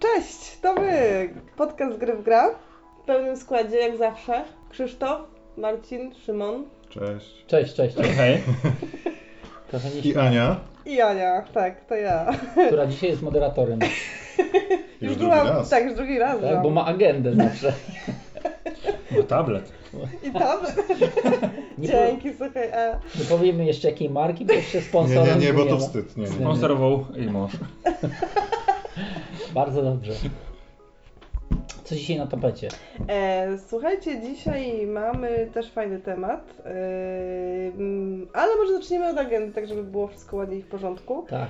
Cześć, to my, podcast Gry w Gra, w pełnym składzie jak zawsze. Krzysztof, Marcin, Szymon. Cześć. Cześć. Hej. I Ania. I Ania, tak, to ja. Która dzisiaj jest moderatorem. Już drugi raz. Tak, już drugi raz. Tak, bo ma agendę zawsze. No tablet. I tam. Dzięki, słuchaj. Nie powiemy jeszcze jakiej marki, bo jeszcze sponsorem Nie, bo to ma. wstyd. Nie. Sponsorował i mąż. Bardzo dobrze. Co dzisiaj na tapecie? Słuchajcie, dzisiaj mamy też fajny temat, ale może zaczniemy od agendy, tak żeby było wszystko ładnie i w porządku. Tak.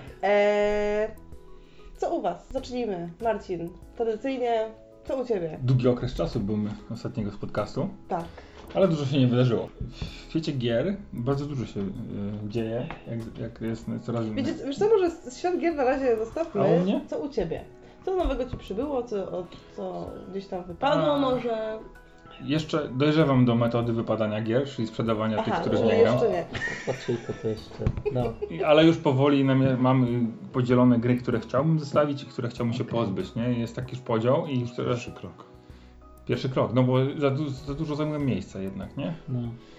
Co u Was? Zacznijmy. Marcin, tradycyjnie, co u Ciebie? Długi okres czasu byłem ostatniego z podcastu, Tak. ale dużo się nie wydarzyło. W świecie gier bardzo dużo się dzieje, jak jest coraz więcej. Wiesz co, może świat gier na razie zostawmy. A u mnie? Co u Ciebie? Co nowego Ci przybyło, co gdzieś tam wypadło może? Jeszcze dojrzewam do metody wypadania gier, czyli sprzedawania tych, które czyli nie gram. jeszcze nie. Patrzyjko to jeszcze. No. Ale już powoli mam podzielone gry, które chciałbym zostawić i które chciałbym się pozbyć, nie? Jest taki już podział i już teraz pierwszy krok, no bo za dużo zajmuje miejsca jednak, nie? No.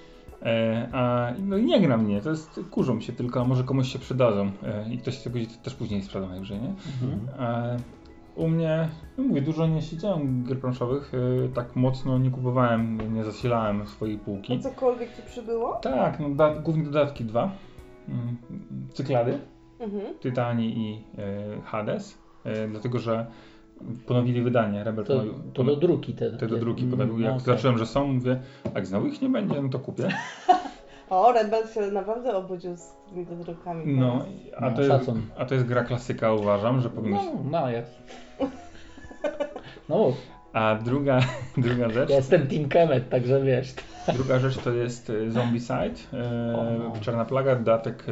No i nie gram, nie, to jest, kurzą się tylko, a może komuś się przydadzą i ktoś tego też później sprzeda najwyżej, nie? U mnie, no mówię, dużo nie siedziałem gier planszowych, tak mocno nie kupowałem, nie zasilałem swojej półki. A cokolwiek Ci przybyło? Tak, no głównie dodatki dwa, Cyklady, Tytani i Hades, dlatego że ponowili wydanie, Rebel To do druki te do druki podawił. Jak zobaczyłem, że są, mówię, jak znowu ich nie będzie, no to kupię. O, Rebel się naprawdę obudził z tymi dodrukami. No, a to jest gra klasyka, uważam, że powinno się... No jak. No, A druga rzecz... ja jestem Team Kemet, także wiesz. Druga rzecz to jest Zombicide, Czarna Plaga, dodatek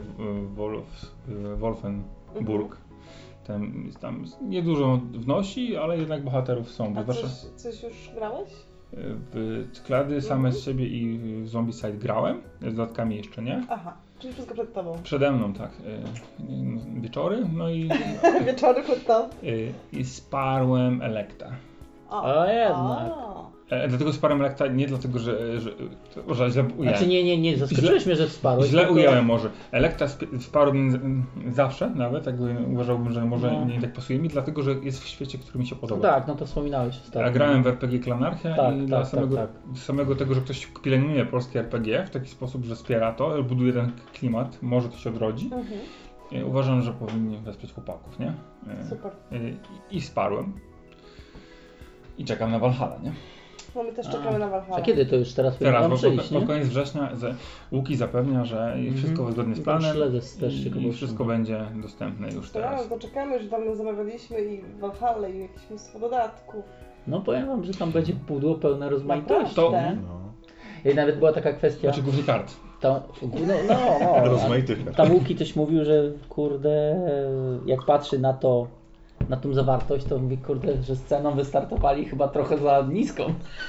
Wolfenburg. Tam niedużo wnosi, ale jednak bohaterów są. A coś już grałeś? W Cyklady same z siebie i w Zombicide grałem, z dodatkami jeszcze nie. Aha, czyli wszystko przed Tobą. Przede mną, tak. Wieczory, no i... Wieczory przed Tobą. I sparłem Elekta. O, jednak. Dlatego sparłem Elekta, nie dlatego, że źle ujęłem. Znaczy nie, zaskoczyłeś mnie, że wsparłeś. Źle ująłem może. Elekta sparłem zawsze, nawet jakby uważałbym, że może nie tak pasuje mi, dlatego, że jest w świecie, który mi się podoba. No tak, no to wspominałeś ostatnio. Ja grałem w RPG Klanarchia i dla tak. samego tego, że ktoś pielęgnuje polskie RPG w taki sposób, że wspiera to, buduje ten klimat, może to się odrodzi. Uważam, że powinni wesprzeć chłopaków, nie? Super. I sparłem. I czekam na Valhalla, nie? No my też czekamy na Valhalla. A kiedy to już teraz Teraz, przyjść, pod koniec września Łuki zapewnia, że wszystko zgodnie z planem i wszystko będzie dostępne już teraz. No to czekamy, że tam zamawiliśmy i Valhalla i jakieś mnóstwo dodatków. No powiem wam, że tam będzie pudło pełne rozmaitości. I nawet była taka kwestia... Znaczy głównie kart. Rozmaitych. Tam Łuki coś mówił, że kurde, jak patrzy na to, na tą zawartość, to mówi, kurde, że z ceną wystartowali chyba trochę za niską.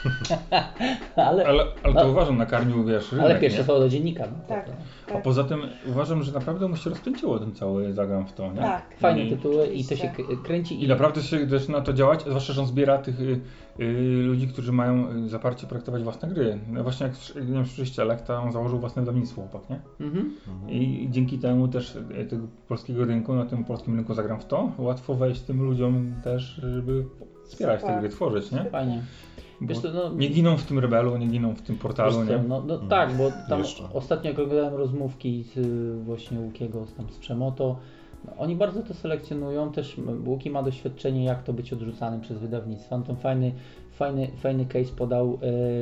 ale to uważam, nakarmił, wiesz, rynek, ale pierwsze słowo do dziennika. No, tak. A poza tym uważam, że naprawdę mu się rozkręciło ten cały zagram w to, nie? Tak. Fajne tytuły i to się kręci. I naprawdę się zaczyna to działać, zwłaszcza, że on zbiera tych ludzi, którzy mają zaparcie projektować własne gry. No właśnie jak nie wiem, słyszeliście, Elekta, on założył własne wydawnictwo, chłopak, nie? I dzięki temu też tego polskiego rynku, na tym polskim rynku zagram w to, łatwo wejść tym ludziom też, żeby wspierać te gry, tworzyć, nie? Fajnie. Wiesz, nie giną w tym Rebelu, nie giną w tym portalu, nie? Tak, bo tam ostatnio jak oglądałem rozmówki właśnie Łukiego z Przemoto, oni bardzo to selekcjonują, też Łuki ma doświadczenie, jak to być odrzucanym przez wydawnictwa. On tam fajny case podał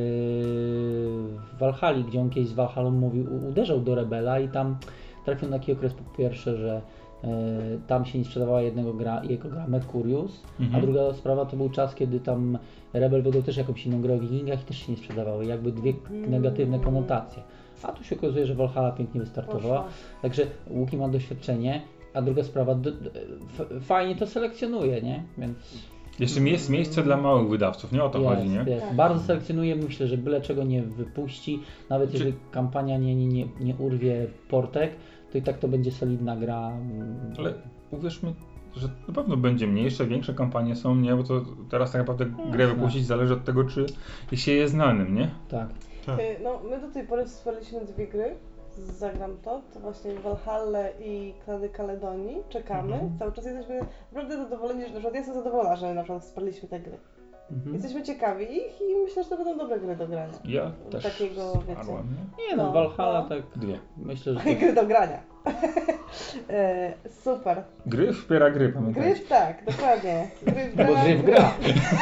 w Valhalli, gdzie on kiedyś z Valhallą mówił, uderzał do Rebela i tam trafił na taki okres po pierwsze, że tam się nie sprzedawała jego gra Mercurius, a druga sprawa to był czas, kiedy tam Rebel wydał też jakąś inną grę o Wikingach i też się nie sprzedawały, jakby dwie negatywne konotacje. A tu się okazuje, że Valhalla pięknie wystartowała, także Łuki ma doświadczenie, a druga sprawa, fajnie to selekcjonuje, nie? Więc... Jeszcze jest miejsce dla małych wydawców, nie o to chodzi, nie? Tak. Bardzo selekcjonuje, myślę, że byle czego nie wypuści, nawet jeżeli kampania nie urwie portek, to i tak to będzie solidna gra. Ale uwierz mi, że na pewno będzie mniejsze, większe kampanie są, nie? Bo to teraz tak naprawdę grę wypuścić zależy od tego, czy się jest znanym, nie? Tak. No, my do tej pory wsparliśmy 2 gry. Zagram to właśnie Valhalla i Klany Kaledonii. Czekamy. Cały czas jesteśmy naprawdę zadowoleni, że na przykład ja jestem zadowolona, że na przykład wsparliśmy te gry. Jesteśmy ciekawi ich i myślę, że to będą dobre gry do grania. Ja też takiego, wsparłem, nie? No, Valhalla tak 2. Myślę, że... Gry do grania. Super. Gry wspiera gry, pamiętajcie. Gry, tak, dokładnie. Gry w gra. Bo gry w gra.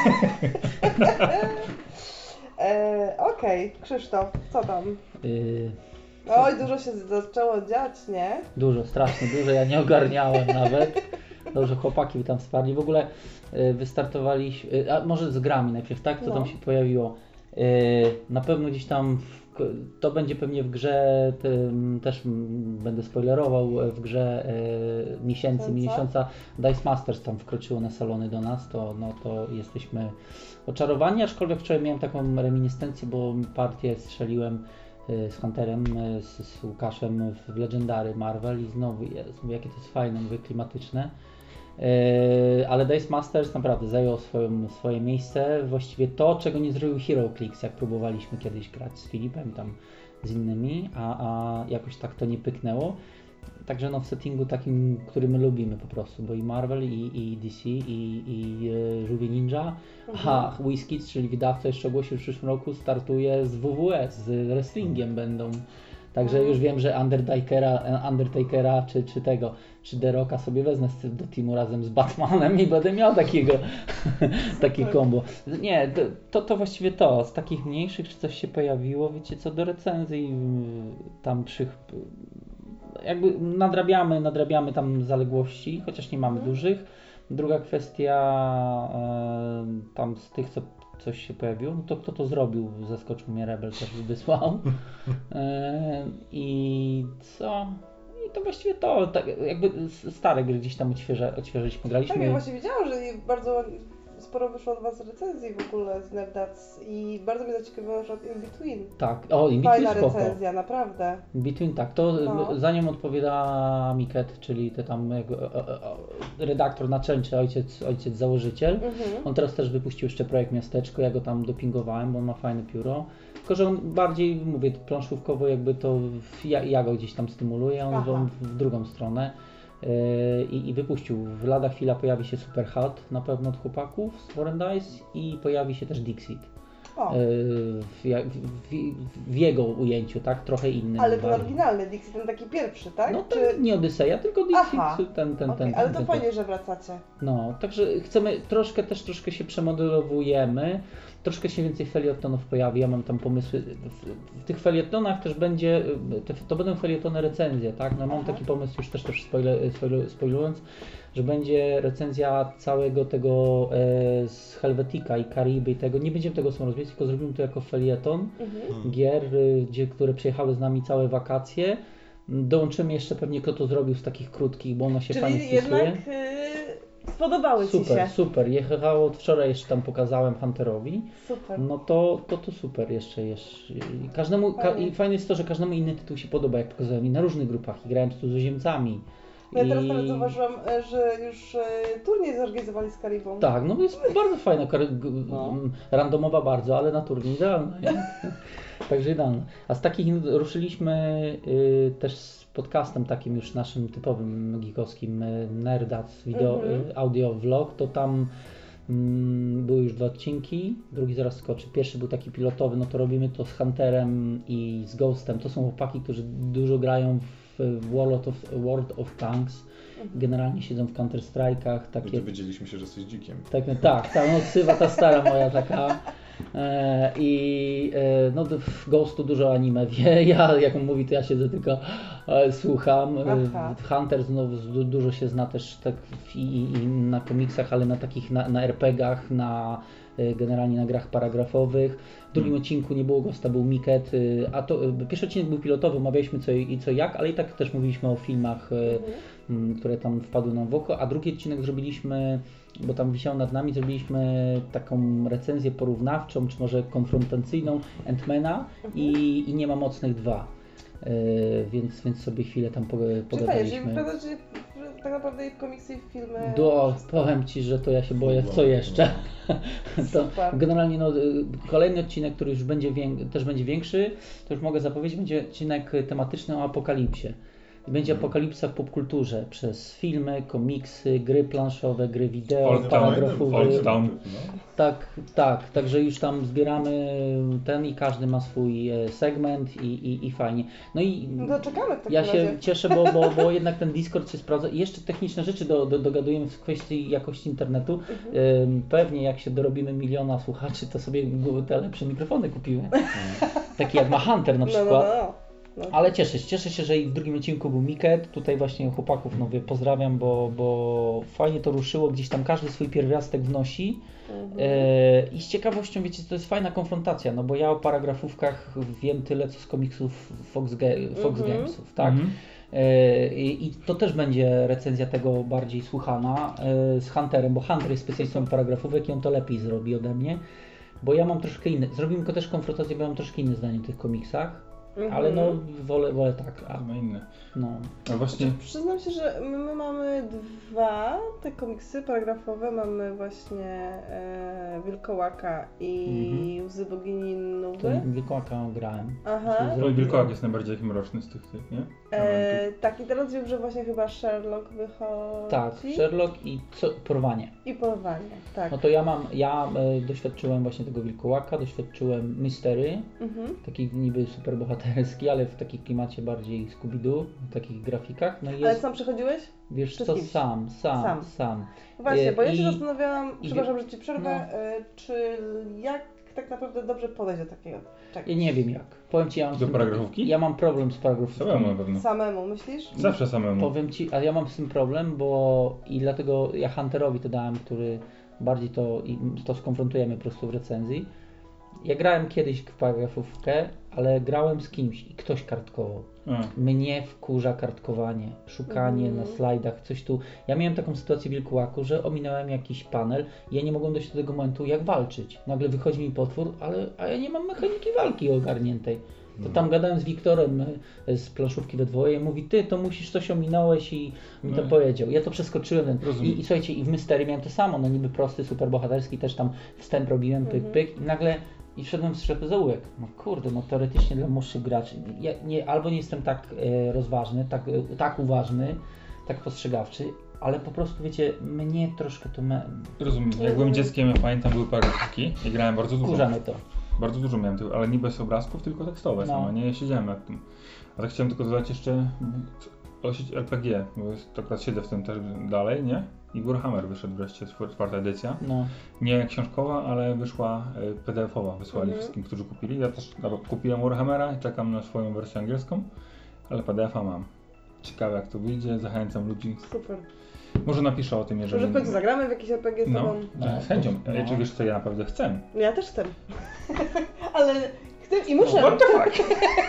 Okej, Krzysztof, co tam? Oj, dużo się zaczęło dziać, nie? Dużo, strasznie dużo, ja nie ogarniałem nawet. Dobrze, chłopaki tam wsparli. W ogóle wystartowaliśmy, a może z grami najpierw, tak? Co tam się pojawiło? Na pewno gdzieś tam, to będzie pewnie w grze, też będę spoilerował, w grze miesiąca Dice Masters tam wkroczyło na salony do nas, to jesteśmy oczarowani, aczkolwiek wczoraj miałem taką reminiscencję, bo partię strzeliłem z Hunterem, z Łukaszem w Legendary Marvel i znowu jakie to jest fajne, mówię, klimatyczne. Ale Dice Masters naprawdę zajął swoje miejsce. Właściwie to, czego nie zrobił HeroClix, jak próbowaliśmy kiedyś grać z Filipem, tam z innymi, a jakoś tak to nie pyknęło. Także no w settingu takim, który my lubimy po prostu, bo i Marvel, i DC, i Żółwie Ninja, a WizKids, czyli wydawca, jeszcze ogłosił w przyszłym roku, startuje z WWS, z wrestlingiem będą. Także już wiem, że Undertakera czy The Rocka sobie wezmę do teamu razem z Batmanem i będę miał takie combo. Nie, to właściwie to. Z takich mniejszych, czy coś się pojawiło, wiecie co, do recenzji tam jakby nadrabiamy tam zaległości, chociaż nie mamy dużych. Druga kwestia, tam z tych, co coś się pojawiło, no to kto to zrobił? Zaskoczył mnie, Rebel też wysłał. I co? I to właściwie to, tak jakby stare gry gdzieś tam odświeżyliśmy, graliśmy. Tak, ja właśnie widziałam, że bardzo sporo wyszło od Was recenzji w ogóle z Nerdac i bardzo mnie zaciekawiło na przykład In Between. Tak, In Between fajna spoko. recenzja, naprawdę. In Between, tak, to za nią odpowiada Miket, czyli to tam redaktor naczelny, ojciec założyciel. On teraz też wypuścił jeszcze projekt Miasteczko, ja go tam dopingowałem, bo on ma fajne pióro. Tylko, że on bardziej, mówię, planszówkowo jakby to ja go gdzieś tam stymuluję, on w drugą stronę. I wypuścił. Lada chwila pojawi się Super Hot na pewno od chłopaków z Warren Dice i pojawi się też Dixit. W jego ujęciu, tak? Trochę innym. Ale ten oryginalny Dixit, ten taki pierwszy, tak? No ten, nie Odyseja, tylko Dixit. Ten. Ale to fajnie, że wracacie. No, także chcemy troszkę się przemodelowujemy. Troszkę się więcej felietonów pojawi, ja mam tam pomysły. W tych felietonach też będzie, to będą felietony recenzje, tak? No mam taki pomysł, już też spoilując, że będzie recenzja całego tego z Helvetica i Kariby i tego. Nie będziemy tego sam rozwijać, tylko zrobimy to jako felieton gier, które przyjechały z nami całe wakacje. Dołączymy jeszcze pewnie, kto to zrobił z takich krótkich, bo ono się fajnie wpisuje. Jednak spodobały Ci się. Super. Jechało wczoraj, jeszcze tam pokazałem Hunterowi. Super. No to super jeszcze. Każdemu, i fajne jest to, że każdemu inny tytuł się podoba, jak pokazałem i na różnych grupach, i grałem tu z cudzoziemcami. Ja teraz nawet zauważyłam, że już turniej zorganizowali z Karibą. Tak, no jest bardzo fajna, randomowa bardzo, ale na turniej idealna. Także idealna. A z takich ruszyliśmy też z podcastem takim już naszym typowym geekowskim Nerdac, audio vlog, to tam były już 2 odcinki, drugi zaraz skoczy. Pierwszy był taki pilotowy, no to robimy to z Hunterem i z Ghostem. To są chłopaki, którzy dużo grają w World of Tanks. Generalnie siedzą w Counter-Strike'ach. Takie... Dowiedzieliśmy się, że jesteś dzikiem. Tak, no ksywa ta stara moja taka. No w Ghostu dużo anime wie, jak on mówi, to ja siedzę tylko słucham. Hunter znowu dużo się zna też tak i na komiksach, ale na takich na RPG-ach, generalnie na grach paragrafowych. W drugim odcinku nie było Ghosta, był Miket, a to pierwszy odcinek był pilotowy, omawialiśmy co jak, ale i tak też mówiliśmy o filmach, które tam wpadły nam w oko, a drugi odcinek zrobiliśmy, bo tam wisiał nad nami, zrobiliśmy taką recenzję porównawczą, czy może konfrontacyjną Ant-Mana i Nie ma mocnych 2. Więc sobie chwilę tam pogadaliśmy. tak naprawdę i komiksy, i filmy. Powiem Ci, że to ja się boję, co jeszcze. To generalnie kolejny odcinek, który już też będzie większy, to już mogę zapowiedzieć, będzie odcinek tematyczny o apokalipsie. Będzie apokalipsa w popkulturze przez filmy, komiksy, gry planszowe, gry wideo, paragrafowe. Tak, także już tam zbieramy i każdy ma swój segment i fajnie. No i to czekamy w takim ja się razie. cieszę, bo jednak ten Discord się sprawdza. I jeszcze techniczne rzeczy dogadujemy w kwestii jakości internetu. Pewnie jak się dorobimy 1 miliona słuchaczy, to sobie te lepsze mikrofony kupimy. Taki jak ma Hunter na przykład. No. Ale cieszę się, że i w drugim odcinku był Miket. Tutaj właśnie chłopaków pozdrawiam, bo fajnie to ruszyło. Gdzieś tam każdy swój pierwiastek wnosi. I z ciekawością, wiecie, to jest fajna konfrontacja, no bo ja o paragrafówkach wiem tyle, co z komiksów Fox Gamesów, tak? I to też będzie recenzja tego bardziej słuchana z Hunterem, bo Hunter jest specjalistą paragrafówek i on to lepiej zrobi ode mnie, bo ja mam troszkę inny, zrobimy też konfrontację, bo ja mam troszkę inne zdanie o tych komiksach. Ale wolę tak. Inne. No. A właśnie... Przyznam się, że my mamy 2 te komiksy paragrafowe. Mamy właśnie Wilkołaka i Łzy Bogini Nuwy. Wilkołaka grałem. Aha. Wilkołak jest najbardziej mroczny z tych, nie? Tak, i teraz wiem, że właśnie chyba Sherlock wychodzi. Tak, Sherlock i Porwanie. I Porwanie, tak. No to ja doświadczyłem właśnie tego Wilkołaka, doświadczyłem Mystery, taki niby super bohaterski, ale w takim klimacie bardziej Scooby-Doo, w takich grafikach. No ale sam przechodziłeś? Wiesz co, sam. Właśnie, bo ja się zastanawiałam, przepraszam, że Ci przerwę, czy jak tak naprawdę dobrze podejść do takiego czegoś? Ja nie wiem jak. Powiem Ci, do paragrafówki? Ja mam problem z paragrafówką. Samemu na pewno. Samemu, myślisz? Zawsze samemu. Powiem Ci, ale ja mam z tym problem, i dlatego ja Hunterowi to dałem, który bardziej to skonfrontujemy po prostu w recenzji. Ja grałem kiedyś w paragrafówkę, ale grałem z kimś i ktoś kartkował. Mnie wkurza kartkowanie, szukanie na slajdach, coś tu. Ja miałem taką sytuację w Wilkołaku, że ominąłem jakiś panel i ja nie mogłem dojść do tego momentu, jak walczyć. Nagle wychodzi mi potwór, a ja nie mam mechaniki walki ogarniętej. To tam gadałem z Wiktorem z planszówki we dwoje i mówi, ty to coś ominąłeś i mi to powiedział. Ja to przeskoczyłem. I słuchajcie, i w Mystery miałem to samo, no niby prosty, super bohaterski, też tam wstęp robiłem, pyk i nagle wszedłem w strzepy zaułek. No kurde, no teoretycznie dla młodszych graczy. Ja albo nie jestem tak rozważny, tak uważny, tak postrzegawczy, ale po prostu wiecie, mnie troszkę to... Rozumiem, jak byłem dzieckiem, ja pamiętam, były paragrafiki i grałem bardzo dużo. Wkurzamy to. Bardzo dużo miałem tego, ale nie bez obrazków, tylko tekstowe same, nie? Ja siedziałem nad tym. A tak chciałem tylko dodać jeszcze o sieć RPG, bo akurat siedzę w tym też dalej, nie? I Warhammer wyszedł wreszcie, 4. edycja. No. Nie książkowa, ale wyszła PDF-owa, wysłali wszystkim, którzy kupili. Ja też kupiłem Warhammera i czekam na swoją wersję angielską, ale PDF-a mam. Ciekawe jak to wyjdzie, zachęcam ludzi. Super. Może napiszę o tym, jeżeli... Może w końcu zagramy w jakiś RPG z tobą? Z chęcią. Czy wiesz co, ja naprawdę chcę. Ja też chcę. Ale chcę i muszę. What the fuck?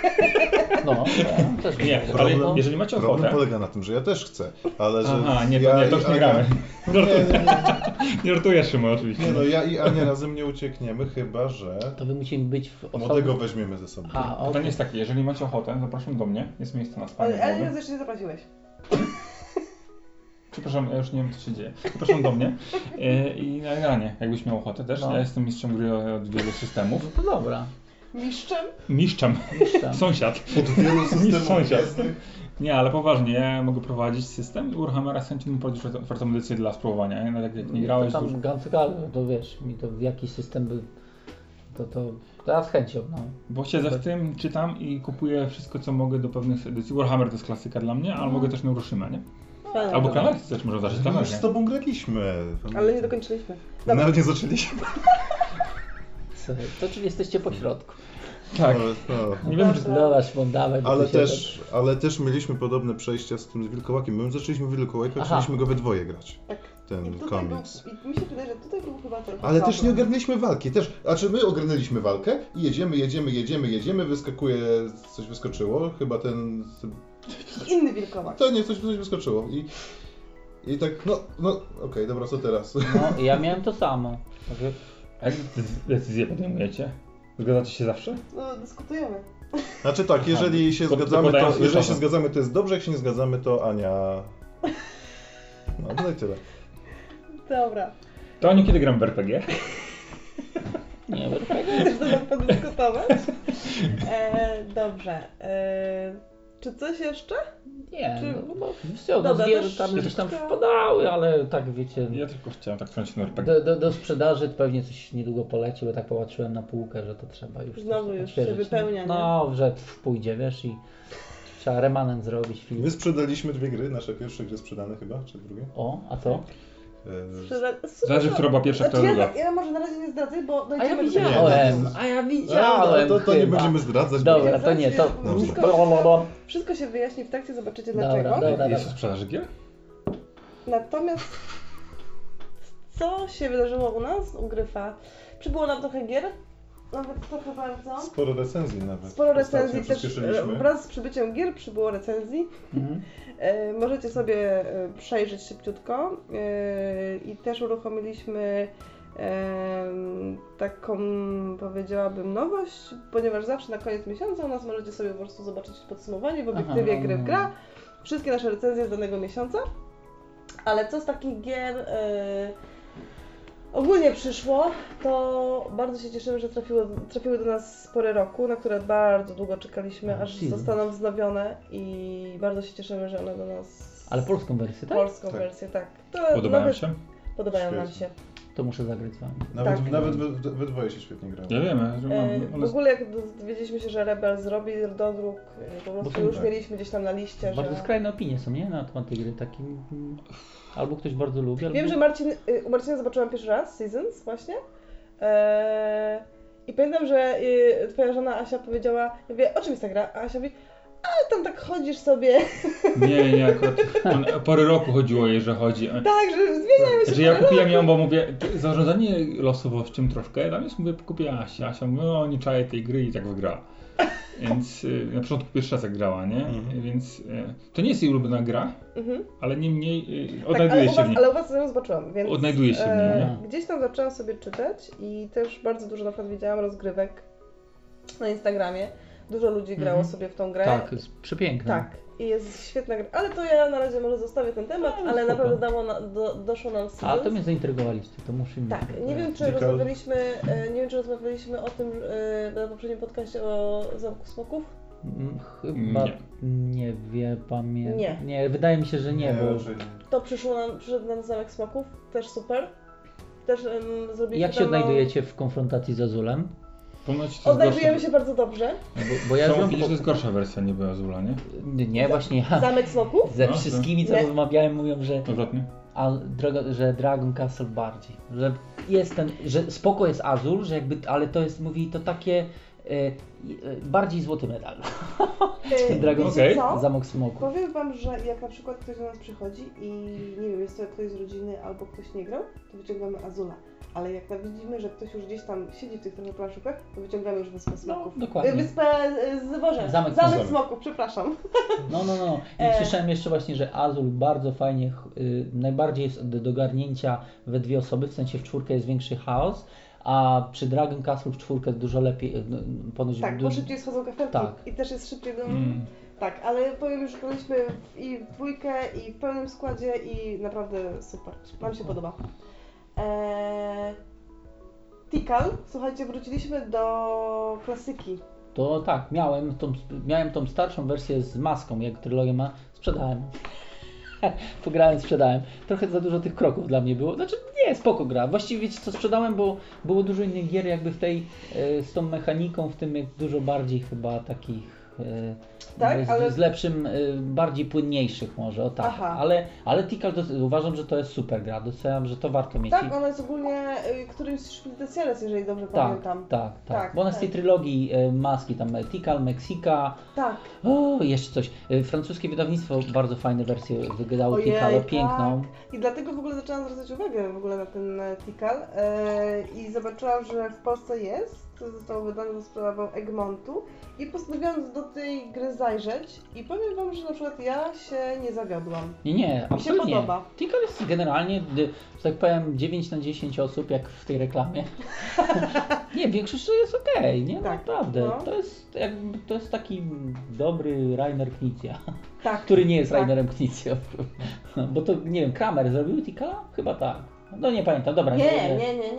Też nie, ale jeżeli macie ochotę... Problem polega na tym, że ja też chcę, ale że... Aha, to już nie gramy. Nie żartujesz, Szymon, oczywiście. Nie, ja i Ania razem nie uciekniemy, chyba że... To wy musimy być w osobie... Młodego weźmiemy ze sobą. Pytanie jest takie, jeżeli macie ochotę, zapraszam do mnie, jest miejsce na spanie. Ale mnie jeszcze nie zaprosiłeś. Przepraszam, ja już nie wiem co się dzieje. Zapraszam do mnie i na granie, jakbyś miał ochotę też. Ja jestem mistrzem gry od wielu systemów. No to dobra. Mistrzem? Sąsiad. Od wielu systemów sąsiad. Nie, ale poważnie, ja mogę prowadzić system i Warhammera z chęcią mi prowadzić 4. edycję dla spróbowania. Nawet jak nie grałeś... Tam to wiesz, mi to jakiś system był... To ja z chęcią, Bo siedzę w tym, czytam i kupuję wszystko co mogę do pewnych edycji. Warhammer to jest klasyka dla mnie, ale mogę też Neuroshima, nie? Albo Klanarty też może zacząć. Już z tobą graliśmy. Ale nie dokończyliśmy. Nawet nie zaczęliśmy. To czyli jesteście po środku. Tak. Nie wiem, czy dawaj. Ale też mieliśmy podobne przejścia z tym z Wilkołakiem. My zaczęliśmy Wilkołaka, zaczęliśmy go we dwoje grać. Tak. Ten komiks. I mi się wydaje, że tutaj był chyba trochę... Ale też nie ogarnęliśmy walki. My ogarnęliśmy walkę i jedziemy, coś wyskoczyło. Chyba ten... Inny Wilkołak. To nie, coś wyskoczyło. I tak, okej, dobra, co teraz? No, ja miałem to samo. A jak decyzje podejmujecie? Zgadzacie się zawsze? No, dyskutujemy. Znaczy tak, jeżeli się zgadzamy, to jest dobrze, jak się nie zgadzamy, to Ania No i tyle. Dobra. To Aniu, kiedy gram w RPG? Nie, w RPG. Chcesz to nam podyskutować? Dobrze. Czy coś jeszcze? Nie, Czy... no chyba wszystko, Dobra, z gier też tam gdzieś tam troszkę- wpadały, ale tak wiecie, Ja tylko chciałem tak wtrącić na RPG. do sprzedaży pewnie coś niedługo poleci, bo tak popatrzyłem na półkę, że to trzeba już Znowu coś już odświeżyć, się wypełnia, nie? No, że pójdzie, wiesz, i trzeba remanent zrobić. Film. My sprzedaliśmy 2 gry, nasze pierwsze gry sprzedane chyba, czy drugie? O, a co? Zależy, która była pierwsza, która Znaczy, druga. ja może na razie nie zdradzę, bo A ja dojdziemy do widziałem, To nie chyba. będziemy zdradzać. Dobra, to nie, to... Wszystko- Wszystko się wyjaśni w trakcie, zobaczycie dlaczego. Dobra. Jest sprzedaży gier? Natomiast co się wydarzyło u nas, u Gryfa? Przybyło nam trochę gier, nawet trochę bardzo. Sporo recenzji nawet. Sporo recenzji Ostatnio też, przyspieszyliśmy. wraz z przybyciem gier przybyło recenzji. Mhm. Możecie sobie przejrzeć szybciutko i też uruchomiliśmy taką, powiedziałabym, nowość, ponieważ zawsze na koniec miesiąca u nas możecie sobie po prostu zobaczyć podsumowanie w obiektywie Gry w gra, wszystkie nasze recenzje z danego miesiąca, ale co z takich gier ogólnie przyszło, to bardzo się cieszymy, że trafiły do nas spory roku, na które bardzo długo czekaliśmy, aż Season. zostaną wznowione i bardzo się cieszymy, że one do nas... Ale polską wersję, tak? Polską Tak. wersję, tak. To Podobają nawet- się? Podobają nam Świetnie. się. To muszę zagrać z wami. Nawet, Tak. nawet we dwoje się świetnie grało. Ja wiem, że W ogóle jak dowiedzieliśmy się, że Rebel zrobi dodruk, po Bo prostu są- już mieliśmy gdzieś tam na liście, Bardzo że... skrajne opinie są, nie? Na temat tej gry, takim... Albo ktoś bardzo lubi, albo... Wiem, że u Marcina zobaczyłam pierwszy raz Seasons właśnie. I pamiętam, że twoja żona Asia powiedziała, ja mówię, o czym jest ta gra? A Asia mówi, ale tam tak chodzisz sobie. Nie, akurat pory roku chodziło jej, że chodzi. Tak, że zmieniają się Że ja pory kupiłem ją, bo mówię, zarządzanie losowością troszkę, tam jest, mówię, kupię Asia. Asia mówi, no nie czaję tej gry i tak wygrała. Więc na początku pierwszy raz jak grała, nie? Więc to nie jest jej ulubiona gra, Mhm. ale niemniej Tak, odnajduje się w niej. ale u was ją zobaczyłam, więc Odnajduje się w niej, nie? gdzieś tam zaczęłam sobie czytać i też bardzo dużo na przykład widziałam rozgrywek na Instagramie. Dużo ludzi grało sobie w tą grę. Tak, jest przepiękne. Tak, i jest świetna gra. Ale to ja na razie może zostawię ten temat, No, ale spoko. naprawdę doszło nam z A to mnie zainteresowaliście, to musimy... Tak, nie wiem czy rozmawialiśmy o tym na poprzednim podcaście o Zamku Smoków. Chyba nie wie, pamiętam. Nie, wydaje mi się, że nie, bo... raczej nie. To przyszedł nam Zamek Smoków, też super. Też zrobiliśmy Jak się tam odnajdujecie w konfrontacji z Azulem? Ponoć to jest Odnajdujemy gorsza. się bardzo dobrze. Bo ja Są już opinii, że to jest gorsza wersja niby Azula, nie? Nie, właśnie ja Zamek Smoków? ze No, wszystkimi, co nie. rozmawiałem, mówią, że, Odwrotnie. że Dragon Castle bardziej. Że jest ten, że spoko jest Azul, że jakby, ale to jest, mówi, to takie bardziej złoty medal. Dragon Wiecie Okej. co? Zamok Smoku. Powiem wam, że jak na przykład ktoś do nas przychodzi i nie wiem, jest to ktoś z rodziny albo ktoś nie grał, to wyciągamy Azula. Ale jak widzimy, że ktoś już gdzieś tam siedzi w tych trochę planszówkach, to wyciągamy już Wyspę Smoków. dokładnie. Wyspę Boże, Zamek Smoków, przepraszam. No. I słyszałem jeszcze właśnie, że Azul bardzo fajnie, najbardziej jest do garnięcia we dwie osoby, w sensie w czwórkę jest większy chaos, a przy Dragon Castle w czwórkę dużo lepiej, ponoć... Tak, bo szybciej schodzą kafelki Tak. i też jest szybciej do... Tak, ale powiem, że graliśmy i w dwójkę, i w pełnym składzie i naprawdę super. Nam się podoba. Tikal, słuchajcie, wróciliśmy do klasyki. To tak, miałem tą starszą wersję z maską, jak trylogię ma, sprzedałem. Pograłem, sprzedałem. Trochę za dużo tych kroków dla mnie było. Znaczy nie, spoko gra. Właściwie wiecie co, sprzedałem, bo było dużo innych gier jakby w tej, z tą mechaniką, w tym dużo bardziej chyba takich Tak, ale... z lepszym, bardziej płynniejszych może, o tak. Aha. Ale Tikal uważam, że to jest super gra. Doceniam, że to warto mieć. Tak, ona jest ogólnie którymś z Split Series, jeżeli dobrze pamiętam. Tak. Bo ona z tej trylogii maski, tam Tikal, Mexica. Tak. O, jeszcze coś. Francuskie wydawnictwo bardzo fajne wersje wydało Tikal, piękną. Tak. I dlatego w ogóle zaczęłam zwracać uwagę w ogóle na ten Tikal i zobaczyłam, że w Polsce jest który został wydany za sprawą Egmontu i postanowiłam do tej gry zajrzeć i powiem wam, że na przykład ja się nie zawiodłam. Nie, absolutnie. Mi się podoba. Tinker jest generalnie, że tak powiem, 9 na 10 osób, jak w tej reklamie. Nie, większość to jest okej, nie? Tak, Naprawdę. no. To jest taki dobry Rainer Knizia, Tak. który nie jest tak. Rainerem Knizia. Bo to, nie wiem, Kramer zrobił Tinkera? Chyba tak. No nie pamiętam, dobra. Nie.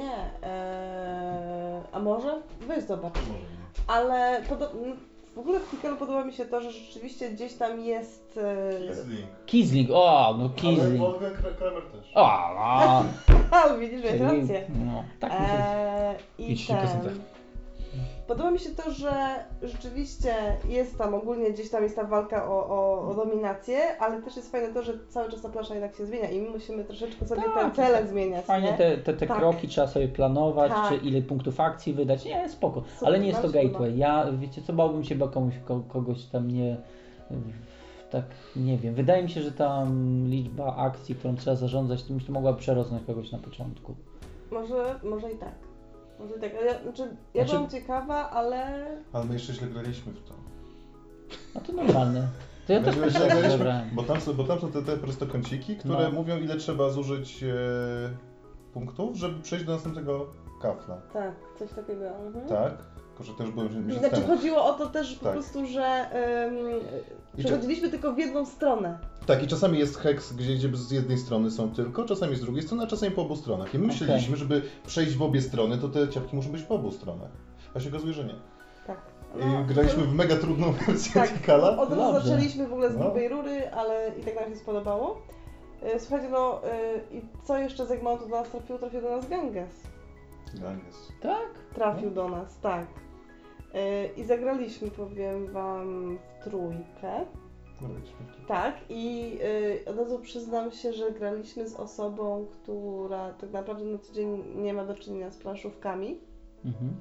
A może? Weź zobacz. Ale w ogóle w Tinkeru podoba mi się to, że rzeczywiście gdzieś tam jest... Kiesling, no Kiesling. Ale Wolfgang Kramer też. A, widzisz, miałeś rację. No, tak muszę. I podoba mi się to, że rzeczywiście jest tam ogólnie gdzieś tam jest ta walka o dominację, ale też jest fajne to, że cały czas ta plansza jednak się zmienia i my musimy troszeczkę sobie te cele zmieniać. Fajnie nie? te kroki trzeba sobie planować, Tak. czy ile punktów akcji wydać. Nie, spoko. Super, Ale nie jest to nam się gateway. Ja, wiecie co, bałbym się, bo kogoś tam nie... Tak, nie wiem. Wydaje mi się, że ta liczba akcji, którą trzeba zarządzać, to myślę, mogła przerosnąć kogoś na początku. Może i tak. Może i tak. Ja byłam ciekawa, ale... Ale my jeszcze źle graliśmy w to. No to normalne. To ja też My źle tak graliśmy, zabrałem. bo tam są te prostokąciki, które mówią, ile trzeba zużyć punktów, żeby przejść do następnego kafla. Tak, coś takiego. Tak? Tylko, że też byłem miesiąc Znaczy temu. chodziło o to też po Tak. prostu, że przechodziliśmy tylko w jedną stronę. Tak, i czasami jest heks, gdzie z jednej strony są tylko, czasami z drugiej strony, a czasami po obu stronach. I my myśleliśmy, żeby przejść w obie strony, to te ciapki muszą być po obu stronach. A się okazuje, że nie. Tak. I graliśmy w mega trudną wersję Tinkala. Od razu Dobrze. zaczęliśmy w ogóle z No. grubej rury, ale i tak nam się spodobało. Słuchajcie, i co jeszcze z Egmontu do nas trafił? Trafił do nas Ganges. Ganges. Tak? Trafił do nas, tak. I zagraliśmy, powiem wam, w trójkę. Tak, i od razu przyznam się, że graliśmy z osobą, która tak naprawdę na co dzień nie ma do czynienia z planszówkami. Mhm.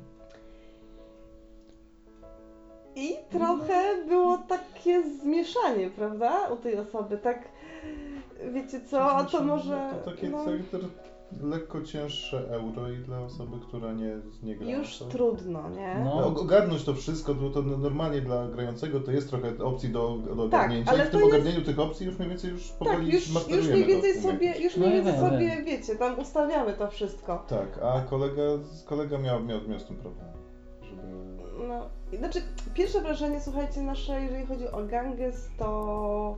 I trochę było takie zmieszanie, prawda, u tej osoby, tak, wiecie co, a to może... To takie lekko cięższe euro i dla osoby, która nie gra. Już to... trudno, nie? No. Ogarnąć to wszystko, to normalnie dla grającego to jest trochę opcji do ogarnięcia, ale i w tym to jest... ogarnieniu tych opcji już mniej więcej powoli Tak, już masterujemy mniej więcej to sobie, wiem. wiecie, tam ustawiamy to wszystko. Tak, a kolega miał z tym problem, żeby... No, znaczy pierwsze wrażenie, słuchajcie, nasze, jeżeli chodzi o Ganges, to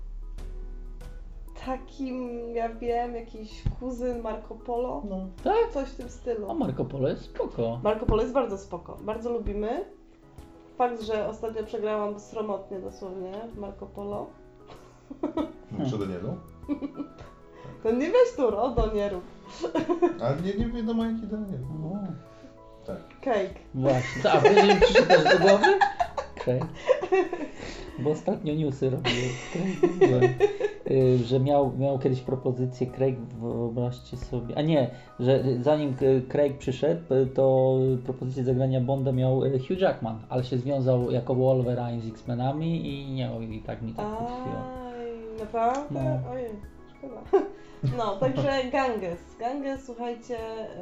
takim, ja wiem, jakiś kuzyn Marco Polo, No. Tak? coś w tym stylu. A Marco Polo jest spoko. Marco Polo jest bardzo spoko, bardzo lubimy. Fakt, że ostatnio przegrałam sromotnie dosłownie w Marco Polo. Co do niego? To nie weź tu, RODO, nie rób. Ale nie wiadomo jaki Daniel. O, Tak. Cake. właśnie. A wiesz, że mi przyszło też do głowy? Craig. Bo ostatnio newsy robiły. Że miał kiedyś propozycję Craig, wyobraźcie sobie. A nie, że zanim Craig przyszedł, to propozycję zagrania Bonda miał Hugh Jackman, ale się związał jako Wolverine z X-Menami i tak mi tak utkwiło. Aj, naprawdę? No. Ojej, szkoda. No, także Ganges, słuchajcie,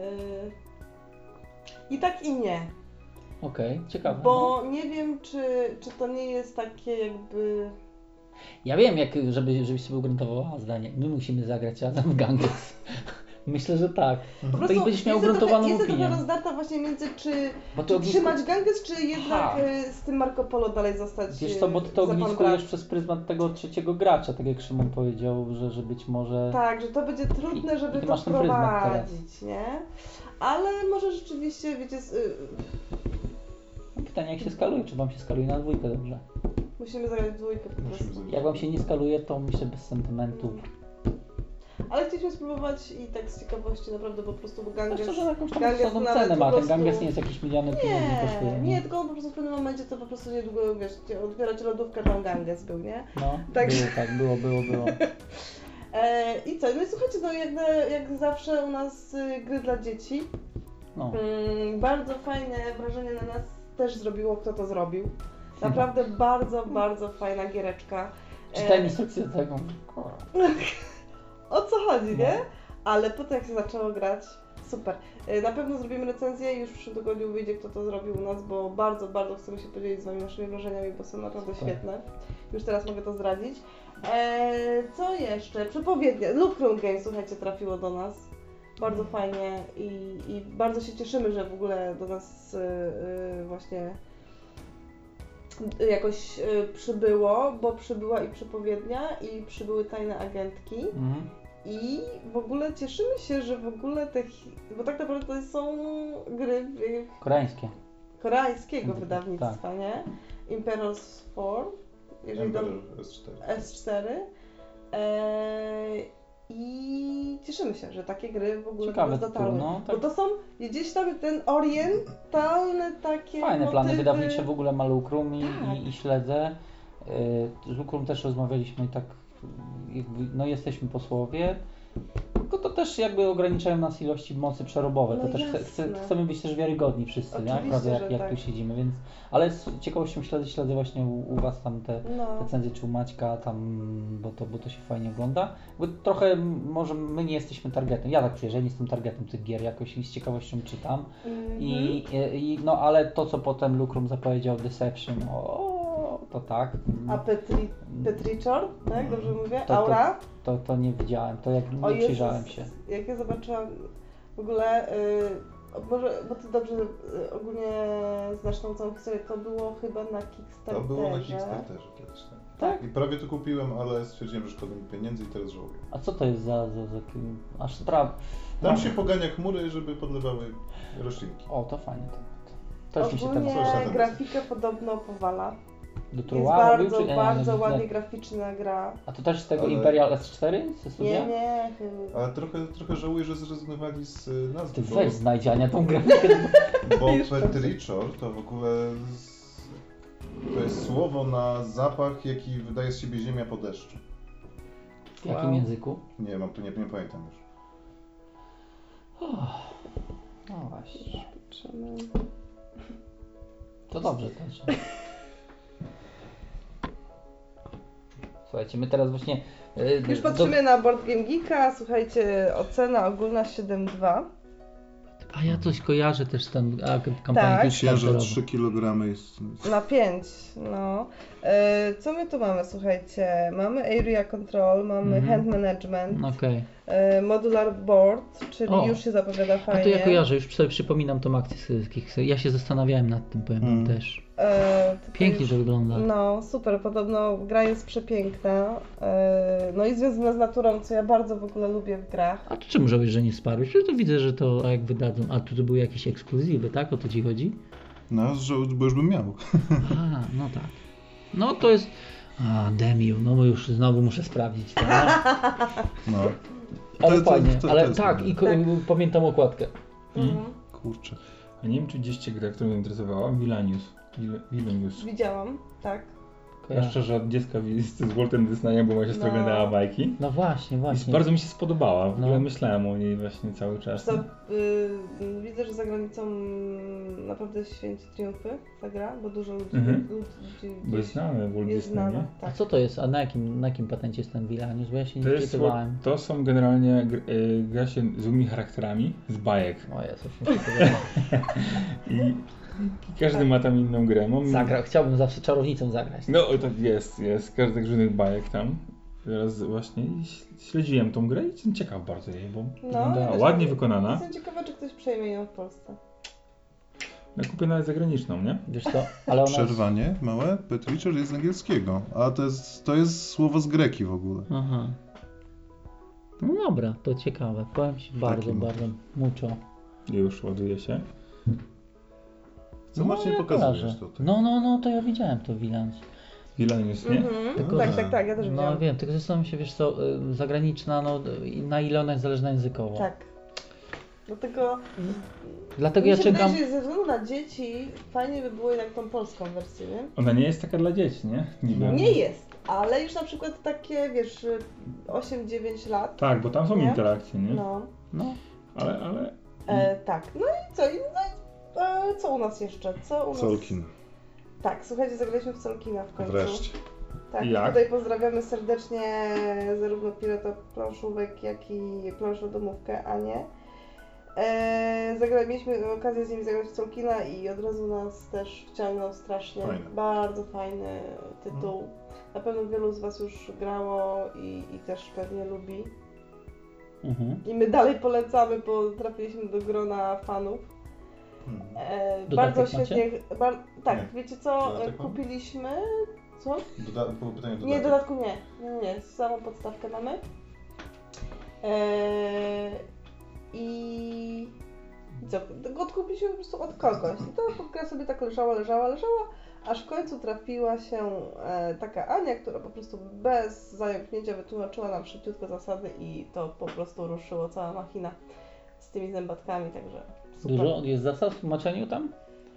i tak i nie. Okej, ciekawe. Bo nie wiem, czy to nie jest takie jakby... Ja wiem, żebyś sobie ugruntował zdanie. My musimy zagrać razem w Ganges. Myślę, że tak. Po To i będziesz miał ugruntowaną Jestem opinię. trochę rozdarta właśnie między czy Bo ty trzymać Ganges, czy jednak z tym Marco Polo dalej zostać. Wiesz co, bo ty to ogniskujesz przez pryzmat tego trzeciego gracza, tak jak Szymon powiedział, że być może... Tak, że to będzie trudne, żeby ty to masz ten pryzmat wprowadzić, nie? Ale może rzeczywiście, wiecie, Pytanie, jak się skaluje, czy wam się skaluje na dwójkę dobrze? musimy zagrać w dwójkę po prostu. Jak wam się nie skaluje, to myślę bez sentymentu. Ale chcieliśmy spróbować i tak z ciekawości naprawdę po prostu, bo Ganges... Zresztą, że jakąś tam Ganges stosowną nawet cenę po ma, ten prostu- Ganges nie jest jakiś miliony pieniędzy kosztuje. Nie, tylko on po prostu w pewnym momencie to po prostu niedługo, wiesz, otwierać lodówkę, tam Ganges był, nie? No, Także- było. I co? No i słuchajcie, no jak zawsze u nas gry dla dzieci. No. Bardzo fajne wrażenie na nas też zrobiło, kto to zrobił. Naprawdę bardzo, bardzo fajna giereczka. Czytaj instrukcję do tego. O co chodzi, No. nie? Ale potem jak się zaczęło grać, super. Na pewno zrobimy recenzję, już w przyszłym tygodniu wyjdzie, kto to zrobił u nas, bo bardzo, bardzo chcemy się podzielić z Wami naszymi wrażeniami, bo są naprawdę świetne. Już teraz mogę to zdradzić. Co jeszcze? Przepowiednia. Lucrum Games, słuchajcie, trafiło do nas. Bardzo fajnie i bardzo się cieszymy, że w ogóle do nas właśnie jakoś przybyło, bo przybyła i przepowiednia i przybyły tajne agentki. I w ogóle cieszymy się, że w ogóle bo tak naprawdę to są gry koreańskiego wydawnictwa, nie? Imperal's Fall, S4. I cieszymy się, że takie gry w ogóle do nas dotarły. No, tak. Bo to są gdzieś tam ten orientalne takie fajne motywy. Plany wydawnicze w ogóle ma Lucrum i śledzę. Z Lucrum też rozmawialiśmy i tak jakby, no jesteśmy posłowie. Tylko to też jakby ograniczają nas ilości mocy przerobowe. To też chcemy być też wiarygodni wszyscy, nie? Prawda, jak tu siedzimy, więc. Ale z ciekawością śledzę właśnie u Was tam te recenzje, czy u Maćka tam, bo to się fajnie ogląda. Bo trochę może my nie jesteśmy targetem. Ja tak czuję, że nie jestem targetem tych gier, jakoś z ciekawością czytam. No ale to, co potem Lucrum zapowiedział, Deception, to tak. A Petrichor, tak? Dobrze mówię? Aura? To nie widziałem, to jak nie przyjrzałem się. Jak ja zobaczyłam w ogóle, może, bo Ty dobrze ogólnie znasz tą całą historię, to było chyba na Kickstarterze. To było na Kickstarterze kiedyś, tak. I prawie to kupiłem, ale stwierdziłem, że szkoda mi pieniędzy i teraz żałuję. A co to jest za aż Tam się pogania chmury, żeby podlewały roślinki. O, to fajnie. Ogólnie grafikę podobno powala. Jest bardzo ładnie graficzna gra. A to też z tego Imperial S4? Nie. Ale trochę żałuję, że zrezygnowali z nazwy. Ty weź znajdź, Ania, tą grafikę. Bo Petrichor to w ogóle to jest słowo na zapach, jaki wydaje z siebie ziemia po deszczu. W jakim języku? Nie pamiętam już. No właśnie. To dobrze też. Słuchajcie, my teraz właśnie... Już patrzymy na Board Game Geeka, słuchajcie, ocena ogólna 7,2. A ja coś kojarzę też tam kampanię Kickstarterową. Że 3 kg jest... Na 5, no. Co my tu mamy, słuchajcie? Mamy Area Control, mamy Hand Management, Modular Board, czyli już się zapowiada fajnie. A to ja kojarzę, już sobie przypominam tą akcję z Kickstarter. Ja się zastanawiałem nad tym, powiem też. Pięknie to wygląda. No, super, podobno gra jest przepiękna. No i związana z naturą, co ja bardzo w ogóle lubię w grach. A to czemu żałujesz, że nie wsparłeś? Przecież to widzę, że to jak wydadzą. A tu były jakieś ekskluzywy, tak? O to Ci chodzi? No, bo już bym miał. A, no tak. No to jest... Demiu, no bo już znowu muszę sprawdzić. Tak? No. Ale fajnie, ale tak, pamiętam okładkę. Kurczę. A nie wiem, czy gdzieś Cię gra, która mnie interesowała? Vilnius. Widziałam, tak. Ja szczerze od dziecka z Waltem Disneyem, bo moja siostra oglądała bajki. No właśnie. I bardzo mi się spodobała. W ogóle myślałem o niej właśnie cały czas. Widzę, że za granicą naprawdę święci triumfy ta gra, bo dużo ludzi... Bo jest znany Walt Disney, nie? Tak. A co to jest? A na jakim patencie jest ten Vilnius? Bo ja się nie czytywałem. To są generalnie gra się złymi charakterami z bajek. O Jezu, muszę to I każdy ma tam inną grę. Chciałbym zawsze czarownicą zagrać. No tak jest każdy z różnych bajek tam. Teraz właśnie śledziłem tą grę i jestem ciekaw bardzo jej, bo wygląda ładnie wykonana. Jestem ciekawa, czy ktoś przejmie ją w Polsce. Ja kupię nawet zagraniczną, nie? Wiesz co, ale ona... Przerwanie małe? Petrichor jest z angielskiego, a to jest słowo z greki w ogóle. Aha. No dobra, to ciekawe. Powiem Ci bardzo mucho. Już ładuje się. Zobaczcie, nie pokazujesz tutaj. No, to ja widziałem to Vilnius, nie? Tylko, tak, ja też widziałam. No wiem, tylko zastanawiam się, wiesz co, zagraniczna, na ile ona jest zależna językowo. Tak. Dlatego ja czekam... Wydaje, że ze względu na dzieci fajnie by było jednak tą polską wersję, nie? Ona nie jest taka dla dzieci, nie? Nie jest, ale już na przykład takie, wiesz, 8-9 lat. Tak, bo tam są interakcje, nie? No. Ale... Tak, no i co? Co u nas jeszcze? Solkin. Tak, słuchajcie, zagraliśmy w Solkina w końcu. Wreszcie. Tak, tutaj pozdrawiamy serdecznie zarówno Pilota Planszówek, jak i Planszodomówkę Anię. Mieliśmy okazję z nimi zagrać w Tolkiena i od razu nas też wciągnął strasznie. Bardzo fajny tytuł. Na pewno wielu z Was już grało i też pewnie lubi. I my dalej polecamy, bo trafiliśmy do grona fanów. Bardzo świetnie. Tak, nie. Wiecie co? Kupiliśmy. Co? Nie, dodatku nie. Samą podstawkę mamy. I co? Odkupiliśmy po prostu od kogoś. I to gra sobie tak leżała, aż w końcu trafiła się taka Ania, która po prostu bez zająknięcia wytłumaczyła nam szybciutko zasady i to po prostu ruszyło cała machina z tymi zębatkami, także super. Dużo jest zasad w tłumaczeniu tam?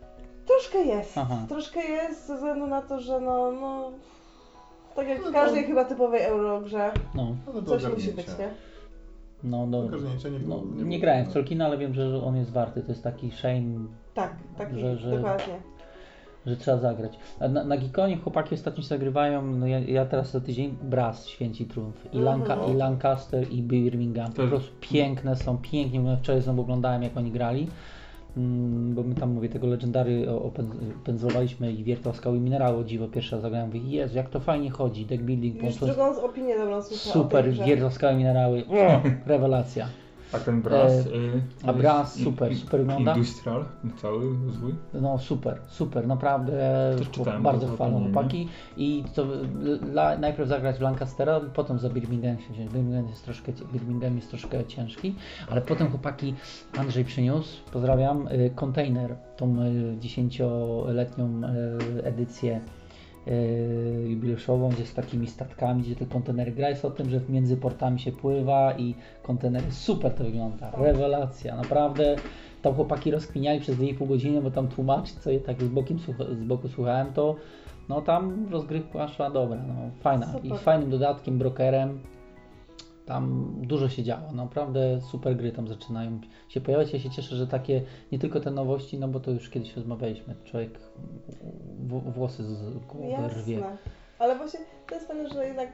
Troszkę jest ze względu na to, że no tak jak w każdej chyba typowej eurogrze, coś musi być, nie? No dobra. Nie grałem w Tolkiena, ale wiem, że on jest warty. To jest taki shame. Tak, dokładnie. Że trzeba zagrać. Na Geekonie chłopaki ostatnio się zagrywają, no ja teraz co tydzień Brass święci triumf. I Lancaster i Birmingham. Po prostu piękne są, pięknie. Wczoraj znowu oglądałem, jak oni grali. Bo my tam, mówię, tego Legendary opędzlowaliśmy i Wiertła Skały i Minerały, o dziwo, pierwszy raz zagrałem, mówię, Jezu, jak to fajnie chodzi, deck building. Już drugą opinię dobrą słyszałam. Super, Wiertła Skały i Minerały, rewelacja. A ten Brass? Brass super wygląda. Industrial, cały zwój? No super, naprawdę bardzo chwalą chłopaki. I to najpierw zagrać w Lancastera, potem za Birmingham się wziąć. Birmingham jest troszkę ciężki, ale potem chłopaki Andrzej przyniósł, pozdrawiam, Container, tą 10-letnią edycję jubileuszową, gdzie z takimi statkami, gdzie te kontenery gra jest o tym, że między portami się pływa i kontenery, super to wygląda, rewelacja, naprawdę. Tam chłopaki rozkminiali przez 2,5 godziny, bo tam tłumaczyć, co je tak z boku słuchałem, to no tam rozgrywka szła dobra, no fajna. Super. I z fajnym dodatkiem, brokerem. Tam dużo się działo, naprawdę super gry tam zaczynają się pojawiać. Ja się cieszę, że takie, nie tylko te nowości, no bo to już kiedyś rozmawialiśmy, człowiek włosy z głowy rwie. Ale właśnie to jest fajne, że jednak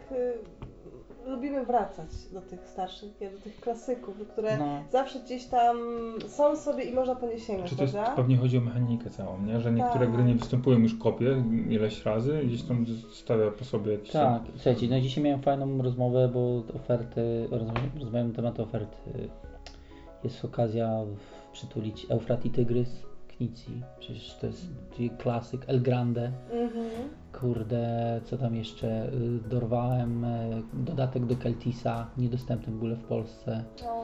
lubimy wracać do tych starszych gier, do tych klasyków, które zawsze gdzieś tam są sobie i można po nie sięgnąć, to jest, pewnie chodzi o mechanikę całą, nie? Że niektóre gry nie występują już kopie ileś razy i gdzieś tam stawia po sobie jakieś... Tak, słuchajcie, no dzisiaj miałem fajną rozmowę, bo rozmawiam na temat ofert. Jest okazja przytulić Eufrat i Tygrys, Knicji, przecież to jest klasyk, El Grande. Kurde, co tam jeszcze? Dorwałem dodatek do Keltisa, niedostępny w ogóle w Polsce.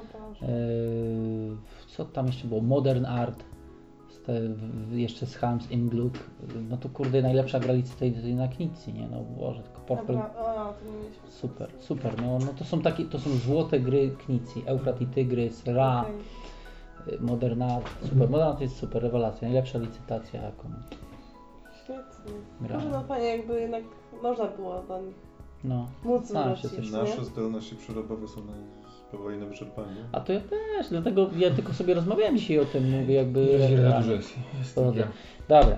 Co tam jeszcze było? Modern Art, jeszcze z Harms in Gluck. No to kurde, najlepsza gra licytacyjna na Knicji, nie? No Boże, tylko portfel. Super. No to są złote gry Knicji. Eufrat i Tygrys, Ra. Modern Art, super. Modern Art jest super, rewelacja, najlepsza licytacja jaką. Świetnie. Może no fajnie, jakby jednak można było do nich móc wrócić. Nasze zdolności przerobowe są powoli na wyczerpaniu. A to ja też, dlatego ja tylko sobie rozmawiałem dzisiaj o tym, mówię jakby... Dużo jest. Dobra.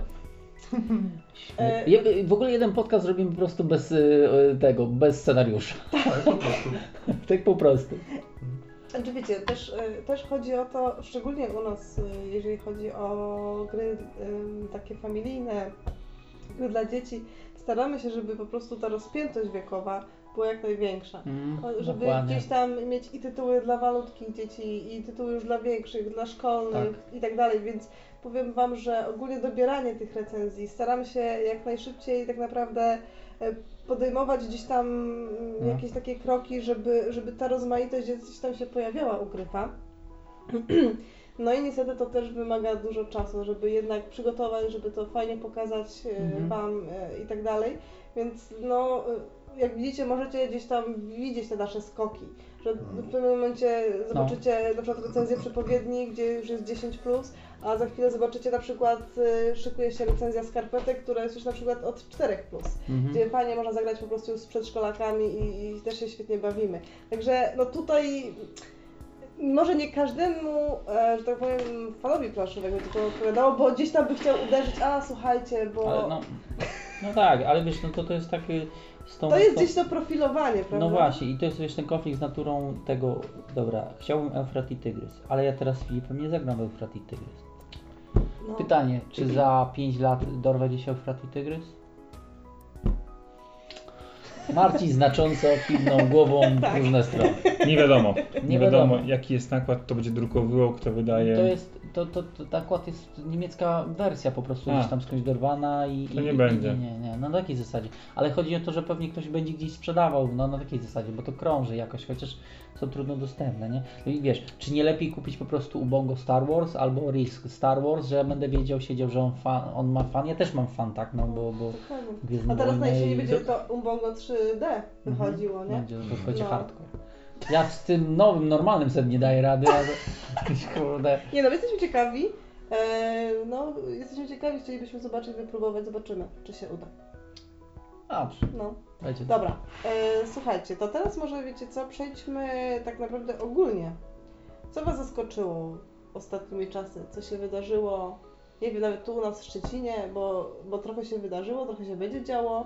W ogóle jeden podcast zrobimy po prostu bez scenariusza. Tak, po prostu. Tak po prostu. Znaczy wiecie, też chodzi o to, szczególnie u nas, jeżeli chodzi o gry takie familijne, gry dla dzieci, staramy się, żeby po prostu ta rozpiętość wiekowa była jak największa. Żeby dokładnie. Gdzieś tam mieć i tytuły dla malutkich dzieci, i tytuły już dla większych, dla szkolnych i tak dalej, więc powiem Wam, że ogólnie dobieranie tych recenzji staramy się jak najszybciej tak naprawdę podejmować gdzieś tam jakieś takie kroki, żeby ta rozmaitość gdzieś tam się pojawiała u Gryfa. No i niestety to też wymaga dużo czasu, żeby jednak przygotować, żeby to fajnie pokazać Wam i tak dalej, więc no jak widzicie, możecie gdzieś tam widzieć te nasze skoki, że w pewnym momencie zobaczycie na przykład recenzję przepowiedni, gdzie już jest 10+, a za chwilę zobaczycie na przykład, szykuje się recenzja skarpetek, która jest już na przykład od 4+, gdzie fajnie można zagrać po prostu z przedszkolakami i też się świetnie bawimy. Także no tutaj może nie każdemu, że tak powiem, fanowi planszowego to odpowiadało, bo gdzieś tam by chciał uderzyć, słuchajcie, bo... Ale No tak, ale wiesz, no to jest taki... To jest gdzieś to profilowanie, prawda? No właśnie, i to jest wiesz, ten konflikt z naturą tego, dobra, chciałbym Eufrat i Tygrys, ale ja teraz z Filipem nie zagram w Eufrat i Tygrys. No. Pytanie, czy za 5 lat dorwę gdzieś Eufrat i Tygrys? Marcin znacząco kiwnął głową w różne strony. Nie wiadomo. Nie wiadomo. Jaki jest nakład, kto będzie drukowywał, kto wydaje. To jest, nakład jest niemiecka wersja po prostu gdzieś tam skądś dorwana i... To nie będzie. Nie, no na takiej zasadzie. Ale chodzi o to, że pewnie ktoś będzie gdzieś sprzedawał, no na takiej zasadzie, bo to krąży jakoś, chociaż są trudno dostępne, nie? No i wiesz, czy nie lepiej kupić po prostu Ubongo Star Wars albo Risk Star Wars, że ja będę siedział, że on ma fan, ja też mam fan, tak, no bo a teraz najsilniej będzie to Ubongo 3D wychodziło, nie? Będzie hardcore. Ja z tym nowym, normalnym sobie nie daję rady, ale kurde. Nie no, jesteśmy ciekawi. Chcielibyśmy zobaczyć, wypróbować, zobaczymy, czy się uda. Dobrze. No. Dajcie dobra, słuchajcie, to teraz może wiecie co, przejdźmy tak naprawdę ogólnie. Co Was zaskoczyło ostatnimi czasy? Co się wydarzyło? Nie wiem, nawet tu u nas w Szczecinie, bo trochę się wydarzyło, trochę się będzie działo.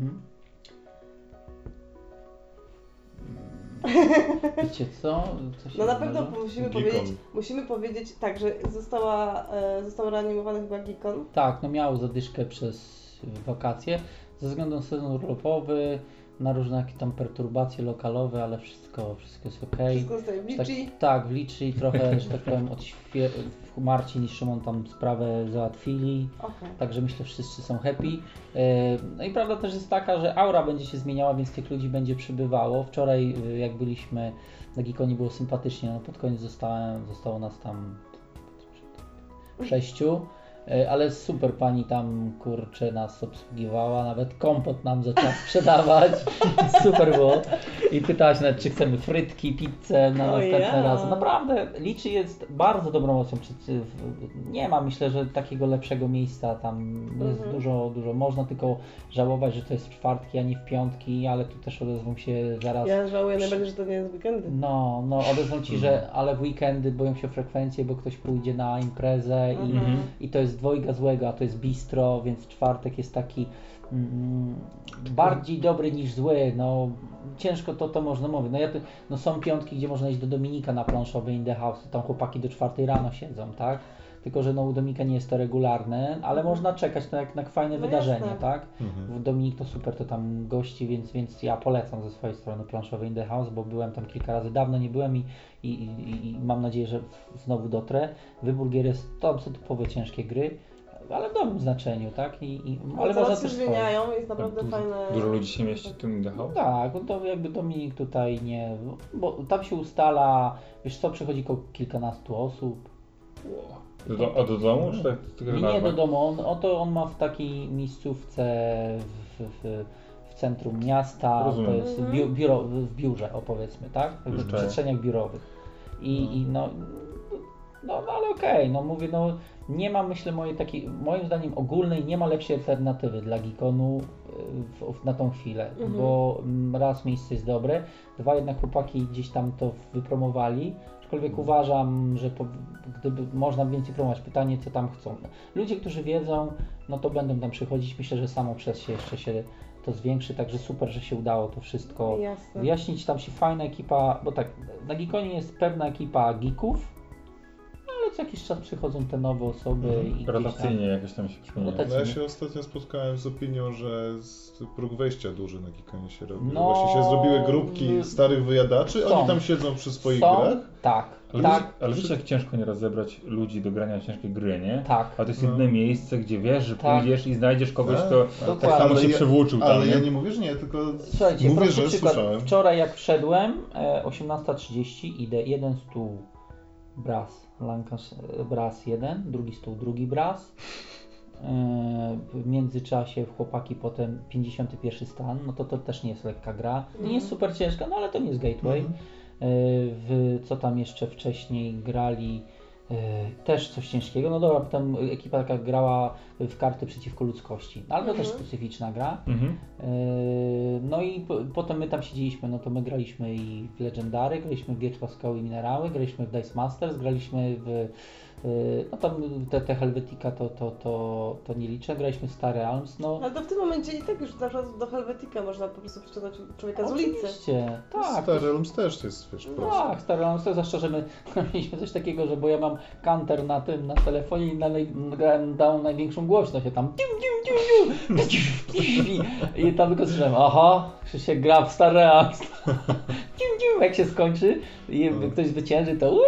Wiecie co? No na pewno musimy powiedzieć tak, że został reanimowany chyba Geekon. Tak, no miał zadyszkę przez wakacje ze względu na sezon urlopowy, na różne jakieś tam perturbacje lokalowe, ale wszystko jest okej. Wszystko zostaje w Liczy. Tak, w Liczy i trochę, że tak powiem, Marcin i Szymon tam sprawę załatwili, także myślę, że wszyscy są happy. No i prawda też jest taka, że aura będzie się zmieniała, więc tych ludzi będzie przybywało. Wczoraj jak byliśmy na Geekonie było sympatycznie, no pod koniec zostało nas tam 6. Ale super pani tam, kurczę, nas obsługiwała, nawet kompot nam zaczęła sprzedawać, super było. I pytałaś nawet, czy chcemy frytki, pizzę na następny raz. Naprawdę, Liczy jest bardzo dobrą opcją. Nie ma, myślę, że takiego lepszego miejsca, tam jest dużo, można tylko żałować, że to jest w czwartki, a nie w piątki, ale tu też odezwą się zaraz. Ja żałuję najbardziej, że to nie jest w weekendy. No, odezwą ci, że ale w weekendy boją się o frekwencję, bo ktoś pójdzie na imprezę i to jest dwojga złego, a to jest bistro, więc czwartek jest taki bardziej dobry niż zły, no ciężko to można mówić. No są piątki, gdzie można iść do Dominika na planszowy in the house, tam chłopaki do 4 rano siedzą, tak? Tylko, że u Dominika nie jest to regularne, ale można czekać na fajne wydarzenie, jasne. Tak? W Dominik to super, to tam gości, więc ja polecam ze swojej strony planszowy in the house, bo byłem tam kilka razy, dawno nie byłem i mam nadzieję, że znowu dotrę. Wybór gier jest, to są typowe ciężkie gry, ale w dobrym znaczeniu, tak? Ale można też zmieniają, jest naprawdę fajne. Dużo ludzi się mieści w tym in the house? Tak, to jakby Dominik tutaj nie, bo tam się ustala, wiesz co, przychodzi kilkanastu osób. Do domu? Czy tak, nie do domu, on ma w takiej miejscówce w centrum miasta, rozumiem. To jest w biurze, opowiedzmy, tak? W przestrzeniach biurowych. Ale okej, mówię, nie ma, myślę, moim zdaniem ogólnej, nie ma lepszej alternatywy dla Geekonu na tą chwilę, bo raz miejsce jest dobre, dwa jednak chłopaki gdzieś tam to wypromowali, aczkolwiek uważam, że gdyby można więcej promować, pytanie co tam chcą. Ludzie, którzy wiedzą, no to będą tam przychodzić, myślę, że samo przez się jeszcze się to zwiększy, także super, że się udało to wszystko wyjaśnić, tam się fajna ekipa, bo tak, na Geekonie jest pewna ekipa geeków, ale co jakiś czas przychodzą te nowe osoby i rotacyjnie jakoś tam się przypomina. Ja się ostatnio spotkałem z opinią, że próg wejścia duży na Geekonie się robi. Właśnie się zrobiły grupki starych wyjadaczy, oni tam siedzą przy swoich grach. Tak. Ale wiecie, jak ciężko nieraz zebrać ludzi do grania w ciężkie gry, nie? Tak. A to jest jedyne miejsce, gdzie wiesz, że pójdziesz i znajdziesz kogoś, kto tak samo się przewłóczył tam, ale nie? ja nie mówię, że nie, tylko słuchajcie, mówię, że przykład. Słyszałem. Wczoraj jak wszedłem, 18:30, idę jeden stół Brass 1, drugi stół, drugi Brass. W międzyczasie chłopaki potem 51 stan, no to też nie jest lekka gra. Nie jest super ciężka, no ale to nie jest gateway. Co tam jeszcze wcześniej grali, też coś ciężkiego, no dobra, tam ekipa taka grała w karty przeciwko ludzkości, ale to też specyficzna gra. No i potem my tam siedzieliśmy, no to my graliśmy i w Legendary, graliśmy w Wierzchoł Skały i Minerały, graliśmy w Dice Masters, graliśmy w No tam te Helvetica to nie liczę, graliśmy Stare Alms, no. Ale to w tym momencie i tak już na przykład do Helvetica można po prostu przyciągnąć człowieka z ulicy. Oczywiście, tak. Stare Alms też jest, wiesz, proste. Tak, Stare Alms, zwłaszcza, że my mieliśmy coś takiego, że bo ja mam kanter na telefonie i dał największą głośność, ja tam i tam tylko słyszałem, aha, Krzysiek gra w Stare Alms. Jak się skończy i ktoś zwycięży, to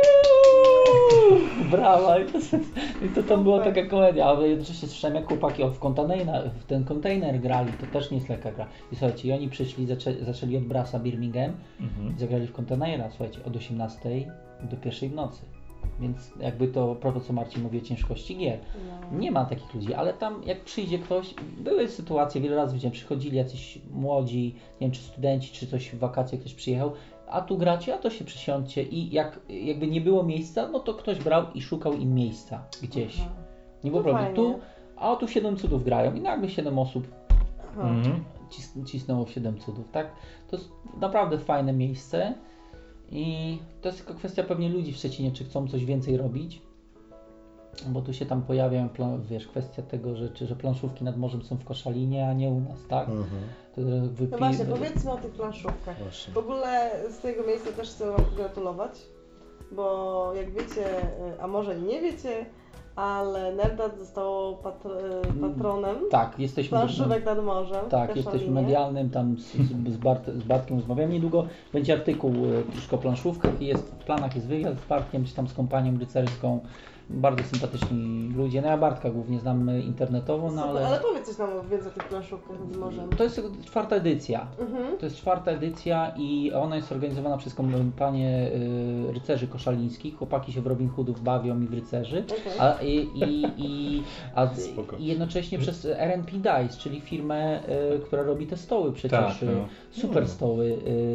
brawa. I to tam była taka komedia, ale jednocześnie słyszałem, jak chłopaki w ten kontener grali, to też nie jest lekka gra. I słuchajcie, i oni przyszli, zaczęli od Brasa Birmingham i zagrali w kontenera, słuchajcie, od 18 do 1 w nocy. Więc jakby to, propos co Marcin mówi o ciężkości gier. No. Nie ma takich ludzi, ale tam jak przyjdzie ktoś, były sytuacje, wiele razy widziałem, przychodzili jacyś młodzi, nie wiem czy studenci, czy coś w wakacje ktoś przyjechał, a tu gracie, a to się przysiądźcie i jakby nie było miejsca, no to ktoś brał i szukał im miejsca gdzieś. Aha. Nie było problemu. Tu, a tu 7 cudów grają i nagle 7 osób cisnęło w 7 cudów, tak? To jest naprawdę fajne miejsce. I to jest tylko kwestia pewnie ludzi w Szczecinie, czy chcą coś więcej robić, bo tu się tam pojawiają, kwestia tego, że planszówki nad morzem są w Koszalinie, a nie u nas, tak? To no właśnie, powiedzmy o tych planszówkach. Właśnie. W ogóle z tego miejsca też chcę Wam pogratulować, bo jak wiecie, a może i nie wiecie, ale Nerdad został patronem planszówek nad morzem. Tak, jesteśmy medialnym, tam z Bartkiem rozmawiamy. Niedługo będzie artykuł troszkę o planszówkach i jest w planach jest wywiad z Bartkiem, czy tam z kompanią rycerską. Bardzo sympatyczni ludzie. No ja Bartka głównie znam internetowo, no ale... Ale powiedz coś nam więcej o tych planszówkach nad morzem. To jest 4. edycja. To jest 4. edycja i ona jest organizowana przez kompanię rycerzy koszalińskich. Chłopaki się w Robin Hoodów bawią i w rycerzy. Okay. I jednocześnie przez RNP Dice, czyli firmę, która robi te stoły przecież. Tak, super stoły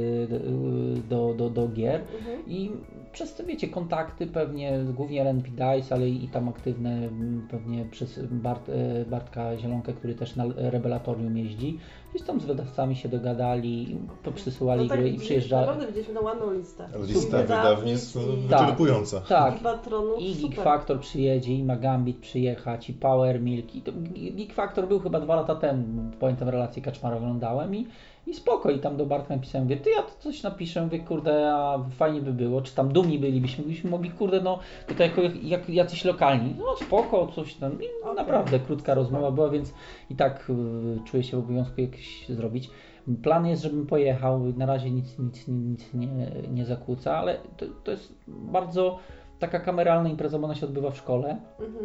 do gier. I przez te, wiecie, kontakty pewnie, głównie RNP Dice, ale i tam aktywne pewnie przez Bartka Zielonkę, który też na Rebelatorium jeździ. Gdzieś tam z wydawcami się dogadali, przysyłali gry i przyjeżdżali. Naprawdę widzieliśmy na ładną listę. Lista wydawnictw wyczerpująca. Tak, i Geek Factor przyjedzie, i Magambit przyjechać, i Power Milk. Geek Factor był chyba 2 lata temu, pamiętam relację Kaczmara oglądałem i spoko, i tam do Bartka napisałem, mówię, ty ja to coś napiszę, mówię, kurde, a fajnie by było, czy tam dumni bylibyśmy mogli, kurde, no, tutaj jak jacyś lokalni, no spoko, coś tam, i naprawdę krótka rozmowa była, więc i tak czuję się w obowiązku jakiś zrobić. Plan jest, żebym pojechał, na razie nic nie zakłóca, ale to jest bardzo taka kameralna impreza, bo ona się odbywa w szkole.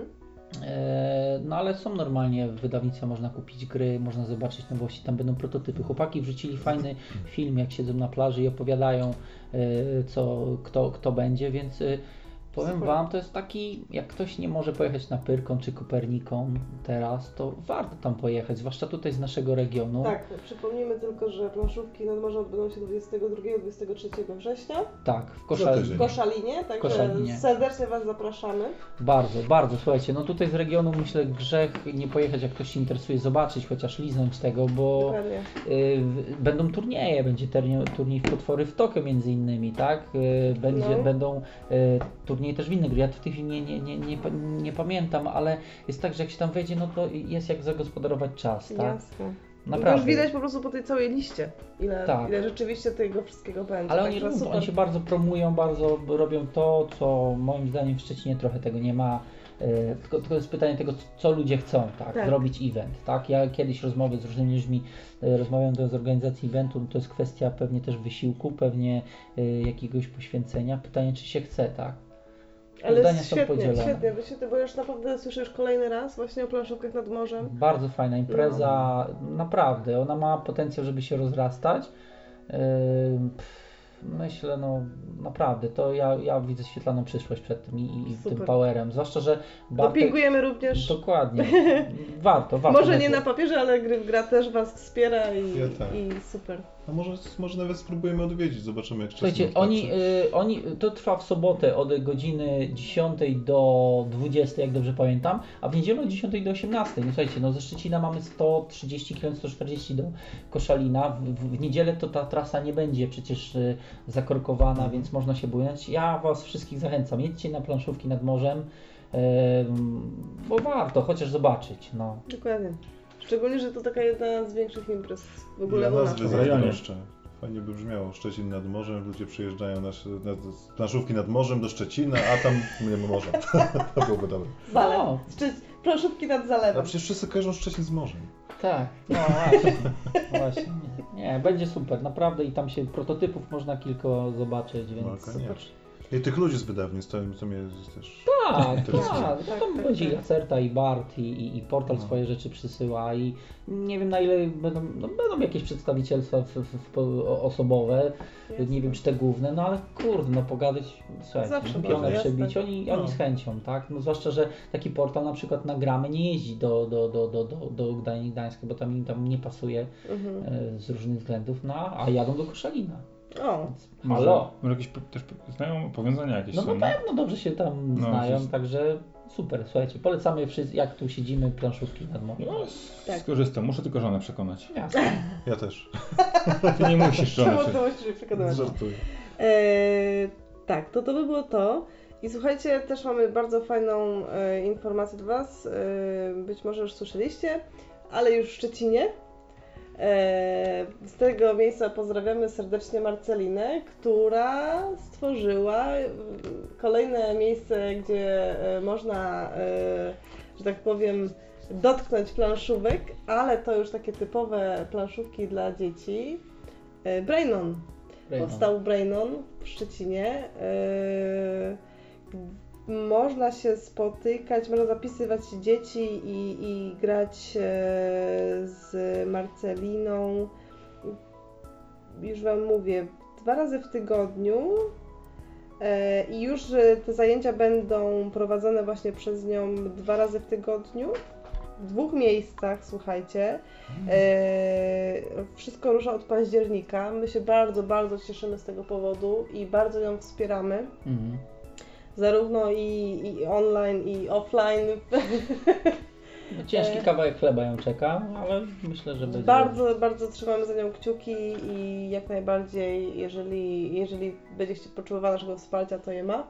No ale są normalnie w wydawnictwie, można kupić gry, można zobaczyć nowości, tam będą prototypy. Chłopaki wrzucili fajny film, jak siedzą na plaży i opowiadają kto będzie, więc powiem Wam, to jest taki, jak ktoś nie może pojechać na Pyrkon czy Kopernikon teraz, to warto tam pojechać, zwłaszcza tutaj z naszego regionu. Tak, przypomnijmy tylko, że planszówki nad morzem odbędą się 22-23 września. Tak, w Koszalinie, także serdecznie Was zapraszamy. Bardzo, bardzo, słuchajcie, no tutaj z regionu myślę grzech nie pojechać, jak ktoś się interesuje, zobaczyć, chociaż liznąć tego, bo będą turnieje, będzie turniej w Potwory w Tokio między innymi, tak? Będą turnieje też w innych grach, ja w tych nie pamiętam, ale jest tak, że jak się tam wejdzie, no to jest jak zagospodarować czas, tak? Jasne. Naprawdę. To już widać po prostu po tej całej liście, ile rzeczywiście tego wszystkiego będzie. Ale oni się bardzo promują, bardzo robią to, co moim zdaniem w Szczecinie trochę tego nie ma. Tylko jest pytanie tego, co ludzie chcą, tak? Zrobić event, tak? Ja kiedyś rozmowy z różnymi ludźmi rozmawiam z organizacji eventu, to jest kwestia pewnie też wysiłku, pewnie jakiegoś poświęcenia. Pytanie, czy się chce, tak? Ale świetnie, bo już naprawdę słyszę już kolejny raz właśnie o planszówkach nad morzem. Bardzo fajna impreza, naprawdę, ona ma potencjał, żeby się rozrastać. Myślę, no naprawdę, to ja widzę świetlaną przyszłość przed tym i tym powerem, zwłaszcza, że dopingujemy również. Dokładnie, warto. Może nie na papierze, ale gra też Was wspiera i super. A może nawet spróbujemy odwiedzić, zobaczymy jak czas. Słuchajcie, oni to trwa w sobotę od godziny 10 do 20, jak dobrze pamiętam, a w niedzielę od 10 do 18. No słuchajcie, no ze Szczecina mamy 130 km, 140 do Koszalina. W niedzielę to ta trasa nie będzie przecież zakorkowana, więc można się bujać. Ja Was wszystkich zachęcam, jedźcie na planszówki nad morzem, bo warto chociaż zobaczyć. No. Dokładnie. Szczególnie, że to taka jedna z większych imprez w ogóle u nas. w rejonie jeszcze. Fajnie by brzmiało, Szczecin nad morzem, ludzie przyjeżdżają na planszówki nad morzem do Szczecina, a tam nie ma morza. To byłoby dobre. Zalew. Planszówki nad zalewem. A przecież wszyscy kojarzą Szczecin z morzem. Tak, no właśnie. Nie, będzie super, naprawdę i tam się prototypów można kilka zobaczyć, więc No, super. I tych ludzi z wydawnictw, to mnie też Tak, interesuje. tak. No tam będzie i Lacerta, i Bart, i portal swoje rzeczy przysyła i nie wiem na ile będą jakieś przedstawicielstwa osobowe, nie wiem czy te główne, no ale kurde, no pogadać, słuchajcie, pionę przebić, oni z chęcią, tak? No zwłaszcza, że taki portal na przykład na gramy nie jeździ do Gdańska, bo tam nie pasuje z różnych względów, no a jadą do Koszalina. O, może jakieś też znają powiązania jakieś no są, na pewno dobrze się tam znają, także super, słuchajcie, polecamy jak tu siedzimy, planszówki nad morzem. No, skorzystam, muszę tylko żonę przekonać. Jasne. Ja też. Ty nie musisz żony przekonać. Żartuję. Tak, to by było to. I słuchajcie, też mamy bardzo fajną informację dla Was. Być może już słyszeliście, ale już w Szczecinie. Z tego miejsca pozdrawiamy serdecznie Marcelinę, która stworzyła kolejne miejsce, gdzie można, że tak powiem, dotknąć planszówek, ale to już takie typowe planszówki dla dzieci. Brainon. Powstał Brainon w Szczecinie. Można się spotykać, można zapisywać dzieci i grać z Marceliną. Już Wam mówię, 2 razy w tygodniu i już te zajęcia będą prowadzone właśnie przez nią 2 razy w tygodniu. W 2 miejscach, słuchajcie. Wszystko rusza od października. My się bardzo, bardzo cieszymy z tego powodu i bardzo ją wspieramy. Zarówno i online, i offline. No, ciężki kawałek chleba ją czeka, ale myślę, że będzie... Bardzo, bardzo trzymamy za nią kciuki i jak najbardziej, jeżeli będzie potrzebowała naszego wsparcia, to je ma.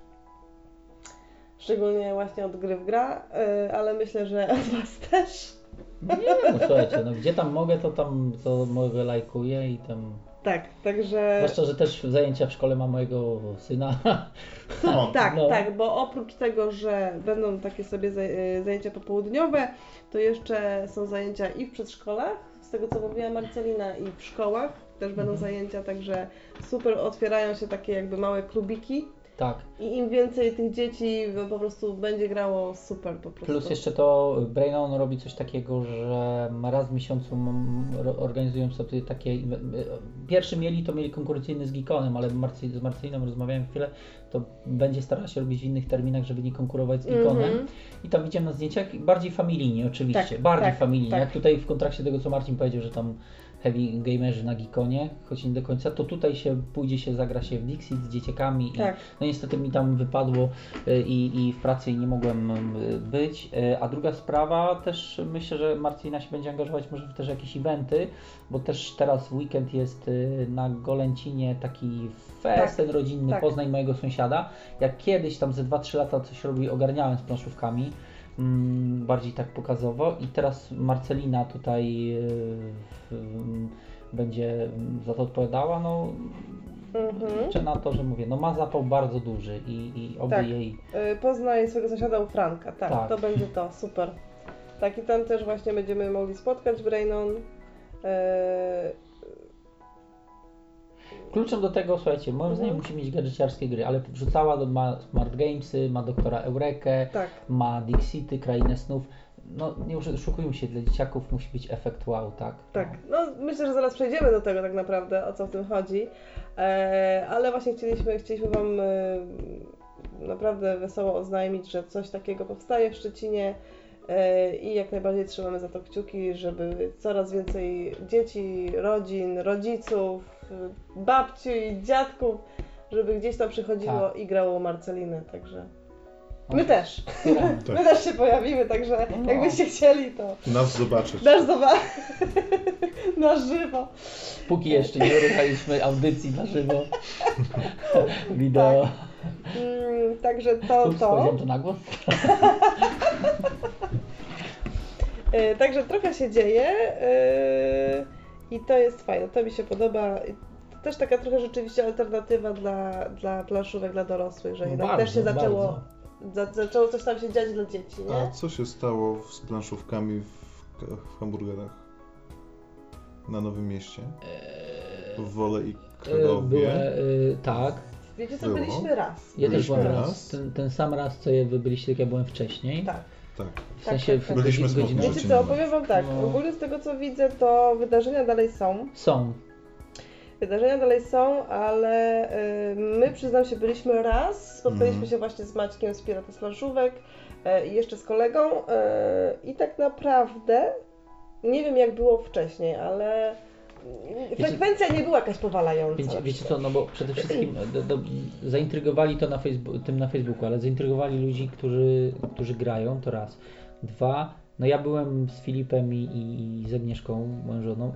Szczególnie właśnie od gry w gra, ale myślę, że od Was też. Nie, no słuchajcie, no gdzie tam mogę, to mogę lajkuję i tam... Tak, także... Zwłaszcza, że też zajęcia w szkole ma mojego syna. Tak, bo oprócz tego, że będą takie sobie zajęcia popołudniowe, to jeszcze są zajęcia i w przedszkolach, z tego co mówiła Marcelina, i w szkołach też będą zajęcia, także super otwierają się takie jakby małe klubiki. Tak. I im więcej tych dzieci po prostu będzie grało, super po prostu. Plus jeszcze to Brainon robi coś takiego, że raz w miesiącu organizują sobie takie... Pierwszy mieli konkurencyjny z Geekonem, ale z Marceliną rozmawiałem chwilę, to będzie starała się robić w innych terminach, żeby nie konkurować z Geekonem. I tam widziałem na zdjęciach bardziej familijnie oczywiście, familijnie. Jak tutaj w kontrakcie tego, co Marcin powiedział, że tam heavy gamerzy na Geekonie, choć nie do końca, to tutaj zagra się w Dixit z dzieciakami i no niestety mi tam wypadło i w pracy nie mogłem być. A druga sprawa, też myślę, że Marcina się będzie angażować może w też jakieś eventy, bo też teraz w weekend jest na Golęcinie taki festyn rodzinny Poznań mojego sąsiada. Jak kiedyś tam ze 2-3 lata coś ogarniałem z planszówkami, bardziej tak pokazowo i teraz Marcelina tutaj będzie za to odpowiadała, no liczę na to, że mówię, no ma zapał bardzo duży i oby jej... Poznaj swojego sąsiada u Franka, tak, to będzie to, super. Tak i tam też właśnie będziemy mogli spotkać Brainon. Kluczem do tego, słuchajcie, moim zdaniem musi mieć gadżeciarskie gry, ale wrzucała ma Smart Gamesy, ma Doktora Eurekę, ma Dixity, Krainę Snów. No nie oszukujmy się, dla dzieciaków musi być efekt wow, tak? Tak, no myślę, że zaraz przejdziemy do tego tak naprawdę, o co w tym chodzi, ale właśnie chcieliśmy Wam naprawdę wesoło oznajmić, że coś takiego powstaje w Szczecinie i jak najbardziej trzymamy za to kciuki, żeby coraz więcej dzieci, rodzin, rodziców, babci i dziadków, żeby gdzieś tam przychodziło i grało Marcelinę, także... My też. Wspieramy. My też się pojawimy, także jakbyście chcieli, to Nas zobaczyć. na żywo. Póki jeszcze nie uruchaliśmy audycji na żywo. Wideo. Także Ups, powiedziałem to na głos. Także trochę się dzieje i to jest fajne, to mi się podoba. To też taka trochę rzeczywiście alternatywa dla planszówek dla dorosłych, że jednak też się zaczęło coś tam się dziać dla dzieci, nie? A co się stało z planszówkami w hamburgerach? Na Nowym Mieście? W Wole i Krakowie? Tak. Wiecie co, byliśmy raz. Ja też byłem raz. raz. Ten sam raz, co wy byliście, jak ja byłem wcześniej. Tak. W sensie tak. Byliśmy z godzinę. Wiecie co, opowiem wam tak, ogólnie z tego co widzę, to wydarzenia dalej są. Wydarzenia dalej są, ale my, przyznam się, byliśmy raz, spotkaliśmy się właśnie z Maćkiem z Pirates Planszówek i jeszcze z kolegą i tak naprawdę nie wiem jak było wcześniej, ale frekwencja nie była jakaś powalająca. Wiecie co, no bo przede wszystkim zaintrygowali to na Facebooku, ale zaintrygowali ludzi, którzy grają, to raz. Dwa, no ja byłem z Filipem i z Agnieszką, moją żoną,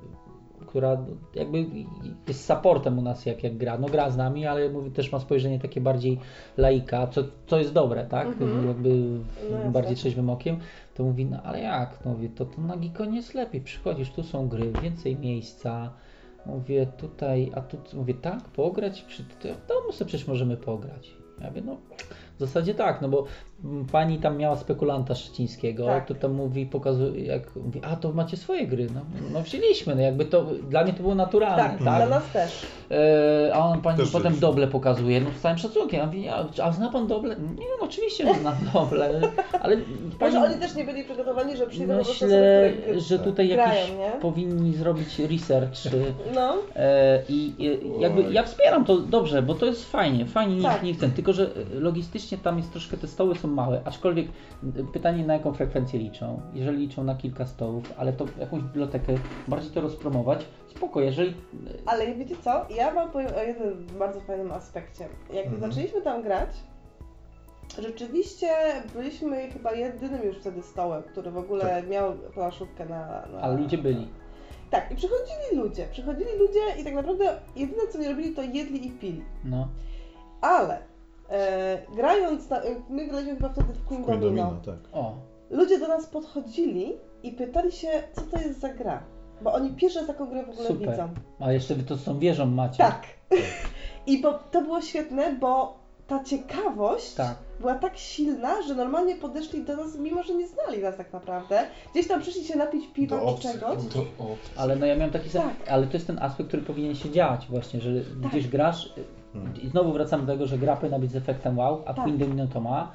która jakby jest supportem u nas jak gra. No gra z nami, ale mówię, też ma spojrzenie takie bardziej laika, co jest dobre, tak? Jakby bardziej trzeźwym okiem. To mówi, no ale jak? No mówię, to na Geekonie jest lepiej. Przychodzisz, tu są gry, więcej miejsca. Mówię, tutaj, a tu mówię, tak, pograć? W domu sobie przecież możemy pograć. Ja mówię, no w zasadzie tak, no bo pani tam miała spekulanta szczecińskiego, to tam pokazuje, jak mówi, a to macie swoje gry, no wzięliśmy, no jakby to, dla mnie to było naturalne, tak? Dla nas też. A on pani też potem Doble pokazuje, no z całym szacunkiem, ja mówię, a zna pan Doble? Nie wiem, oczywiście, że znam Doble, ale pani... Może oni też nie byli przygotowani, że przyjdą do Myślę, że tutaj grają, jakiś nie? powinni zrobić research. No. I jakby ja wspieram to dobrze, bo to jest fajnie niech ten, tylko że logistycznie tam jest troszkę, te stoły są małe, aczkolwiek pytanie na jaką frekwencję liczą. Jeżeli liczą na kilka stołów, ale to jakąś bibliotekę, bardziej to rozpromować, spoko, jeżeli... Ale wiecie co, ja wam powiem o jednym bardzo fajnym aspekcie. Jak zaczęliśmy tam grać, rzeczywiście byliśmy chyba jedynym już wtedy stołem, który w ogóle miał planszówkę na... Ale ludzie byli. Tak, i przychodzili ludzie i tak naprawdę jedyne co nie robili to jedli i pili. No. Ale grając, my graliśmy chyba wtedy w Queen Domino. Tak. O. Ludzie do nas podchodzili i pytali się, co to jest za gra. Bo oni pierwszy raz taką grę w ogóle widzą. A jeszcze wy to z tą wieżą macie. Tak. I to było świetne, bo ta ciekawość była tak silna, że normalnie podeszli do nas, mimo że nie znali nas tak naprawdę. Gdzieś tam przyszli się napić piwa czy czegoś. Ale no ja miałem taki sam, ale to jest ten aspekt, który powinien się dziać właśnie, że gdzieś grasz i znowu wracam do tego, że gra powinna być z efektem wow, a Queen Domino to ma.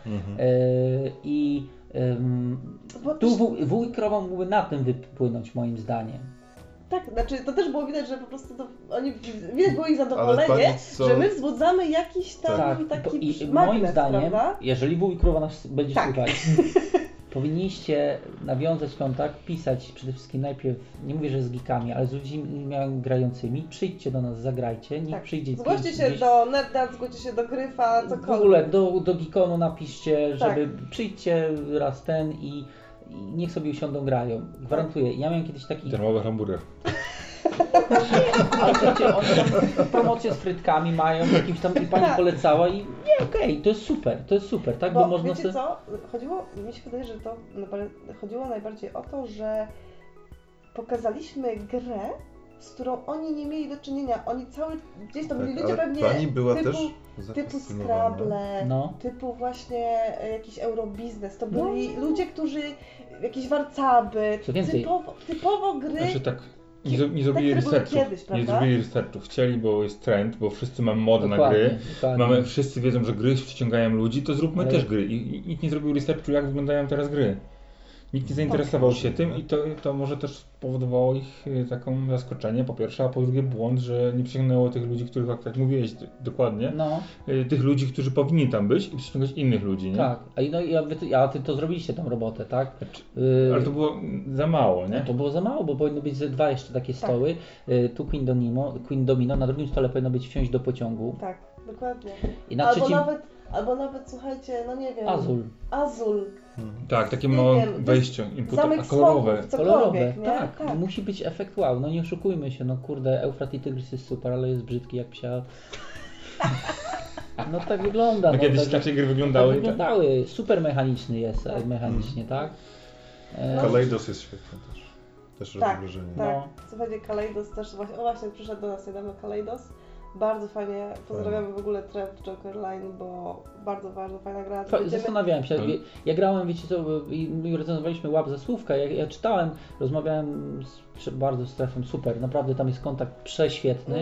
Tu wuj krową mógłby na tym wypłynąć moim zdaniem. Tak, znaczy to też było widać, że po prostu widać było ich zadowolenie, że my wzbudzamy jakiś tam taki magnes, moim zdaniem, prawda? jeżeli wuj krowa nas będzie słuchać, powinniście nawiązać kontakt, pisać przede wszystkim najpierw, nie mówię, że z geekami, ale z ludźmi grającymi, przyjdźcie do nas, zagrajcie, niech przyjdzie zgłoście się do Nerdart, zgłoście się do Gryfa, cokolwiek. W ogóle do Geekonu napiszcie, żeby przyjdźcie raz i niech sobie usiądą, grają. Gwarantuję, ja miałem kiedyś taki... Darmowy hamburger. Ale słuchajcie, oni tam promocje z frytkami mają, jakimś tam i pani polecała i okej, to jest super, tak? Bo można wiecie co, mi się wydaje, że to chodziło najbardziej o to, że pokazaliśmy grę, z którą oni nie mieli do czynienia. Oni gdzieś to byli ludzie pewnie pani była typu Scrabble, typu właśnie jakiś Eurobiznes. To byli ludzie, którzy jakieś warcaby, typowo gry. Znaczy tak, nie zrobili researchu. Nie zrobili researchu. Chcieli, bo jest trend, bo wszyscy mamy modę na gry. Wszyscy wiedzą, że gry przyciągają ludzi, to zróbmy też gry. I nikt nie zrobił researchu, jak wyglądają teraz gry. Nikt nie zainteresował się tym i to może też spowodowało ich taką zaskoczenie, po pierwsze, a po drugie błąd, że nie przyciągnęło tych ludzi, których, jak mówiłeś dokładnie, tych ludzi, którzy powinni tam być i przyciągać innych ludzi, nie? Tak, a ty to zrobiliście tą robotę, tak? Ale to było za mało, nie? No to było za mało, bo powinny być ze dwa jeszcze takie stoły, tu Queen Domino, na drugim stole powinno być wsiąść do pociągu. Tak, dokładnie. I na trzecim... Albo nawet, słuchajcie, no nie wiem... Azul. Tak, takie małe wejście, zamek kolorowe. Kolorowe, tak. Musi być efekt wow. No nie oszukujmy się, no kurde, Eufrat i Tygrys jest super, ale jest brzydki jak psia. No tak wygląda. No kiedyś takie gry wyglądały. Tak wyglądały. Super mechaniczny jest, mechanicznie, tak? Kaleidos jest świetny też robi wrażenie. Tak, słuchajcie, Kaleidos też właśnie przyszedł do nas niedawno Kaleidos. Bardzo fajnie, pozdrawiamy w ogóle Trap Joker Line, bo bardzo fajna gra. Zastanawiałem się, ja grałem, wiecie co, i recenzowaliśmy Łap za słówka, ja czytałem, rozmawiałem bardzo z Trafem, super, naprawdę tam jest kontakt prześwietny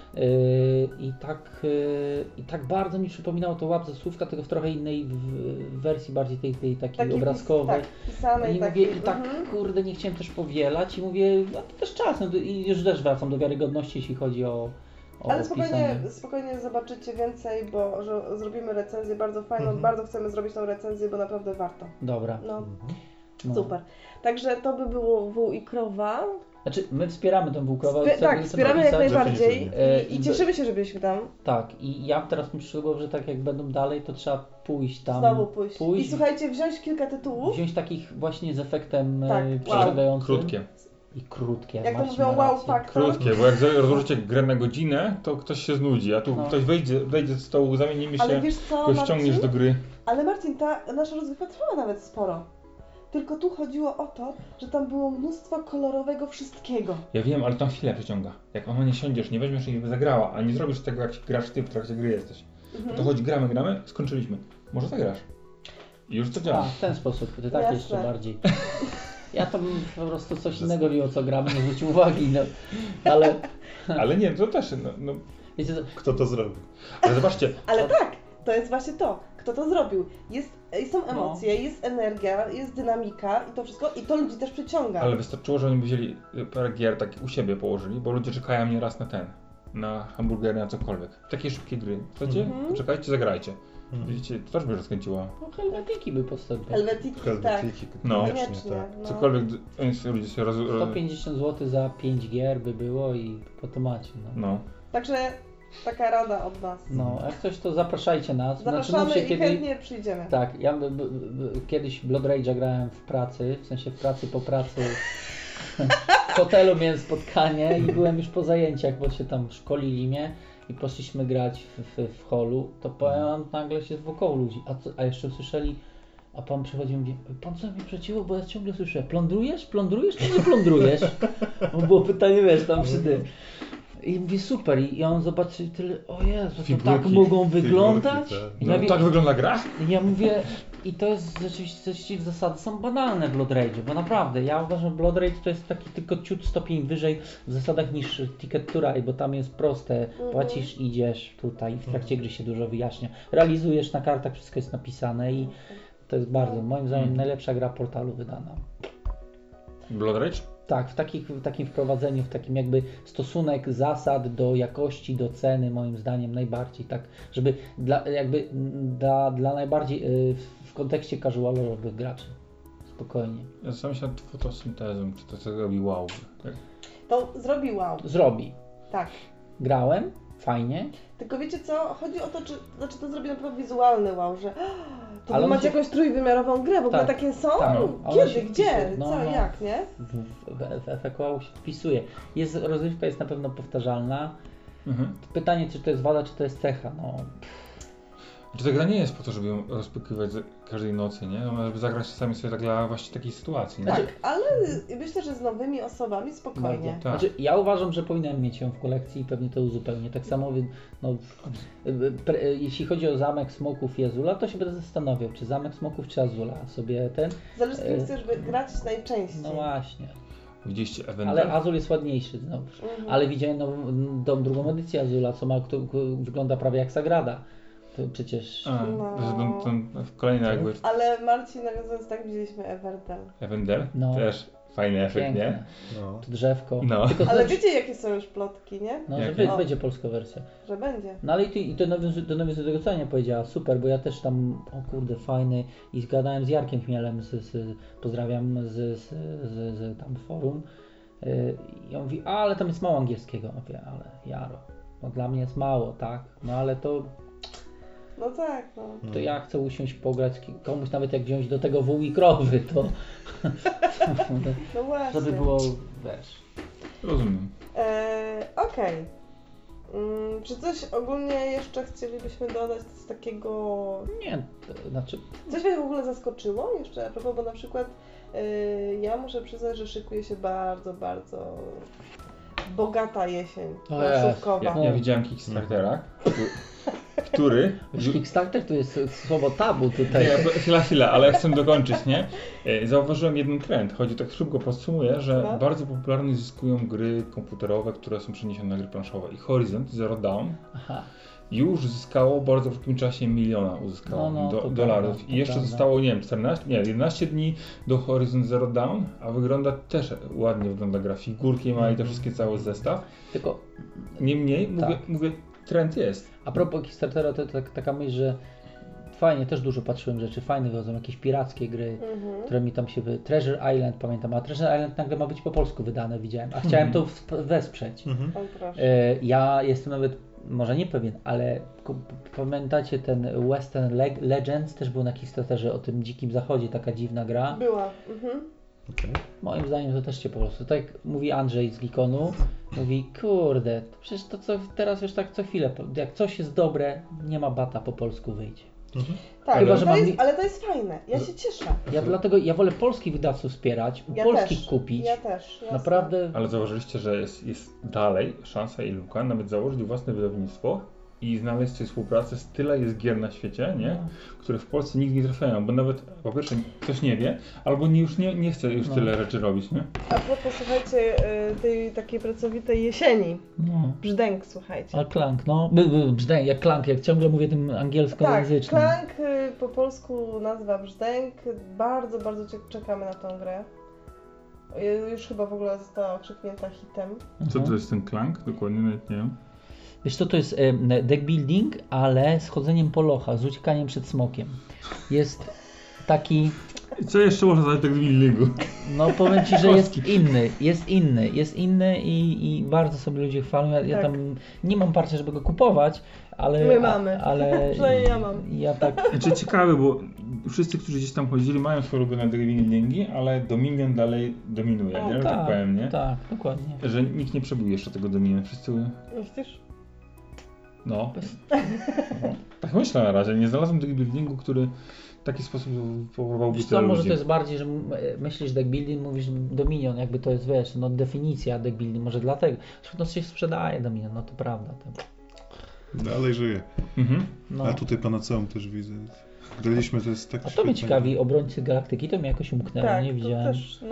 i tak bardzo mi przypominało to Łap za słówka, tylko w trochę innej wersji, bardziej tej takiej obrazkowej. Pisanej, kurde, nie chciałem też powielać i mówię, no to też czasem i już też wracam do wiarygodności, jeśli chodzi o ale spokojnie zobaczycie więcej, bo że zrobimy recenzję bardzo fajną, bardzo chcemy zrobić tą recenzję, bo naprawdę warto. Dobra. Super. Także to by było Wół i Krowa. Znaczy, my wspieramy tę Wół Krowę. Tak, wspieramy jak najbardziej i cieszymy się, że byliśmy tam. Tak, i ja teraz myślę, że tak jak będą dalej, to trzeba pójść tam. Znowu pójść. I słuchajcie, wziąć kilka tytułów. Wziąć takich właśnie z efektem przyciągającym. Krótkie. I krótkie. Jak to mówią, wow factor. Krótkie, bo jak rozłożycie grę na godzinę, to ktoś się znudzi, a tu ktoś wejdzie z stołu, zamienimy się, go ściągniesz do gry. Ale Marcin, ta nasza rozgrywka trwała nawet sporo. Tylko tu chodziło o to, że tam było mnóstwo kolorowego wszystkiego. Ja wiem, ale tam chwilę przeciąga. Jak ona nie siądziesz, nie weźmiesz i zagrała, a nie zrobisz tego, jak grasz ty w trakcie gry jesteś. To chodzi, gramy, skończyliśmy. Może zagrasz. I już to działa. W ten sposób, ty tak jeszcze bardziej. Ja tam po prostu coś innego wiem, o co gramy, nie zwrócił uwagi, ale... Ale nie, to też, Wiecie, kto to zrobił? Ale zobaczcie. Ale tak, to jest właśnie to, kto to zrobił. Są emocje, jest energia, jest dynamika i to wszystko, i to ludzi też przyciąga. Ale wystarczyło, że oni wzięli parę gier tak u siebie położyli, bo ludzie czekają nieraz na hamburgery, na cokolwiek. Takie szybkie gry. Chcecie? Czekajcie, zagrajcie. Widzicie, to też by rozkręciło. No Helvetiki by postępowały. Helvetiki, tak. Koniecznie, tak. Cokolwiek, ludzie się 150 zł za 5 gier by było i po temacie. Także taka rada od nas. Jak coś to zapraszajcie nas. Zapraszamy i chętnie przyjdziemy. Tak, ja kiedyś Blood Rage'a grałem w pracy, w sensie po pracy. W hotelu miałem spotkanie i byłem już po zajęciach, bo się tam szkolili mnie i poszliśmy grać w holu, to powiem, nagle się wokoło ludzi, a jeszcze usłyszeli, a pan przychodzi i mówi, pan co mi przeciło, bo ja ciągle słyszę, plądrujesz czy nie plądrujesz? Bo było pytanie, wiesz, tam przy tym. I mówi super, i on zobaczy tyle, o Jezu, to figurki, tak mogą wyglądać? Tak. Tak wygląda gra? Ja mówię, i to jest rzeczywiście w zasady są banalne w Blood Rage, bo naprawdę, ja uważam, że Blood Rage to jest taki tylko ciut stopień wyżej w zasadach niż Ticket to Ride, bo tam jest proste, płacisz, idziesz tutaj, w trakcie gry się dużo wyjaśnia, realizujesz na kartach, wszystko jest napisane i to jest bardzo, moim zdaniem, najlepsza gra portalu wydana. Blood Rage? Tak, w takim wprowadzeniu, w takim jakby stosunek zasad do jakości, do ceny, moim zdaniem najbardziej, tak, żeby dla najbardziej w kontekście casualowych graczy. Spokojnie. Ja sam się nad fotosyntezą, czy to co robi wow. Tak? To zrobi wow. Zrobi. Tak. Grałem, fajnie. Tylko wiecie co, chodzi o to, czy to zrobi na przykład wizualny wow, że to wy macie jakąś trójwymiarową grę, w ogóle takie są? Tak. Kiedy, gdzie, jak, nie? W efekt wow się wpisuje. Rozgrywka jest na pewno powtarzalna. Pytanie, czy to jest wada, czy to jest cecha, Czy ta gra nie jest po to, żeby ją rozpykiwać każdej nocy, nie? Ona żeby zagrać czasami sobie tak dla właśnie takiej sytuacji, nie? Tak, ale myślę, że z nowymi osobami spokojnie. Tak. Znaczy, ja uważam, że powinienem mieć ją w kolekcji i pewnie to uzupełnię. Tak samo, jeśli chodzi o Zamek Smoków i Azula, to się będę zastanawiał, czy Zamek Smoków, czy Azula sobie Zależy, z kim chcesz grać najczęściej. No właśnie. Widzieliście Event? Ale Azul jest ładniejszy znowu. Ale widziałem drugą edycję Azula, wygląda prawie jak Sagrada. To przecież... Kolejny jakby... Ale Marcin, nawiązując tak, widzieliśmy Evendel? Też fajny efekt, piękne. Nie? To drzewko. Ale wiecie, jakie są już plotki, nie? Że będzie polska wersja. Że będzie. No ale i to nawiązuje do tego, co Ania powiedziała, super, bo ja też tam, o kurde, fajny i zgadałem z Jarkiem Chmielem, pozdrawiam z tam forum. I on mówi, ale tam jest mało angielskiego. Ja mówię, ale Jaro, dla mnie jest mało, tak? No ale to... No tak, no. To ja chcę usiąść, pograć komuś, nawet jak wziąć do tego wół i krowy, to No właśnie. żeby było, wiesz. Rozumiem. Okej. Czy coś ogólnie jeszcze chcielibyśmy dodać z takiego... Nie, to znaczy... Coś mnie w ogóle zaskoczyło jeszcze a propos, bo na przykład ja muszę przyznać, że szykuje się bardzo, bardzo bogata jesień planszówkowa. Ja widziałem Kickstartera, który... Kickstarter to jest słowo tabu tutaj. Chwila, ale ja chcę dokończyć, nie? Zauważyłem jeden trend, choć tak szybko podsumuję, że bardzo popularnie zyskują gry komputerowe, które są przeniesione na gry planszowe. I Horizon Zero Dawn już zyskało w bardzo krótkim czasie uzyskało dolarów. Prawda, I jeszcze zostało, nie wiem, 11 dni do Horizon Zero Dawn, a wygląda też ładnie, wygląda gra, figurki ma i te wszystkie cały zestaw. Tylko niemniej, mówię, trend jest. A propos Kickstartera, to taka myśl, że fajnie, też dużo patrzyłem rzeczy, fajne wychodzą, jakieś pirackie gry, które mi tam się... Treasure Island pamiętam, a Treasure Island nagle ma być po polsku wydane, widziałem, a chciałem to wesprzeć. Ja jestem nawet, może nie pewien, ale pamiętacie ten Western Legends, też był na Kickstarterze o tym dzikim zachodzie, taka dziwna gra. Była. Okay. Moim zdaniem to też cię po prostu, tak jak mówi Andrzej z Geekonu, mówi, kurde, przecież to co teraz już tak co chwilę, jak coś jest dobre, nie ma bata po polsku wyjdzie. Tak, chyba, że ale to jest fajne, ja się cieszę. Dlatego ja wolę polskich wydawców wspierać, polskich kupić. Ja też. Jasne. Naprawdę. Ale zauważyliście, że jest dalej szansa i luka, nawet założyć własne wydawnictwo i znaleźć coś współpracę z tyle jest gier na świecie, nie? Które w Polsce nigdy nie trafiają, bo nawet po pierwsze ktoś nie wie, albo już nie chce już tyle rzeczy robić, nie? A propos, słuchajcie, tej takiej pracowitej jesieni. Brzdęk, słuchajcie. A Clank, brzdęk, jak Clank, jak ciągle mówię tym angielskojęzycznym. Tak, Clank po polsku nazywa Brzdęk. Bardzo, bardzo czekamy na tą grę. Już chyba w ogóle została okrzyknięta hitem. Co to jest ten Clank? Dokładnie nawet nie wiem. Wiesz co, to jest deck building, ale z chodzeniem po lochach, z uciekaniem przed smokiem. Jest taki... Co jeszcze można dać deck buildingu? No powiem Ci, że jest inny i bardzo sobie ludzie chwalą. Ja tam nie mam parcia, żeby go kupować, ale... My mamy. Przynajmniej ja mam. Ja tak... Znaczy ciekawe, bo wszyscy, którzy gdzieś tam chodzili, mają swoje ulubione deck buildingi, ale Dominion dalej dominuje, nie? Tak powiem, nie? Tak, dokładnie. Że nikt nie przebił jeszcze tego Dominion. Wszyscy... Myślisz? No. Tak myślę na razie. Nie znalazłem deck buildingu, który w taki sposób powołałby tyle może ludzi. to jest bardziej, że myślisz deck building, mówisz Dominion, jakby to jest, wiesz, definicja deck building, może dlatego. Zresztą się sprzedaje Dominion, no to prawda. Dalej żyje. A tutaj Panaceum też widzę. Graliśmy, to jest tak. A to mnie ciekawi, Obrońcy Galaktyki, to mnie jakoś umknęło, nie widziałem. Też,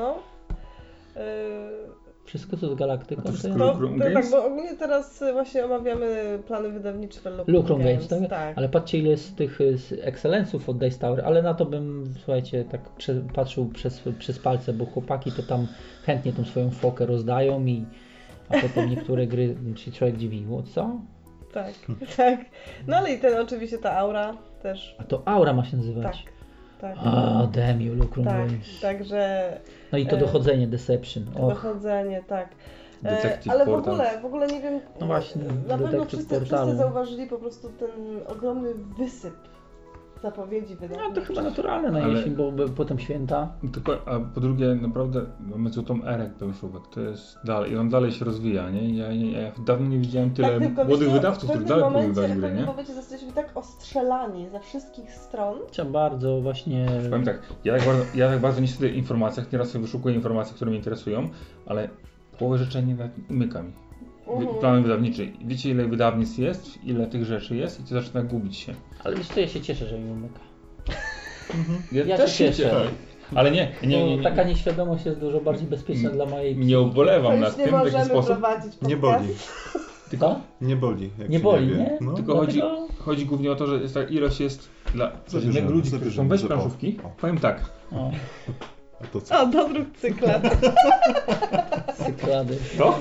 Wszystko co z Galaktyką to tak, bo ogólnie teraz właśnie omawiamy plany wydawnicze Lucrum Games, tak? Ale patrzcie ile jest tych Excellence'ów od Dice Tower, ale na to bym, słuchajcie, tak patrzył przez palce, bo chłopaki to tam chętnie tą swoją fokę rozdają a potem niektóre gry się człowiek dziwi, co? Tak. No ale i oczywiście ta Aura też. A to Aura ma się nazywać? Tak. A, damn you, Lucrum Games. Także... No i to dochodzenie, Deception. Dochodzenie, tak. Detective ale Portal. w ogóle nie wiem, no właśnie, na pewno wszyscy zauważyli po prostu ten ogromny wysyp zapowiedzi wydawniczych. No to chyba naturalne na jesień, bo potem święta. A po drugie, naprawdę mamy złotą erę planszówek, to jest dalej, i on dalej się rozwija, nie? Ja dawno nie widziałem tyle młodych wydawców, którzy dalej próbują dać gry, nie? W pewnym momencie jesteśmy tak ostrzelani ze wszystkich stron. Trzeba bardzo właśnie... Powiem tak, ja tak bardzo niestety w informacjach, nieraz sobie wyszukuję informacji, które mnie interesują, ale połowę rzeczy nie umyka mi. Plan wydawniczy. Wiecie ile wydawnictw jest, ile tych rzeczy jest i to zaczyna gubić się. Ale wiesz co, ja się cieszę, że mi umyka. Ja też się cieszę. Ale nie. Taka nieświadomość jest dużo bardziej bezpieczna dla mojej psy. Nie ubolewam nad tym w taki sposób. Nie boli. Tylko? Nie boli. Nie boli, nie? No. Tylko chodzi głównie o to, że ta ilość jest dla codziennego ludzi, którzy chcą wejść w planszówki. Powiem tak. A to co? A, do dróg cyklad. Cyklady. Co?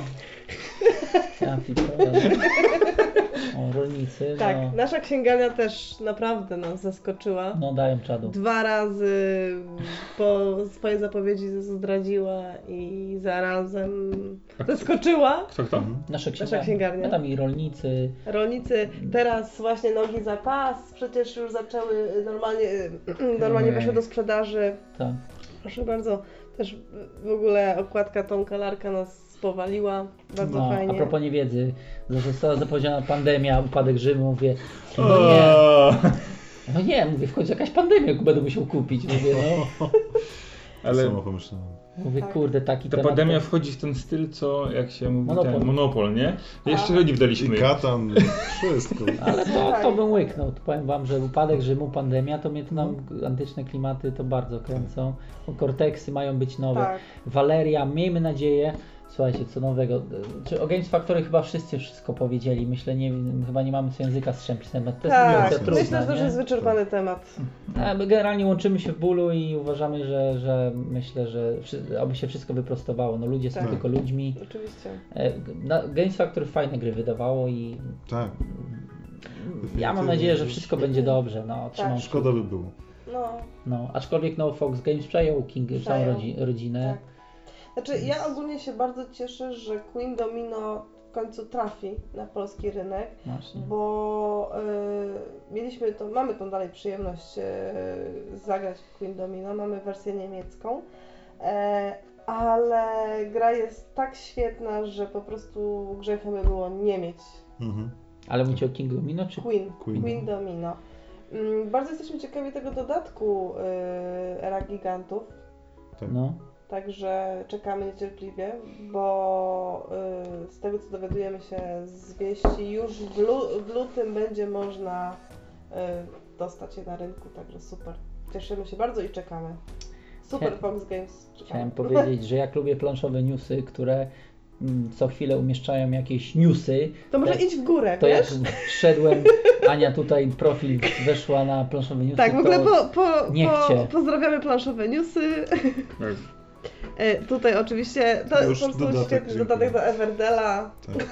Ja pitole. O, rolnicy. Tak, no. nasza księgarnia też naprawdę nas zaskoczyła. No dają czadu. 2 razy po swojej zapowiedzi zdradziła i zarazem zaskoczyła. Kto? Nasza księgarnia. No tam i rolnicy. Rolnicy teraz właśnie nogi za pas, przecież już zaczęły normalnie weszły do sprzedaży. Tak. Proszę bardzo, też w ogóle okładka Tomka Larka nas powaliła, bardzo fajnie. A propos niewiedzy, została zapowiedziana pandemia, upadek Rzymu, mówię, mówię, w końcu jakaś pandemia będę musiał kupić, mówię, no. Ale samo pomyślałem. Mówię, kurde, taki ta temat. pandemia wchodzi w ten styl, co jak się mówi, Monopol, nie? Jeszcze ludzi wdaliśmy. I Katan, wszystko. Ale to bym łyknął, to powiem wam, że upadek Rzymu, pandemia, to mnie to nam antyczne klimaty to bardzo kręcą. Korteksy mają być nowe. Tak. Waleria, miejmy nadzieję. Słuchajcie, co nowego. Czy o Games Factory chyba wszyscy wszystko powiedzieli. Myślę, chyba nie mamy co języka strzępić. Tak, myślę, że to już jest wyczerpany temat. My generalnie łączymy się w bólu i uważamy, że myślę, że aby się wszystko wyprostowało. No ludzie są tylko ludźmi. Oczywiście. Games Factory fajne gry wydawało i tak. Ja mam nadzieję, że wszystko będzie dobrze. No, tak. Szkoda by było. No, aczkolwiek Fox Games przejął całą rodzinę. Tak. Znaczy ja ogólnie się bardzo cieszę, że Queen Domino w końcu trafi na polski rynek, bo mamy tą dalej przyjemność zagrać w Queen Domino, mamy wersję niemiecką, ale gra jest tak świetna, że po prostu grzechem by było nie mieć. Ale mówicie o King Domino czy Queen Domino. Bardzo jesteśmy ciekawi tego dodatku Era Gigantów. Tak. No. Także czekamy niecierpliwie, bo z tego co dowiadujemy się z wieści, już w lutym będzie można dostać je na rynku, także super. Cieszymy się bardzo i czekamy. Super Fox Games. Chciałem powiedzieć, że jak lubię planszowe newsy, które co chwilę umieszczają jakieś newsy. To może idź w górę, to wiesz? Jak wszedłem, Ania tutaj profil weszła na planszowe newsy. Tak, w ogóle pozdrawiamy planszowe newsy. Tutaj oczywiście, to już są świetny dodatek do Everdela. Tak.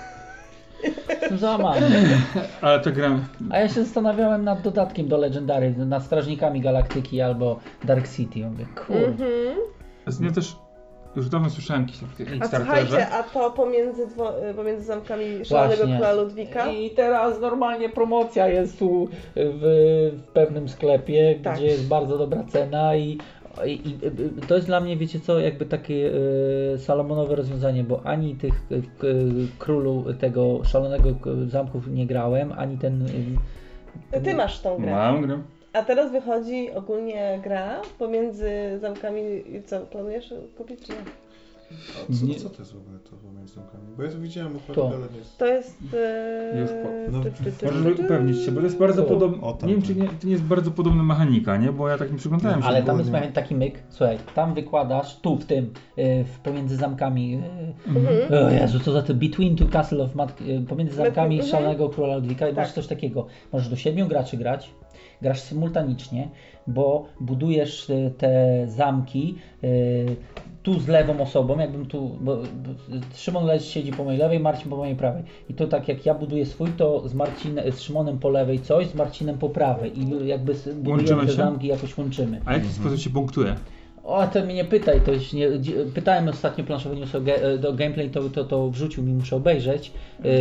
Ale to gram. A ja się zastanawiałem nad dodatkiem do Legendary, nad Strażnikami Galaktyki albo Dark City. Mówię, kurde. Ja też już dawno słyszałem A słuchajcie, a to pomiędzy zamkami Szalonego Króla Ludwika? I teraz normalnie promocja jest tu w pewnym sklepie, gdzie jest bardzo dobra cena i to jest dla mnie, wiecie co, jakby takie salomonowe rozwiązanie, bo ani tych królu tego Szalonego Zamków nie grałem, ani ten... Ty masz tą grę. Mam grę. A teraz wychodzi ogólnie gra pomiędzy zamkami i co, planujesz kupić czy nie? A co to jest w ogóle to pomiędzy zamkami? Bo ja to widziałem układkę, ale nie jest... To jest... Możesz upewnić się, bo to jest bardzo podobne. Nie wiem, czy to nie jest bardzo podobna mechanika, nie? Bo ja tak nie przyglądałem się. Ale tam jest taki myk, słuchaj, tam wykładasz, tu w tym, pomiędzy zamkami, o Jezu, co za to, Between Two Castle of pomiędzy zamkami Szalonego Króla Ludwika i masz coś takiego, możesz do 7 graczy grać, grasz symultanicznie, bo budujesz te zamki tu z lewą osobą, jakbym tu, bo Szymon siedzi po mojej lewej, Marcin po mojej prawej. I to tak jak ja buduję swój, to z Szymonem po lewej coś, z Marcinem po prawej i jakby budujemy te zamki jakoś łączymy. A w jaki sposób się punktuje? O, to mnie nie pytaj, to już nie, pytałem ostatnio planszowy news do gameplay, to wrzucił mi, muszę obejrzeć,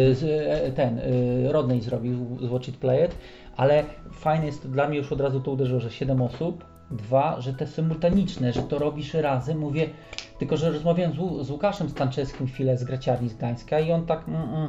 Rodney zrobił z Watch It Play It, ale fajne jest to, dla mnie już od razu to uderzyło, że 7 osób, 2, że te symultaniczne, że to robisz razem, mówię, tylko że rozmawiałem z Łukaszem Stanczewskim chwilę z Graciarni z Gdańska i on tak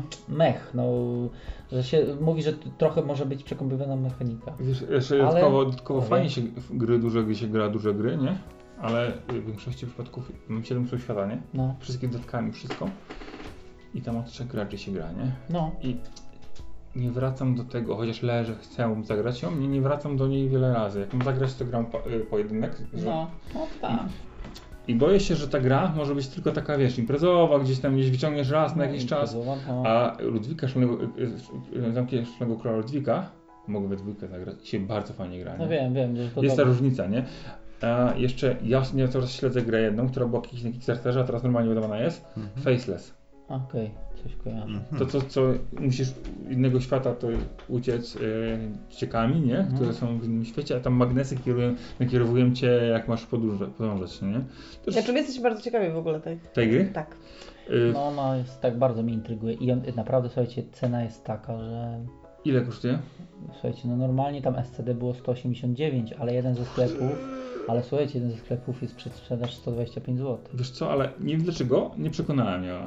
że się mówi, że trochę może być przekombinowana mechanika. Wiesz, jeszcze dodatkowo fajnie się gdy się gra duże gry, nie? Ale w większości przypadków mam 7 świata, nie? No. Wszystkie dodatkami, wszystko. I tam od 3 graczy się gra, nie? No. I nie wracam do tego, chociaż leżę, chcę zagrać ją, nie wracam do niej wiele razy. Jak mam zagrać, to gram pojedynek. No tak. I boję się, że ta gra może być tylko taka, wiesz, imprezowa, gdzieś wyciągniesz raz na jakiś czas. A Zamki Szalonego Króla Ludwika, mogę we dwójkę zagrać, się bardzo fajnie gra. Nie? No wiem, że to jest ta różnica, nie? A jeszcze ja coraz śledzę grę jedną, która była kiedyś na Kickstarterze, a teraz normalnie wydawana jest. Faceless. Okej, coś kojarzę. To co musisz innego świata to uciec ściekami, nie? Które są w innym świecie, a tam magnesy nakierowują cię jak masz podążać, nie? To my jesteśmy bardzo ciekawi w ogóle tej gry? Tak. No ona jest tak, bardzo mnie intryguje i naprawdę, słuchajcie, cena jest taka, że... Ile kosztuje? Słuchajcie, no normalnie tam SCD było 189, ale jeden ze sklepów jest przedsprzedaż 125 zł. Wiesz co, ale nie wiem dlaczego, nie przekonałem mnie.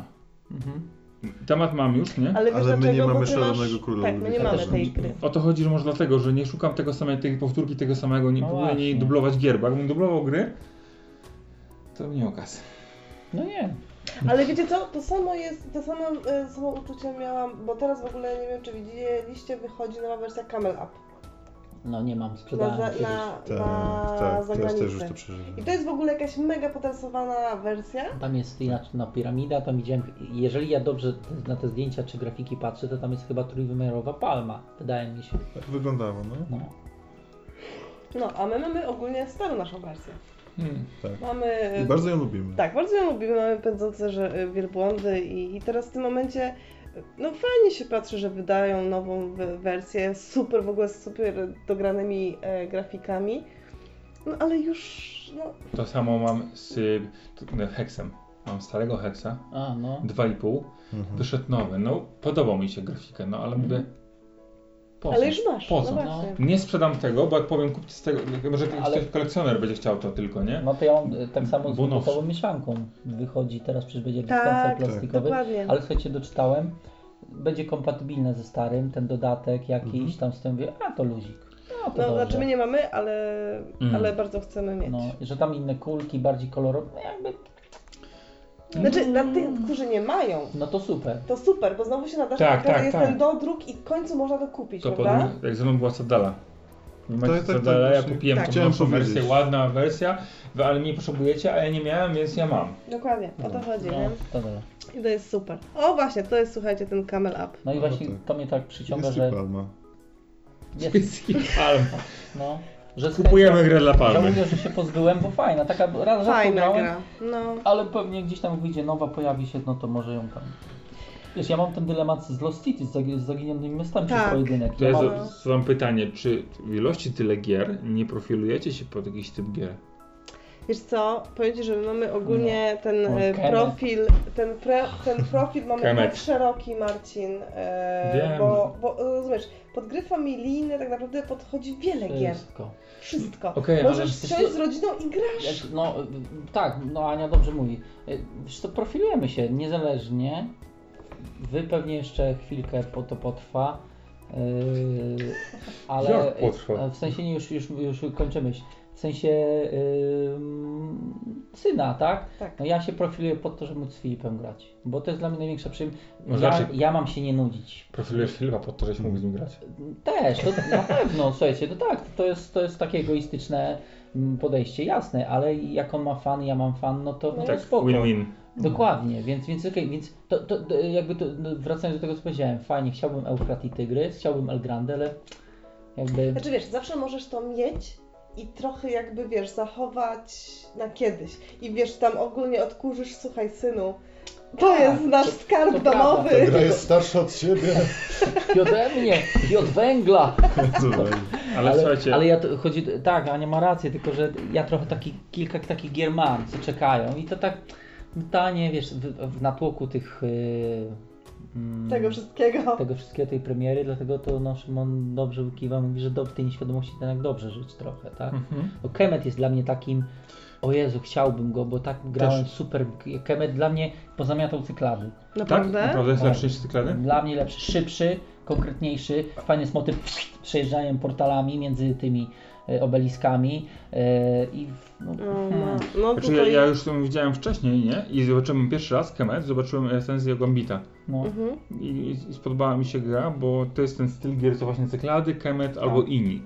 Temat mam już, nie? Ale wiesz, my nie mamy Szalonego Króla. Tak, my nie mamy tej gry. O to chodzi, że może dlatego, że nie szukam tej powtórki tego samego, nie próbuję nie dublować gier, bo jakbym dublował gry, to nie okaz. No nie. Ale wiecie co, to samo uczucie miałam, bo teraz w ogóle nie wiem, czy widzieliście, wychodzi nowa wersja Camel Up. No nie mam, sprzedałem na zagranicę. Też już to przeżyłem. I to jest w ogóle jakaś mega potensowana wersja. Tam jest inaczej, piramida, tam widziałem, jeżeli ja dobrze na te zdjęcia czy grafiki patrzę, to tam jest chyba trójwymiarowa palma, wydaje mi się. Tak wyglądało, no. No, a my mamy ogólnie starą naszą wersję. Tak. Mamy... I bardzo ją lubimy. Tak, bardzo ją lubimy, mamy pędzące wielbłądy i teraz w tym momencie no fajnie się patrzy, że wydają nową wersję, super w ogóle z super dogranymi grafikami, no ale już no... To samo mam z Hexem. Mam starego Hexa, 2,5, wyszedł nowy, no podobał mi się grafikę, no ale mówię, po ale już masz, po co? No nie sprzedam tego, bo jak powiem kupcie z tego, może ktoś kolekcjoner będzie chciał to tylko, nie? No to ja mam tak samo z gotową mieszanką, wychodzi teraz, przecież będzie dyspenser plastikowy, dokładnie. Ale słuchajcie, doczytałem, będzie kompatybilne ze starym, ten dodatek jakiś tam z tym, mówię, to luzik. No znaczy my nie mamy, ale bardzo chcemy mieć. No, że tam inne kulki, bardziej kolorowe, jakby... Znaczy dla tych, którzy nie mają, no to super. To super, bo znowu się nadarzy jest ten dodruk i w końcu można to kupić, to prawda? Jak ze mną była Sadala. Ja kupiłem tą wersję, ładna wersja, ale nie potrzebujecie, a ja nie miałem, więc ja mam. Dokładnie, o to chodzi, nie? Dobra. I to jest super. O właśnie, to jest, słuchajcie, ten Camel Up. No i właśnie to mnie tak przyciąga, jest że... Palma. Jest i Palma. No. Że kupujemy grę dla Palmy. Żałuję, że się pozbyłem, bo fajna, taka raz fajna gra, no. Ale pewnie gdzieś tam wyjdzie nowa, pojawi się, no to może ją tam... Wiesz, ja mam ten dylemat z Lost City, z Zaginionymi Miastami, czy pojedynek. To ja mam pytanie, czy w ilości tyle gier nie profilujecie się pod jakiś typ gier? Wiesz co, powiem Ci, że my mamy ogólnie ten profil mamy tak szeroki, Marcin, bo rozumiesz, pod gry familijne tak naprawdę podchodzi wiele gier. Wszystko. Okay, możesz siąść z rodziną i grasz. No tak, no Ania dobrze mówi. Wiesz co, profilujemy się niezależnie. Wy pewnie jeszcze chwilkę to potrwa. Ale jak potrwa? W sensie już kończymy. W sensie syna, tak? Tak. No ja się profiluję pod to, żeby móc z Filipem grać. Bo to jest dla mnie największa przyjemność. Ja mam się nie nudzić. Profilujesz Filipa pod to, żebyś mógł z nim grać? Też, to na pewno, słuchajcie, to tak, to jest takie egoistyczne podejście, jasne, ale jak on ma fan, ja mam fan, no to tak, spoko. Win-win. Dokładnie, więc to jakby wracając do tego, co powiedziałem, fajnie, chciałbym Eufrat i Tygrys, chciałbym El Grande, ale jakby... Znaczy wiesz, zawsze możesz to mieć i trochę jakby, wiesz, zachować na kiedyś. I wiesz, tam ogólnie odkurzysz, słuchaj synu, to jest nasz skarb domowy. Ta gra jest starsza od siebie. I ode mnie, i od węgla. Ale słuchajcie... Ale chodzi, tak, Ania ma rację, tylko że ja trochę kilka takich gier mam, co czekają i to tak tanie, wiesz, w natłoku tych... tego wszystkiego, tej premiery, dlatego to Szymon dobrze wykiwa, mówi, że w tej nieświadomości jednak dobrze żyć trochę, tak? Bo Kemet jest dla mnie takim, o Jezu, chciałbym go, bo tak grałem super, Kemet dla mnie pozamiatał cyklady. Naprawdę? Tak? Naprawdę jest lepszy niż cyklady? Dla mnie lepszy, szybszy, konkretniejszy, fajny jest motyw przejeżdżaniem portalami między tymi obeliskami i Znaczy ja już to widziałem wcześniej, nie? I zobaczyłem pierwszy raz Kemet, zobaczyłem recenzję Gambita. I spodobała mi się gra, bo to jest ten styl gier, co właśnie cyklady, Kemet albo Inis.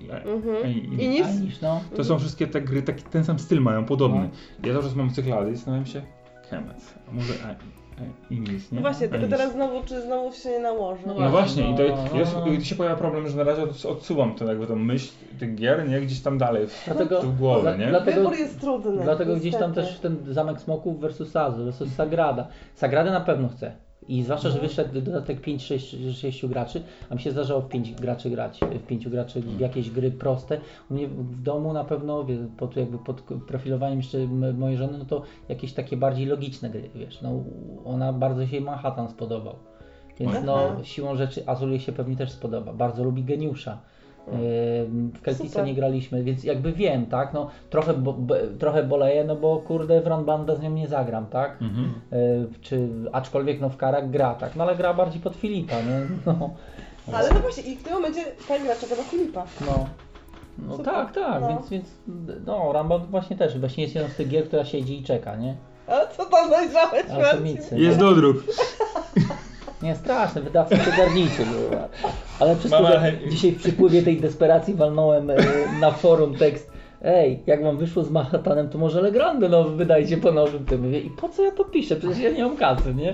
To są wszystkie te gry, ten sam styl mają, podobny. Ja zawsze mam cyklady i zastanawiam się, Kemet, a może Inis, nie? No właśnie, tylko teraz znowu się nie nałoży. No właśnie, i się pojawia problem, że na razie odsuwam tę myśl tych gier, nie? Gdzieś tam dalej w głowę, nie? Wybór jest trudny. Dlatego gdzieś tam też ten Zamek Smoków versus Sagrada. Sagradę na pewno chcę. I zwłaszcza, że wyszedł dodatek 5-6 graczy, a mi się zdarzało w 5 graczy grać, w jakieś gry proste. U mnie w domu na pewno, pod profilowaniem jeszcze mojej żony, no to jakieś takie bardziej logiczne gry, wiesz, no ona bardzo się jej Manhattan spodobał. Więc no siłą rzeczy Azul jej się pewnie też spodoba, bardzo lubi Geniusza. W Keltice nie graliśmy, więc jakby wiem, tak, no trochę boleję, no bo kurde w Runbanda z nią nie zagram, tak, aczkolwiek no w karach gra, tak, no ale gra bardziej pod Filipa, no. Ale no właśnie i w tym momencie ta gra czeka na Filipa. No tak, więc no Runbound właśnie jest jedną z tych gier, która siedzi i czeka, nie? Ale co tam zajrzałeś, Marcin? Jest dodruk. Nie, straszne, wydawcy przygarniczy były. Ale przez to, że dzisiaj w przypływie tej desperacji walnąłem na forum tekst: ej, jak wam wyszło z Manhattanem, to może Legrande wydajcie po nowym tym. Mówię, i po co ja to piszę? Przecież ja nie mam kasy, nie?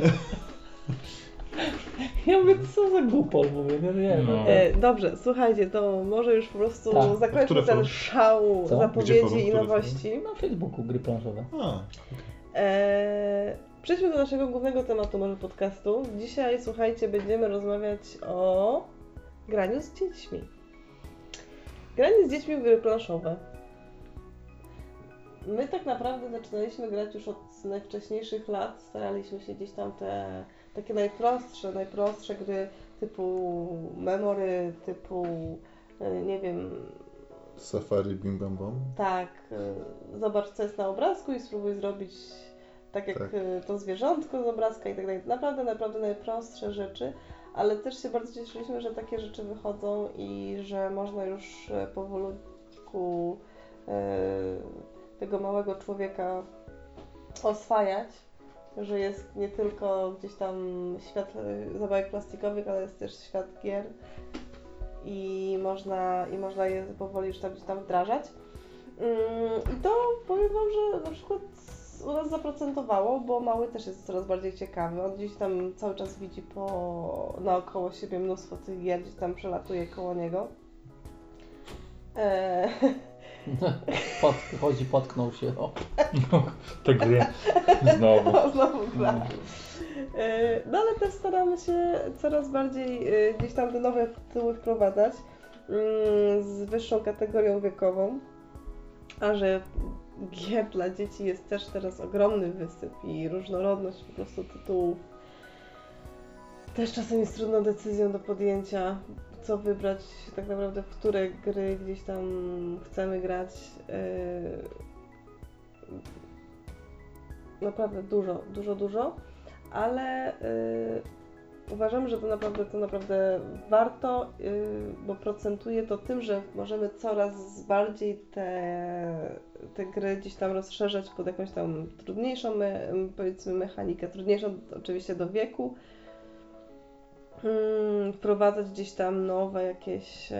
Ja mówię, co za głupol, mówię, nie. Dobrze, słuchajcie, to może już po prostu zakończmy ten szał zapowiedzi i nowości. Na Facebooku gry planszowe. Przejdźmy do naszego głównego tematu może podcastu. Dzisiaj, słuchajcie, będziemy rozmawiać o graniu z dziećmi. Granie z dziećmi w gry planszowe. My tak naprawdę zaczynaliśmy grać już od najwcześniejszych lat. Staraliśmy się gdzieś tam te takie najprostsze gry typu Memory, typu nie wiem... Safari Bim Bam Bom. Tak, zobacz co jest na obrazku i spróbuj zrobić tak jak to zwierzątko z obrazka i tak dalej. Naprawdę najprostsze rzeczy, ale też się bardzo cieszyliśmy, że takie rzeczy wychodzą i że można już powolutku tego małego człowieka oswajać, że jest nie tylko gdzieś tam świat zabawek plastikowych, ale jest też świat gier i można je powoli już tam gdzieś tam wdrażać. I to powiem wam, że na przykład u nas zaprocentowało, bo mały też jest coraz bardziej ciekawy. On gdzieś tam cały czas widzi naokoło siebie mnóstwo tych gier, gdzieś tam przelatuje koło niego. Potknął się. Te gry. Znowu gra. No ale też staramy się coraz bardziej gdzieś tam te nowe tytuły wprowadzać z wyższą kategorią wiekową, a że gier dla dzieci jest też teraz ogromny wysyp i różnorodność po prostu tytułów. Też czasem jest trudną decyzją do podjęcia, co wybrać, tak naprawdę w które gry gdzieś tam chcemy grać. Naprawdę dużo, ale uważam, że to naprawdę warto, bo procentuje to tym, że możemy coraz bardziej te gry gdzieś tam rozszerzać pod jakąś tam trudniejszą, powiedzmy, mechanikę, trudniejszą oczywiście do wieku, wprowadzać gdzieś tam nowe jakieś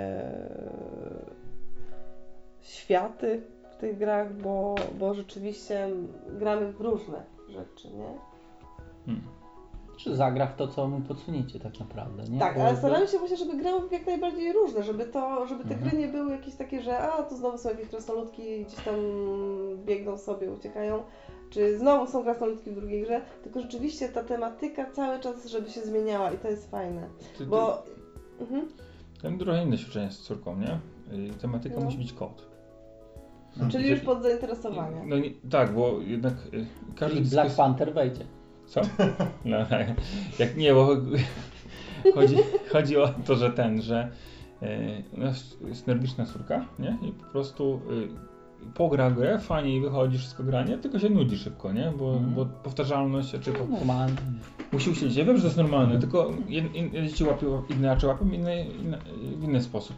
światy w tych grach, bo rzeczywiście gramy w różne rzeczy, nie? Czy zagra w to, co mu podsuniecie tak naprawdę, nie? Tak, ale staramy się właśnie, żeby grały w jak najbardziej różne, żeby te gry nie były jakieś takie, że to znowu są jakieś krasnoludki, gdzieś tam biegną sobie, uciekają, czy znowu są krasnoludki w drugiej grze, tylko rzeczywiście ta tematyka cały czas, żeby się zmieniała i to jest fajne, bo... Ja mam trochę inne ćwiczenie z córką, nie? Tematyka musi być kot. Czyli już pod zainteresowanie. No tak, bo jednak każdy... Czyli Black Panther wejdzie. Co? No, jak nie, bo chodzi o to, że u nas jest energiczna córka, nie? I po prostu pogra grę, fajnie wychodzi wszystko granie, tylko się nudzi szybko, nie? Bo powtarzalność, normalne. Musi usiedzieć. Ja wiem, że to jest normalne, tylko jedne dzieci łapią, inne raczej łapią w inny sposób.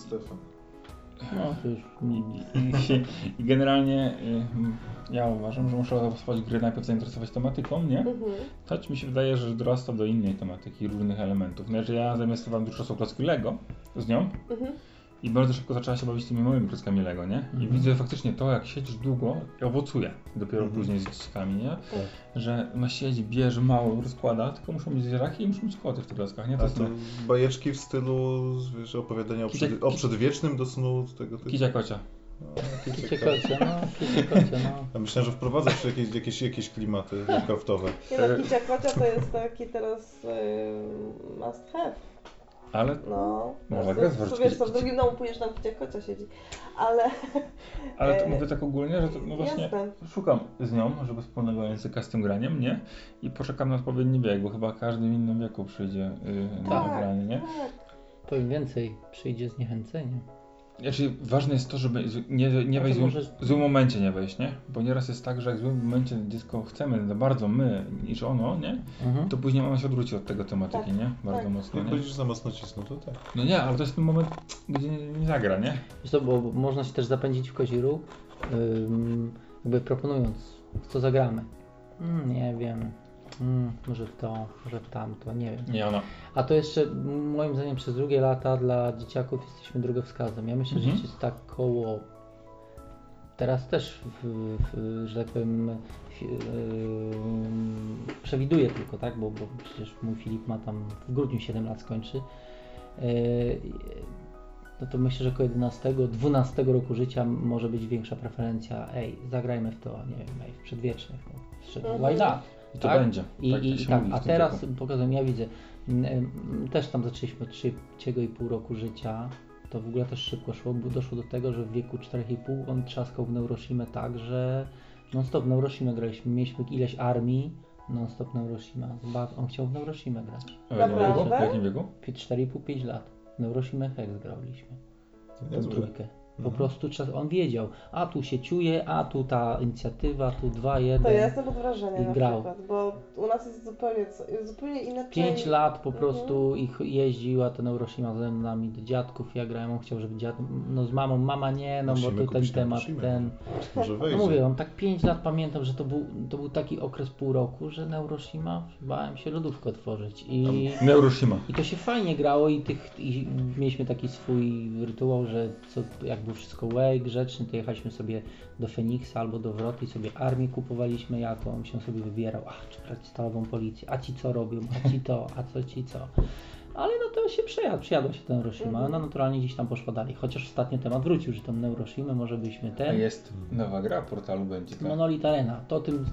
I generalnie ja uważam, że muszę swoje gry najpierw zainteresować tematyką, nie? Choć mi się wydaje, że dorasta do innej tematyki, różnych elementów. Znaczy ja zainwestowałem dużo czasu w klocki Lego z nią i bardzo szybko zaczęła się bawić tymi małymi klockami Lego, nie? I widzę faktycznie to, jak siedzisz długo, owocuje dopiero później z dzieciakami, nie? Że ona siedzi, bierze mało, rozkłada, tylko muszą być zwierzaki i muszą być koty w tych klockach, nie? To bajeczki w stylu opowiadania o przedwiecznym do snu tego typu. Kicia kocia. Kiciekocie, no. Ja myślę, że wprowadzasz jakieś klimaty craftowe. Nie no, kiciekocia to jest taki teraz must have. Ale No, można grać w wiesz co, w drugim domu pójdziesz, tam kiciekocia siedzi, ale to mówię tak ogólnie, że to, no właśnie jasne. szukam z nią, żeby wspólnego języka z tym graniem, nie? I poczekam na odpowiedni wiek, bo chyba każdy w innym wieku przyjdzie na granie, nie? Tak. Powiem więcej, przyjdzie zniechęcenie. Znaczy, ważne jest to, żeby nie wejść w złym momencie nie wejść, nie? Bo nieraz jest tak, że jak w złym momencie dziecko chcemy za bardzo my niż ono, nie? To później ono się odwróci od tego tematyki, Tak, nie? Bardzo mocno, Jak nie? będziesz za mocno cisnął, to tak. No nie, ale to jest ten moment, gdzie nie zagra, nie? Wiesz co, bo można się też zapędzić w kozi róg, jakby proponując, w co zagramy. Nie wiem, może w to, może w tamto, nie wiem. Nie ona. A to jeszcze moim zdaniem przez długie lata dla dzieciaków jesteśmy drogowskazem. Ja myślę, że jest tak koło, teraz też, że tak powiem, przewiduję tylko, tak, bo przecież mój Filip ma tam w grudniu 7 lat skończy. No to myślę, że około 11-12 roku życia może być większa preferencja. Zagrajmy w to, nie wiem, w przedwiecznych. Why not? I to tak? będzie. Tak, a teraz pokazuję, ja widzę, też tam zaczęliśmy od 3,5 roku życia, to w ogóle też szybko szło, bo doszło do tego, że w wieku 4,5 on trzaskał w Neuroshimę tak, że non-stop Neuroshimę graliśmy, mieliśmy ileś armii, non-stop Neuroshima, on chciał w Neuroshimę grać. Naprawdę? W jakim wieku? 4,5-5 lat. Neuroshimę Hex graliśmy. Tą trójkę. Po Mhm. prostu on wiedział, a tu się ciuje, a tu ta inicjatywa, tu 2-1. To ja jestem pod wrażeniem I na grał. przykład, bo u nas jest zupełnie inaczej. 5 lat po prostu ich jeździł, a ten Neuroshima ze nami do dziadków, ja grałem, on chciał, żeby dziad, no z mamą, mama nie, no Musimy bo tu ten kupić temat, Neuroshimę. ten... Może No wejdzie. mówię wam, tak 5 lat pamiętam, że to był taki okres pół roku, że Neuroshima, bałem się lodówkę otworzyć i Neuroshima. to się fajnie grało i mieliśmy taki swój rytuał, że jak było wszystko grzeczny, to jechaliśmy sobie do Feniksa albo do Wroty i sobie armię kupowaliśmy jakąś, się sobie wybierał, czy brać stalową policję, a ci co robią, a ci to, a co ci co. Ale no to się przejadło się ten Neuroshima, no naturalnie gdzieś tam poszło dalej, chociaż ostatnio temat wrócił, że tą Neuroshimę może byśmy A jest nowa gra portalu będzie, tak? Monolith Arena, to o tym,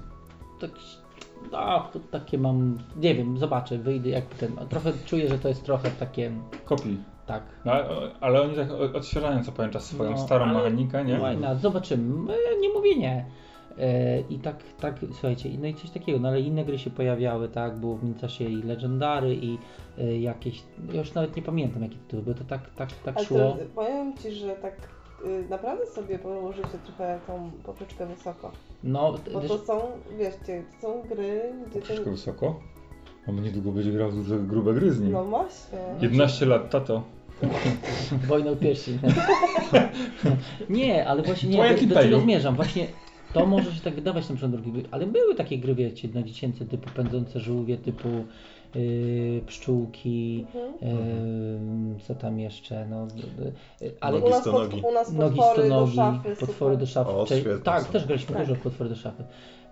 to takie mam, nie wiem, zobaczę, wyjdę jak ten, trochę czuję, że to jest trochę takie, Kopii. tak. No, ale oni tak odświeżają co pewien czas swoją starą ale mechanikę, nie? Fajna, zobaczymy, nie mówię nie. I tak, słuchajcie, no i coś takiego, no ale inne gry się pojawiały, tak, było w międzyczasie i Legendary i jakieś, ja już nawet nie pamiętam jakie tytuły, bo to tak Ale szło. to, powiem Ci, że tak naprawdę sobie położycie trochę tą poprzeczkę wysoko. No, Bo to są, wiecie, to są gry, gdzie Troszkę wysoko. On niedługo będzie grał w duże, grube gry z nim. No właśnie. 11 lat, tato. Wojną pierścień. Nie, ale właśnie Twoje nie, do Imperium. czego zmierzam, właśnie to może się tak wydawać na przykład drogi, ale były takie gry, wiecie, no dziecięce typu pędzące żółwie, typu pszczółki, co tam jeszcze, no, ale u nas nogi potwory do stonogi, szafy. potwory do szafy. O, świetne Tak, są. też graliśmy Tak. dużo w potwory do szafy.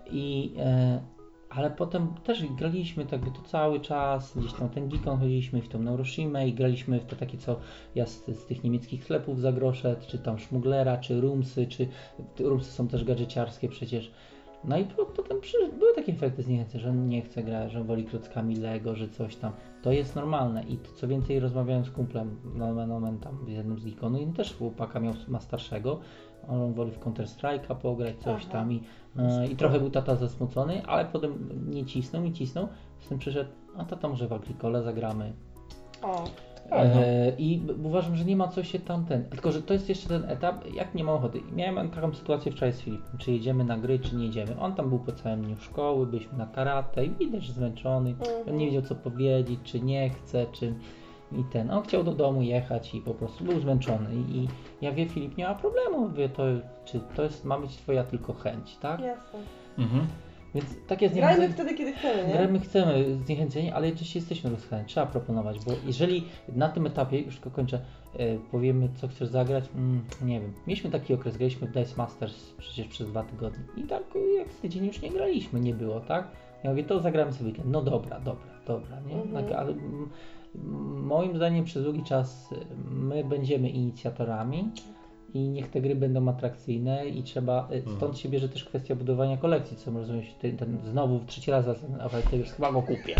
Ale potem też graliśmy tak to cały czas, gdzieś tam ten Geekon chodziliśmy w tą Neuroshimę i graliśmy w to takie co ja z tych niemieckich sklepów za grosze, czy tam Szmuglera, czy Rumsy, Rumsy są też gadżeciarskie przecież. No i potem były takie efekty zniechęcenia, że nie chce grać, że woli klockami Lego, że coś tam. To jest normalne i co więcej rozmawiałem z kumplem, nomen tam w jednym z Geekonu i też chłopaka ma starszego, on woli w Counter Strike'a pograć, coś tam i trochę był tata zasmucony, ale potem nie cisnął, z tym przyszedł, a tata może w Agricole zagramy. O. I uważam, że nie ma co się tylko że to jest jeszcze ten etap, jak nie ma ochoty. Miałem taką sytuację wczoraj z Filipem, czy jedziemy na gry, czy nie jedziemy. On tam był po całym dniu szkoły, byliśmy na karate i widać, że zmęczony, on nie wiedział co powiedzieć, czy nie chce, on chciał do domu jechać i po prostu był zmęczony i ja wiem, Filip nie ma problemu, czy to ma być twoja tylko chęć, tak? Jasne. Więc takie Grajmy wtedy, kiedy chcemy, nie? Gramy chcemy, zniechęceni, ale jednocześnie jesteśmy rozchęceni. Trzeba proponować, bo jeżeli na tym etapie, już tylko kończę, powiemy co chcesz zagrać, nie wiem. Mieliśmy taki okres, graliśmy w Dice Masters przecież przez 2 tygodnie i tak jak z tydzień już nie graliśmy, nie było, tak? Ja mówię, to zagramy sobie weekend. No dobra, nie? Tak, ale moim zdaniem przez długi czas my będziemy inicjatorami, i niech te gry będą atrakcyjne i trzeba, stąd się bierze też kwestia budowania kolekcji, co może zrobić ten znowu 3 razy, ale już chyba go kupię.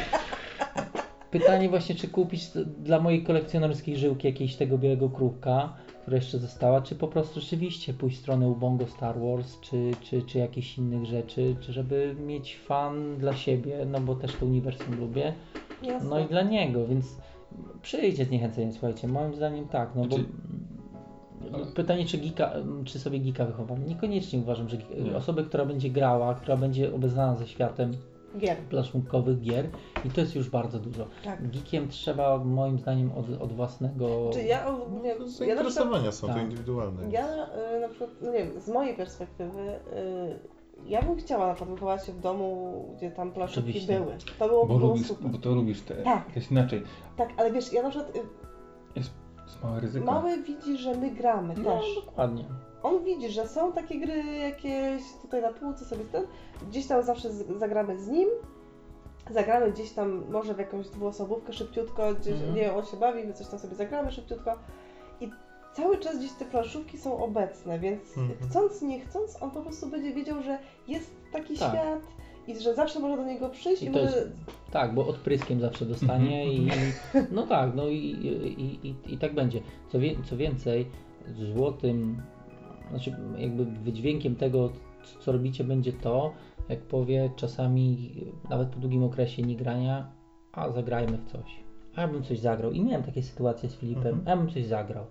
Pytanie właśnie, czy kupić dla mojej kolekcjonerskiej żyłki jakiegoś tego białego krówka, która jeszcze została, czy po prostu rzeczywiście pójść w stronę Ubongo Star Wars, czy jakichś innych rzeczy, czy żeby mieć fan dla siebie, no bo też to uniwersum lubię, Jasne. no i dla niego, więc przyjdzie zniechęcenie, słuchajcie, moim zdaniem tak, no bo pytanie, czy sobie geeka wychowamy. Niekoniecznie uważam, że osoby, która będzie grała, która będzie obeznana ze światem planszówkowych gier i to jest już bardzo dużo. Tak. Geekiem trzeba moim zdaniem od własnego... Zainteresowania są to indywidualne. Ja na przykład, no nie wiem, z mojej perspektywy ja bym chciała na przykład wychować się w domu, gdzie tam planszówki były. To było super. Bo to lubisz to jest inaczej. Tak, ale wiesz, ja na przykład... Jest małe ryzyko. Mały widzi, że my gramy też. Dokładnie. On widzi, że są takie gry jakieś tutaj na półce sobie gdzieś tam zawsze zagramy z nim, zagramy gdzieś tam może w jakąś dwuosobówkę szybciutko, gdzieś, nie wiem, on się bawi, my coś tam sobie zagramy szybciutko i cały czas gdzieś te planszówki są obecne, więc chcąc nie chcąc, on po prostu będzie wiedział, że jest taki świat i że zawsze może do niego przyjść i może... Tak, bo odpryskiem zawsze dostanie i no tak, no i tak będzie. Co więcej, złotym, znaczy jakby wydźwiękiem tego, co robicie, będzie to, jak powie czasami, nawet po długim okresie niegrania, a zagrajmy w coś. A ja bym coś zagrał. I miałem takie sytuacje z Filipem, a ja bym coś zagrał.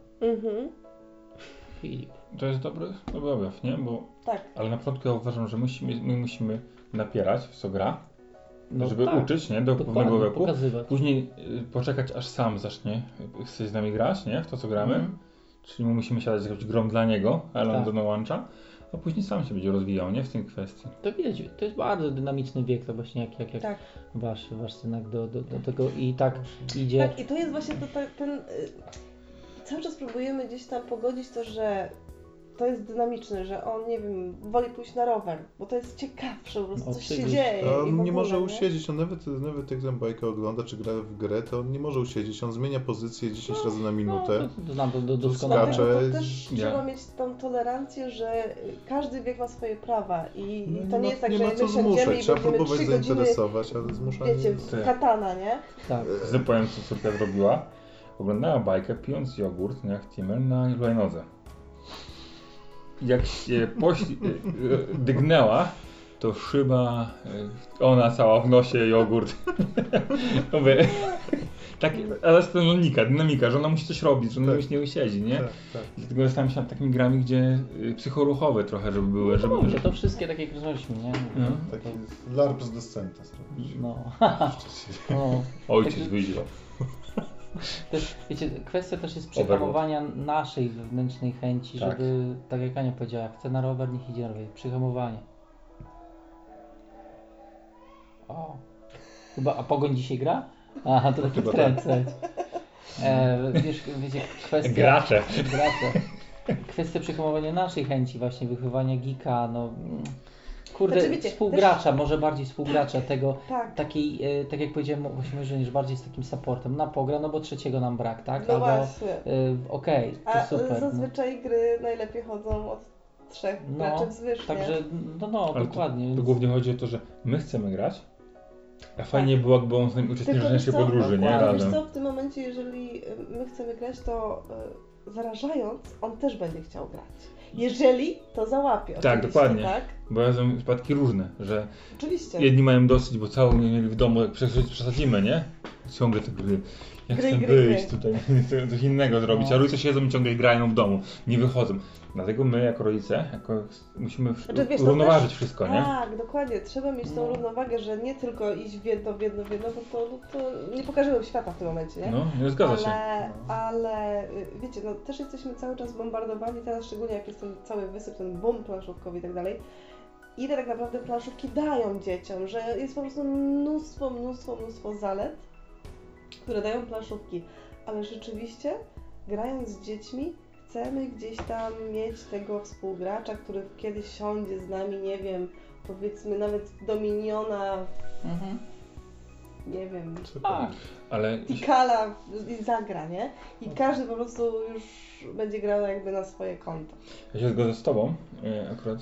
Filip. To jest dobry objaw, nie? Bo, ale na początku ja uważam, że my musimy napierać w co gra, żeby uczyć, nie? Do pewnego wieku. Pokazywać. Później poczekać, aż sam zacznie chce z nami grać, nie? W to, co gramy. Czyli my musimy siadać z jakąś grą dla niego, ale on dołącza, a później sam się będzie rozwijał, nie? W tej kwestii. To widać, to jest bardzo dynamiczny wiek, to właśnie jak wasz synek do tego i tak idzie. Tak, i to jest właśnie ten... Cały czas próbujemy gdzieś tam pogodzić to, że to jest dynamiczne, że on, nie wiem, woli pójść na rower, bo to jest ciekawsze, po prostu coś się dzieje. On nie może usiedzieć, on nawet jak tam bajkę ogląda, czy gra w grę, to on nie może usiedzieć, on zmienia pozycję 10 razy na minutę. Znam to doskonale. To też trzeba mieć tą tolerancję, że każdy wiek ma swoje prawa i to nie jest tak, że my siądziemy i trzeba będziemy próbować 3 godziny, zainteresować, ale zmuszanie... Wiecie, katana, nie? Tak. Zapowiem, co córka zrobiła. Oglądała bajkę, pijąc jogurt, jak Timel na hulajnodze. Jak się dygnęła, to szyba, ona cała w nosie jogurt. Mówię, tak, ale jest dynamika, że ona musi coś robić, że ona już nie usiedzi, nie? Tak. Dlatego zastanawiam się nad takimi grami, gdzie psychoruchowe trochę, żeby były. To wszystkie takie jak rozmawialiśmy, nie? Taki LARP z Descenta zrobić. Ojciec wyjdzie. Też, wiecie, kwestia też jest przyhamowania naszej wewnętrznej chęci, żeby, tak jak Ania powiedziała, jak chce na rower, niech idzie na rower. Przyhamowanie. Chyba, a Pogoń dzisiaj gra? Aha, to taki trend, wiecie, kwestia... Gracze. Kwestia przyhamowania naszej chęci, właśnie wychowania geeka, kurde, znaczy, wiecie, współgracza, może bardziej współgracza tego, takiej, tak jak powiedziałem, właśnie że bardziej z takim supportem na pogra, bo trzeciego nam brak, tak? No właśnie. Okej, to super. Zazwyczaj gry najlepiej chodzą od 3 graczy wzwyż, także, dokładnie. To głównie chodzi o to, że my chcemy grać, a fajnie było, jakby on z nami uczestniczył w naszej podróży, nie? Razem. Wiesz co, w tym momencie, jeżeli my chcemy grać, to zarażając, on też będzie chciał grać. Jeżeli to załapie. Tak, dokładnie. Tak? Bo są przypadki różne, że oczywiście. Jedni mają dosyć, bo całą mieli w domu, jak przesadzimy, nie? Ciągle tak ja chcę wyjść tutaj, chcę coś innego zrobić, a rodzice siedzą i ciągle grają w domu, nie wychodzą. Dlatego my jako rodzice musimy równoważyć wszystko, nie? Tak, dokładnie. Trzeba mieć tą równowagę, że nie tylko iść w jedno, bo to nie pokażemy świata w tym momencie, nie? No, nie zgadza się. Ale wiecie, też jesteśmy cały czas bombardowani, teraz szczególnie jak jest ten cały wysyp, ten boom planszówkowy i tak dalej. Ile tak naprawdę planszówki dają dzieciom, że jest po prostu mnóstwo zalet, które dają planszówki, ale rzeczywiście grając z dziećmi chcemy gdzieś tam mieć tego współgracza, który kiedyś siądzie z nami, nie wiem, powiedzmy nawet do Miniona nie wiem, ale Tikala i zagra, nie? I każdy po prostu już będzie grał jakby na swoje konto. ja się zgodzę z tobą akurat,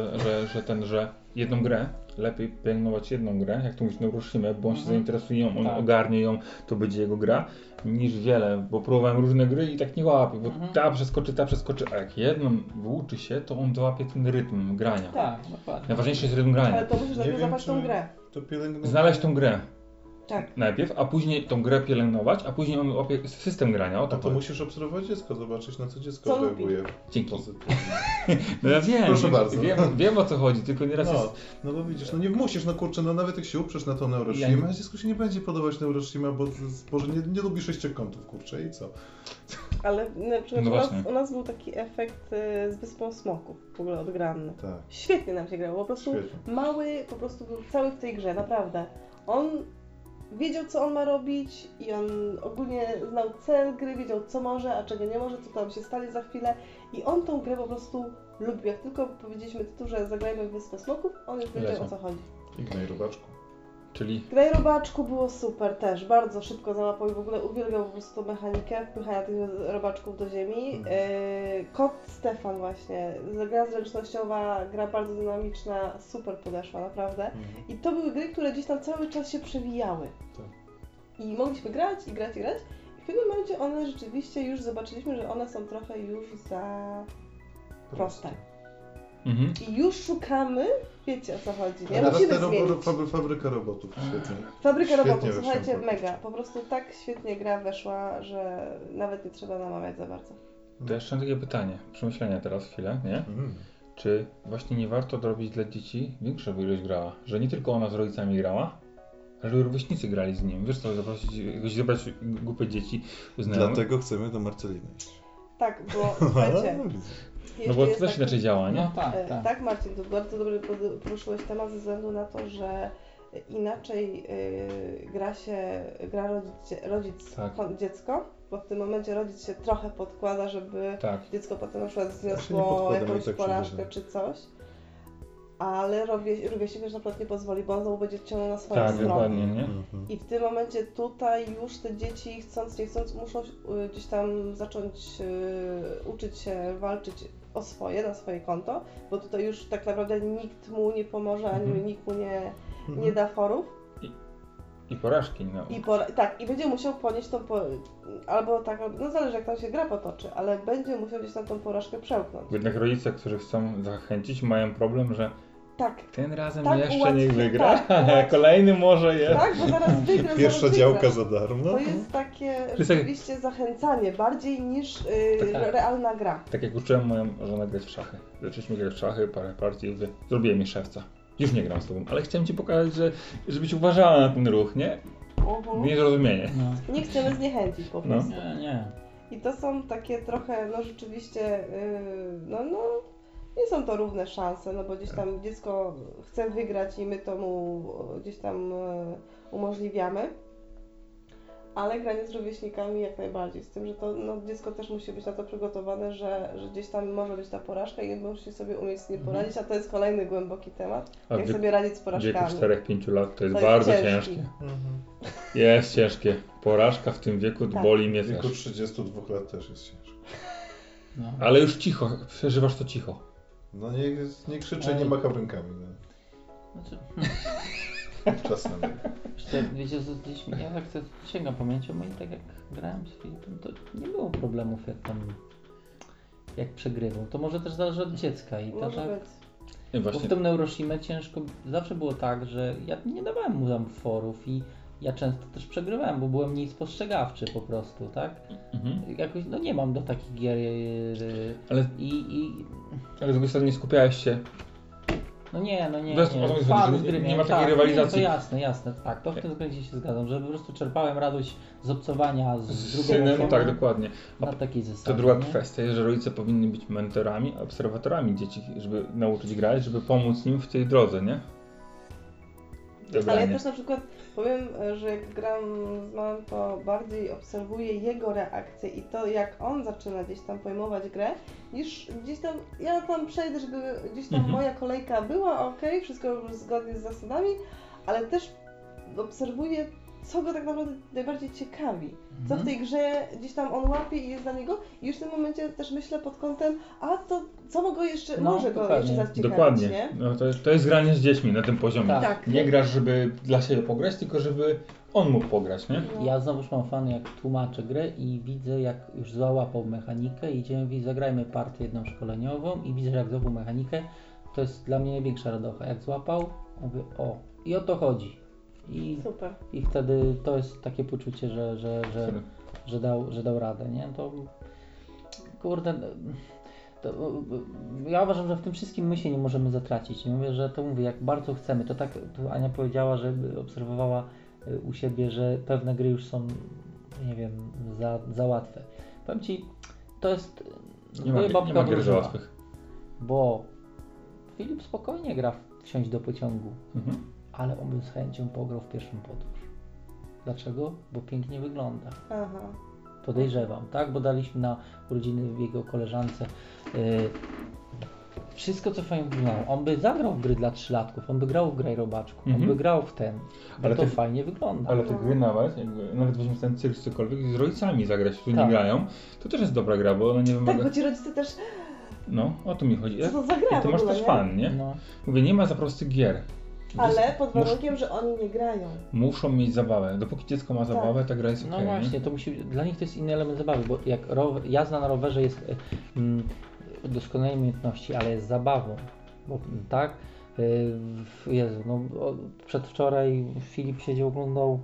że jedną grę, lepiej pielęgnować jedną grę, jak to mówisz Neuroshima, bo on się zainteresuje ją, on ogarnie ją, to będzie jego gra, niż wiele, bo próbowałem różne gry i tak nie łapię, bo ta przeskoczy, a jak jedną wyuczy się, to on załapie ten rytm grania. Tak, dokładnie. Najważniejszy jest rytm grania. Ale to musisz najpierw zapaść tą grę. Znaleźć tą grę. Tak. Najpierw, a później tą grę pielęgnować, a później on łapie system grania. O to musisz obserwować dziecko, zobaczyć na co dziecko Co reaguje. Dzięki. Pozytywnie. No ja wiem, Proszę bardzo. Wiem o co chodzi, tylko nieraz jest... No bo widzisz, nie musisz, kurczę, nawet jak się uprzesz na tą Neuroshima, dziecku się nie będzie podobać Neuroshima, bo Boże, nie lubi sześciokątów, kurczę, i co? Ale na przykład No u nas był taki efekt z Wyspą Smoków, w ogóle odgrany. Tak. Świetnie nam się grało, po prostu mały, po prostu był cały w tej grze, naprawdę. On wiedział, co on ma robić i on ogólnie znał cel gry, wiedział, co może, a czego nie może, co tam się stanie za chwilę i on tą grę po prostu lubił. Jak tylko powiedzieliśmy tytuł, że zagrajmy w Wyspę Smoków, on już wiedział, o co chodzi. I Gnaj Robaczku. Czyli... Gnaj Robaczku było super też, bardzo szybko załapał i w ogóle uwielbiał po prostu tą mechanikę wpychania tych robaczków do ziemi. Kot Stefan właśnie, gra zręcznościowa, gra bardzo dynamiczna, super podeszła, naprawdę. I to były gry, które gdzieś tam cały czas się przewijały. Tak. I mogliśmy grać. I w pewnym momencie one rzeczywiście już zobaczyliśmy, że one są trochę już za proste. I już szukamy, wiecie o co chodzi, nie? Musimy zmienić. Fabryka robotów, świetnie. Fabryka robotów, słuchajcie, mega. Po prostu tak świetnie gra weszła, że nawet nie trzeba namawiać za bardzo. To jeszcze mam takie pytanie, przemyślenia teraz chwilę, nie? Czy właśnie nie warto robić dla dzieci większą ilość grała? Że nie tylko ona z rodzicami grała, ale żeby rówieśnicy grali z nim. Wiesz co, zebrać głupie dzieci. Dlatego chcemy do Marceliny iść. Tak, bo słuchajcie... No bo to też inaczej działa, nie? No tak, Marcin, to bardzo dobrze poruszyłeś temat ze względu na to, że inaczej gra rodzic dziecko, bo w tym momencie rodzic się trochę podkłada, żeby dziecko potem na przykład zniosło jakąś porażkę czy coś. Ale rówieśnik już na przykład nie pozwoli, bo on znowu będzie ciągnął na swoją stronę. Dokładnie, nie? I w tym momencie tutaj już te dzieci, chcąc nie chcąc, muszą gdzieś tam zacząć uczyć się walczyć o swoje, na swoje konto, bo tutaj już tak naprawdę nikt mu nie pomoże, ani nikt mu nie da forów. I porażki, no. Tak, i będzie musiał ponieść tą albo tak, no zależy jak tam się gra potoczy, ale będzie musiał gdzieś tam tą porażkę przełknąć. Jednak rodzice, którzy chcą zachęcić, mają problem, że tym razem jeszcze ułatwia, niech wygra, a kolejny może jest. Tak, bo zaraz wygra. Pierwsza działka za darmo. To jest takie rzeczywiście zachęcanie, bardziej niż realna gra. Tak jak uczyłem moją żonę grać w szachy. Zaczęliśmy grać w szachy, parę partii, mówię, zrobiłem mi szewca. Już nie gram z tobą, ale chciałem ci pokazać, żebyś uważała na ten ruch, nie? Niezrozumienie. Nie chcemy zniechęcić po prostu. Nie. I to są takie trochę, no rzeczywiście, nie są to równe szanse, no bo gdzieś tam dziecko chce wygrać i my to mu gdzieś tam umożliwiamy. Ale granie z rówieśnikami jak najbardziej, z tym, że to dziecko też musi być na to przygotowane, że gdzieś tam może być ta porażka i musi sobie umieć z nim poradzić, a to jest kolejny głęboki temat, jak sobie radzić z porażkami. W wieku 4-5 lat to jest bardzo ciężkie. Jest ciężkie. Porażka w tym wieku boli mnie też. W wieku 32 lat też jest ciężko. Ale już cicho, przeżywasz to cicho. No nie krzyczę, nie macham rękami. Czasami. Wiecie, ja tak sięgam pamięcią i tak jak grałem z Filipem, to nie było problemów jak przegrywał. To może też zależy od dziecka i to tak. Bo w tym Neuroshimie ciężko, zawsze było tak, że ja nie dawałem mu tam forów i ja często też przegrywałem, bo byłem mniej spostrzegawczy po prostu, tak? Jakoś, nie mam do takich gier, ale z drugiej strony nie skupiałeś się. Nie. Nie ma takiej rywalizacji. To jasne, tak. To w tym względzie się zgadzam, że po prostu czerpałem radość z obcowania z drugą synem, osobą. Tak, dokładnie. Na takiej zasadzie. To druga kwestia jest, że rodzice powinni być mentorami, obserwatorami dzieci, żeby nauczyć grać, żeby pomóc nim w tej drodze, nie? Ale ja też na przykład powiem, że jak gram z małym, to bardziej obserwuję jego reakcję i to, jak on zaczyna gdzieś tam pojmować grę, niż gdzieś tam, ja tam przejdę, żeby gdzieś tam moja kolejka była wszystko zgodnie z zasadami, ale też obserwuję co go tak naprawdę najbardziej ciekawi. Co w tej grze gdzieś tam on łapie i jest dla niego. I już w tym momencie też myślę pod kątem, a to co może go jeszcze zaciekawić, dokładnie. Nie? No to jest granie z dziećmi na tym poziomie. Tak. Nie grasz, żeby dla siebie pograć, tylko żeby on mógł pograć, nie? No. Ja znowuż mam fan, jak tłumaczę grę i widzę, jak już załapał mechanikę i idziemy, zagrajmy partię jedną szkoleniową i widzę, jak złapał mechanikę. To jest dla mnie największa radocha. Jak złapał, mówię, o, i o to chodzi. Super. I wtedy to jest takie poczucie, że dał radę, nie? To kurde, ja uważam, że w tym wszystkim my się nie możemy zatracić. Nie mówię, że to mówię, jak bardzo chcemy. To tak tu Ania powiedziała, że obserwowała u siebie, że pewne gry już są, nie wiem, za łatwe. Powiem Ci, to jest nie ma gier za łatwych. Bo Filip spokojnie gra wsiąść do pociągu, ale on by z chęcią pograł w pierwszą podróż. Dlaczego? Bo pięknie wygląda. Aha. Podejrzewam, tak? Bo daliśmy na urodziny jego koleżance wszystko, co fajnie wyglądało. On by zagrał w gry dla 3-latków, on by grał w Graj Robaczku, on by grał w ten, ale to fajnie wygląda. Ale te gry nawet weźmy ten cyrk czy cokolwiek, z rodzicami zagrać, którzy nie grają, to też jest dobra gra, bo ona nie wymaga... Tak, bo ci rodzice też... No, o to mi chodzi. Co to za gra ty masz ogóle, też nie? fan, nie? No. Mówię, nie ma za prostych gier. Ale pod warunkiem, że oni nie grają. Muszą mieć zabawę. Dopóki dziecko ma zabawę, ta gra jest okej. No właśnie, to dla nich to jest inny element zabawy, bo jak jazda na rowerze jest doskonałej umiejętności, ale jest zabawą. Bo tak, Jezu, no przedwczoraj Filip siedział, oglądał,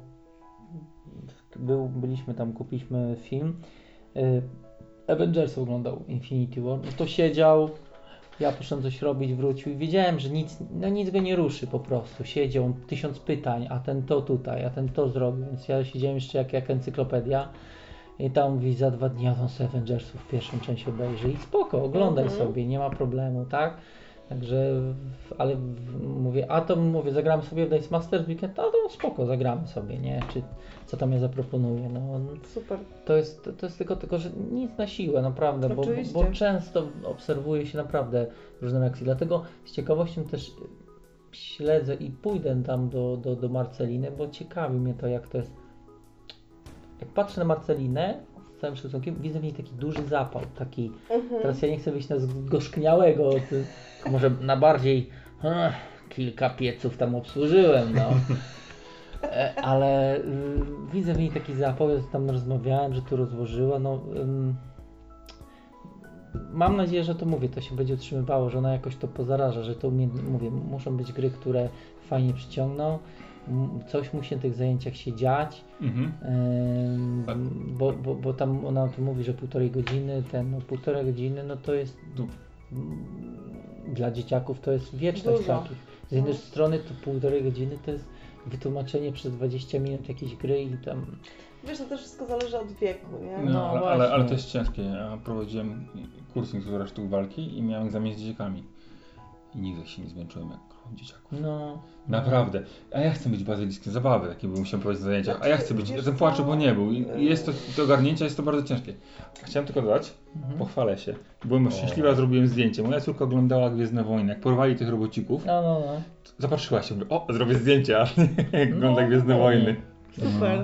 byliśmy tam, kupiliśmy film, Avengers oglądał, Infinity War, to siedział, ja poszedłem coś robić, wrócił i wiedziałem, że nic go nie ruszy po prostu. Siedział, 1000 pytań, a ten to tutaj, a ten to zrobił, więc ja siedziałem jeszcze jak encyklopedia i tam mówi, za 2 dni on sobie Avengersów pierwszą część obejrzy i spoko, oglądaj sobie, nie ma problemu, tak? Także, ale mówię, zagramy sobie w Dice Masters weekend, a to spoko, zagramy sobie, nie? Czy co tam ja zaproponuję, no. Super. To jest tylko, że nic na siłę, naprawdę, bo często obserwuje się naprawdę różne reakcje, dlatego z ciekawością też śledzę i pójdę tam do Marceliny, bo ciekawi mnie to, jak to jest. Jak patrzę na Marcelinę, z całym szacunkiem, widzę w niej taki duży zapał, taki, teraz ja nie chcę wyjść na zgorzkniałego, może na bardziej, kilka pieców tam obsłużyłem, no. Ale widzę w niej taki zapał, ja tam rozmawiałem, że tu rozłożyła, no. Mam nadzieję, że to się będzie utrzymywało, że ona jakoś to pozaraża, że to muszą być gry, które fajnie przyciągną. Coś musi na tych zajęciach się dziać, bo tam ona tu mówi, że 1,5 godziny, 1,5 godziny, no to jest dla dzieciaków to jest wieczność takich. Z jednej strony to 1,5 godziny to jest wytłumaczenie przez 20 minut jakiejś gry i tam... Wiesz, to też wszystko zależy od wieku, nie? No, ale to jest ciężkie. Ja prowadziłem kurs niektórych sztuk walki i miałem egzamin z dzieciakami. I nigdy się nie zmęczyłem jak dzieciaków. No. Naprawdę. A ja chcę być bazylijskie zabawy, takie bym musiał prowadzić na zajęciach. A ja chcę być, ten płacze, bo nie był. I jest to do ogarnięcia, jest to bardzo ciężkie. Chciałem tylko dodać, pochwalę się. Byłem szczęśliwa, zrobiłem zdjęcie. Moja córka oglądała Gwiezdne Wojny, jak porwali tych robocików. No. Zapatrzyła się, mówię, zrobię zdjęcie, jak ogląda Gwiezdne Wojny. Super.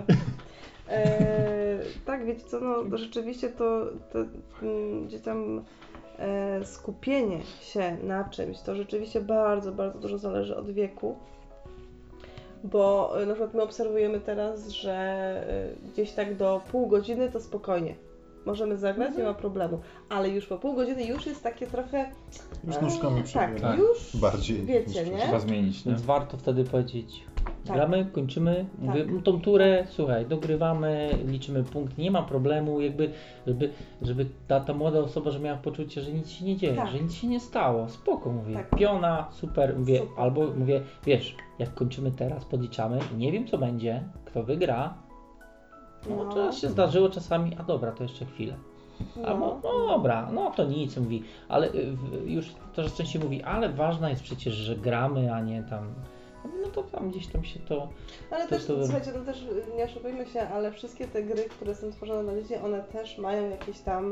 Tak, wiecie co, no rzeczywiście to gdzieś tam skupienie się na czymś, to rzeczywiście bardzo, bardzo dużo zależy od wieku, bo na przykład my obserwujemy teraz, że gdzieś tak do pół godziny to spokojnie możemy zagrać, nie ma problemu, ale już po pół godziny już jest takie trochę... Już nóżkami przebiera. Tak, już bardziej wiecie, nie? Trzeba zmienić, nie? Więc warto wtedy powiedzieć, Tak. gramy, kończymy, mówię, tą turę, słuchaj, dogrywamy, liczymy punkt, nie ma problemu, jakby, żeby ta młoda osoba, że miała poczucie, że nic się nie dzieje, że nic się nie stało, spoko, mówię, piona, super, mówię, albo mówię, wiesz, jak kończymy teraz, podliczamy, nie wiem co będzie, kto wygra, to się zdarzyło czasami, a dobra, to jeszcze chwilę. Albo, no dobra, no to nic, mówi, ale już coraz częściej mówi, ale ważne jest przecież, że gramy, a nie tam, no to tam gdzieś tam się to... Ale też, słuchajcie, to też nie oszukujmy się, ale wszystkie te gry, które są tworzone dla dzieci, one też mają jakieś tam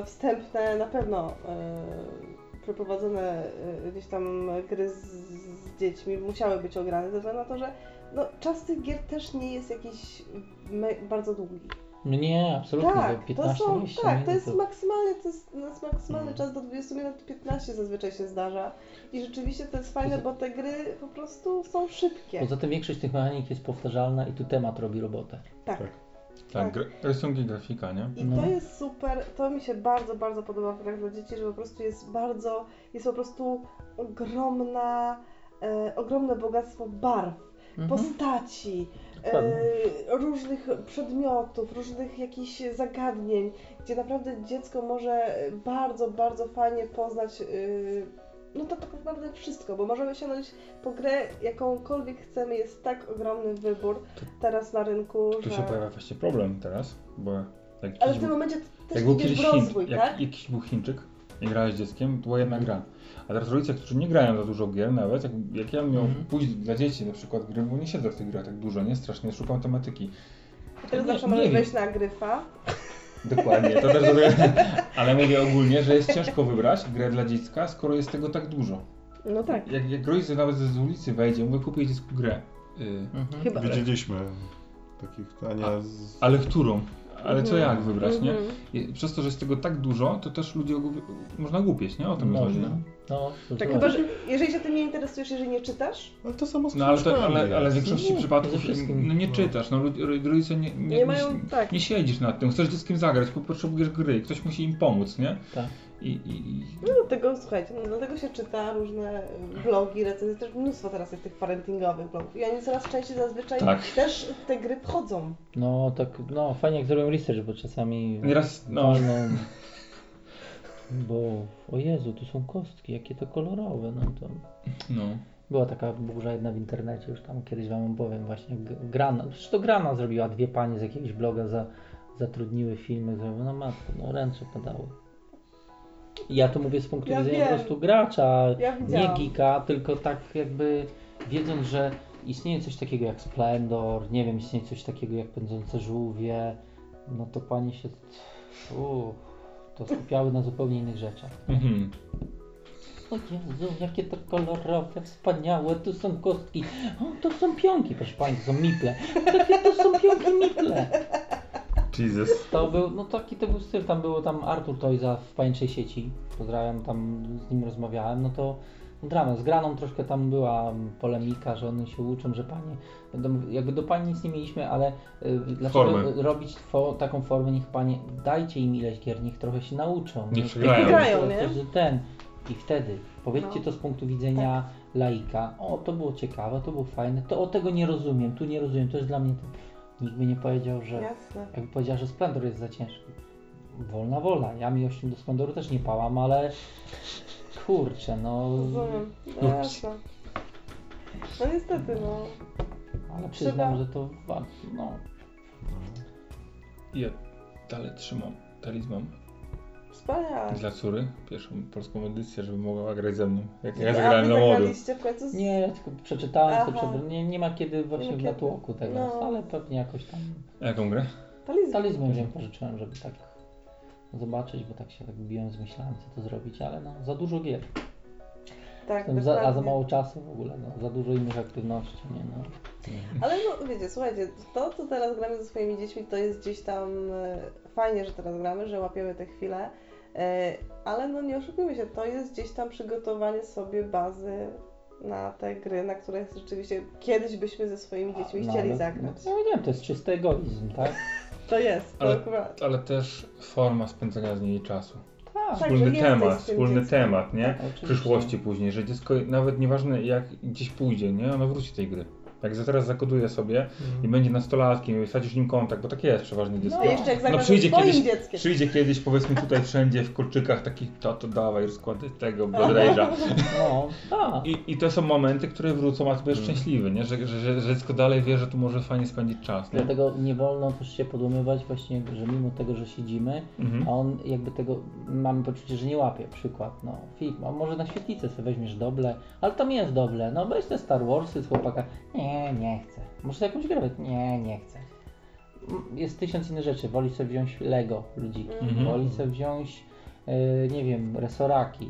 wstępne, na pewno przeprowadzone gdzieś tam gry z z dziećmi musiały być ograne, ze względu na to, że no, czas tych gier też nie jest jakiś bardzo długi. No nie, absolutnie, Tak, 15-20 minut. to jest maksymalny czas do 20 minut, 15 zazwyczaj się zdarza. I rzeczywiście to jest fajne, bo te gry po prostu są szybkie. Poza tym większość tych mechanik jest powtarzalna i tu temat robi robotę. Tak. Rysunki, grafika, nie? I to jest super, to mi się bardzo, bardzo podoba w grach dla dzieci, że po prostu jest po prostu ogromne bogactwo barw, postaci, różnych przedmiotów, różnych jakichś zagadnień, gdzie naprawdę dziecko może bardzo, bardzo fajnie poznać no to tak naprawdę wszystko, bo możemy sięgnąć po grę jakąkolwiek chcemy, jest tak ogromny wybór teraz na rynku, Tu się pojawia właśnie problem teraz, bo ale w tym momencie też idziesz w rozwój, tak? Jak jakiś był Chińczyk i grałeś z dzieckiem, to była jedna gra. A teraz rodzice, którzy nie grają za dużo gier nawet, jak ja miał pójść dla dzieci na przykład gry, bo nie siedzę w tych grach tak dużo, nie? Strasznie szukam tematyki. Teraz zawsze możesz wejść na Gryfa. Dokładnie, to też zrobię. Ale mówię ogólnie, że jest ciężko wybrać grę dla dziecka, skoro jest tego tak dużo. No tak. Jak rodzic nawet z ulicy wejdzie, mówię, kupię dziecku grę. Chyba. Widzieliśmy takich, ale którą? Ale co jak wybrać, nie? I przez to, że jest tego tak dużo, to też ludzie można głupieć, nie? O tym chodzi. Tak, chyba, że jeżeli się tym nie interesujesz, jeżeli nie czytasz? Ale to samo z ale w większości przypadków nie czytasz. No, rodzice nie siedzisz nad tym. Chcesz dzieckiem zagrać, potrzebujesz gry. Ktoś musi im pomóc, nie? Tak. No dlatego, słuchajcie, dlatego się czyta różne blogi, recenzje, też mnóstwo teraz jest tych parentingowych blogów i oni coraz częściej zazwyczaj też w te gry wchodzą. No tak, fajnie jak zrobią research, bo czasami walną, bo o Jezu, tu są kostki, jakie to kolorowe, Była taka burza jedna w internecie, już tam kiedyś wam opowiem właśnie, Grana zrobiła, 2 panie z jakiegoś bloga zatrudniły filmy, zrobiły, matko, ręce padały. Ja to mówię z punktu widzenia po prostu gracza, nie geeka, tylko tak jakby wiedząc, że istnieje coś takiego jak Splendor, nie wiem, istnieje coś takiego jak Pędzące żółwie, no to panie się to skupiały na zupełnie innych rzeczach. O Jezu, jakie to kolorowe, wspaniałe, tu są kostki, to są pionki, proszę pani, to są miple, jakie to są pionki miple. Jesus. To był, taki to był styl, tam było Artur Toyza w Pajęczej Sieci, pozdrawiam, tam z nim rozmawiałem, drama, z Graną troszkę tam była polemika, że one się uczą, że panie, jakby do pani nic nie mieliśmy, ale dlaczego robić taką formę, niech panie, dajcie im ileś gier, niech trochę się nauczą. Niech grają, nie? I wtedy, powiedzcie to z punktu widzenia laika, to było ciekawe, to było fajne, to tego nie rozumiem, tu nie rozumiem, to jest dla mnie nikt by nie powiedział, że jakby powiedziała, że Splendor jest za ciężki. Wolna wola. Ja miłością do Splendoru też nie pałam, ale kurczę, Rozumiem. Jasne. No niestety, Ale przyznam, że to Ja dalej trzymam talizman. Wspaniale. Dla córy, pierwszą polską edycję, żeby mogła grać ze mną. Jak ja zagrałem na młodu. Nie, ja tylko przeczytałem, nie ma kiedy właśnie w natłoku tego, ale pewnie jakoś tam. Jaką grę? Talizman wziąłem, pożyczyłem, żeby tak zobaczyć, bo tak się biłem z myślami, co to zrobić, ale za dużo gier. Tak, a za mało czasu w ogóle, za dużo innych aktywności, Ale wiecie, słuchajcie, to co teraz gramy ze swoimi dziećmi, to jest gdzieś tam fajnie, że teraz gramy, że łapiemy te chwile, ale nie oszukujmy się, to jest gdzieś tam przygotowanie sobie bazy na te gry, na które rzeczywiście kiedyś byśmy ze swoimi dziećmi chcieli zagrać. Nie, to jest czysty egoizm, tak? To jest, ale też forma spędzania z niej czasu. Wspólny temat, nie? W przyszłości później, że dziecko nawet nieważne jak gdzieś pójdzie, nie? Ono wróci tej gry. Jak teraz zakoduje sobie i będzie nastolatkiem i stracisz nim kontakt, bo takie jest przeważnie dziecko. Jeszcze jak zagrasz swoim dzieckiem. Przyjdzie kiedyś, powiedzmy tutaj wszędzie w kolczykach takich, to dawaj rozkłady tego Blood Rage'a. I to są momenty, które wrócą, a ty będziesz szczęśliwy, nie? Że dziecko dalej wie, że tu może fajnie spędzić czas. Nie? Dlatego nie wolno też się podłamywać właśnie, że mimo tego, że siedzimy, a on jakby tego, mamy poczucie, że nie łapie. Przykład, film, a może na świetlicę sobie weźmiesz doble, ale tam jest doble, weź te Star Warsy z chłopaka. Nie chcę. Muszę jakąś grę? Nie chcę. Jest 1000 innych rzeczy. Woli sobie wziąć Lego ludziki. Woli sobie wziąć, nie wiem, resoraki.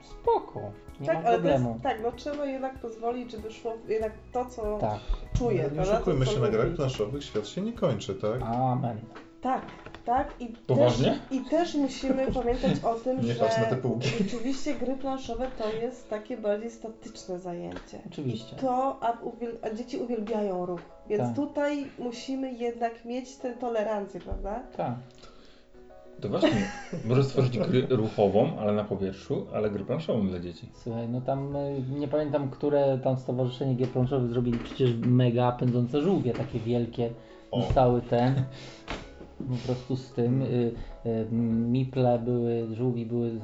Spoko, nie tak, ma problemu. Tak, no trzeba jednak pozwolić, żeby szło jednak to, co tak. czuje. Nie oszukujmy się, na grach planszowych świat się nie kończy, tak? Amen. Tak. I też musimy pamiętać o tym, nie że patrz na te półki. rzeczywiście gry planszowe to jest takie bardziej statyczne zajęcie. Oczywiście. A dzieci uwielbiają ruch, więc tak. tutaj musimy jednak mieć tę tolerancję, prawda? Tak. To właśnie, może stworzyć grę ruchową, ale na powietrzu, ale grę planszową dla dzieci. Słuchaj, no tam nie pamiętam, które tam stowarzyszenie gier planszowych zrobili przecież mega pędzące żółwie, takie wielkie, cały ten. Po prostu z tym miple były, żółwi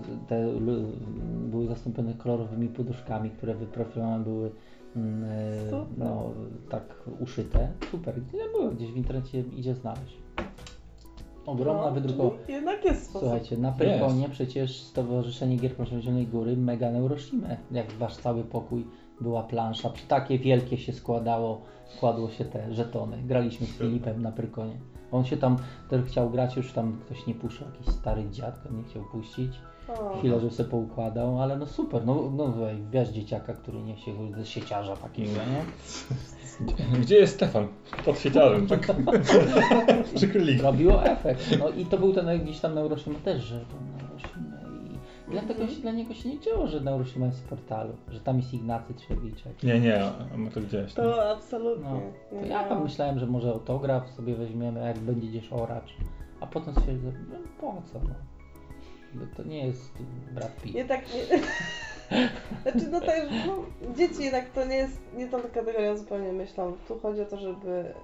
były zastąpione kolorowymi poduszkami, które wyprofilowane były no tak uszyte. Super, nie było, gdzieś w internecie idzie znaleźć. Ogromna wydrukowa. Jednak jest sposób. Słuchajcie, na Pyrkonie przecież Stowarzyszenie Gier Planszowych Zielonej Góry mega neuroshimę. Jak wasz cały pokój była plansza, takie wielkie się składło się te żetony. Graliśmy z Filipem na Pyrkonie. On się tam też chciał grać, już tam ktoś nie puszczał, jakiś stary dziadko nie chciał puścić. Chwilę, żeby sobie poukładał, ale no super, no wiesz dzieciaka, który niesie ze sieciarza takiego, nie? Gdzie jest Stefan? Pod sieciarzem, tak? Przykryli. Robiło efekt. No i to był ten gdzieś tam Neuroshima też, że to Neuroshima i dlatego dla niego się nie działo, że Neuroshima jest z portalu, że tam jest Ignacy Trzewiczek. Nie, my to gdzieś. To absolutnie. No, to ja tam myślałem, że może autograf sobie weźmiemy, jak będzie gdzieś oracz, a potem stwierdzę, no po co, no. To nie jest Brad Pitt. Nie tak, nie. Znaczy no też, dzieci jednak to nie jest, nie tą kategorią zupełnie myślą. Tu chodzi o to, żeby...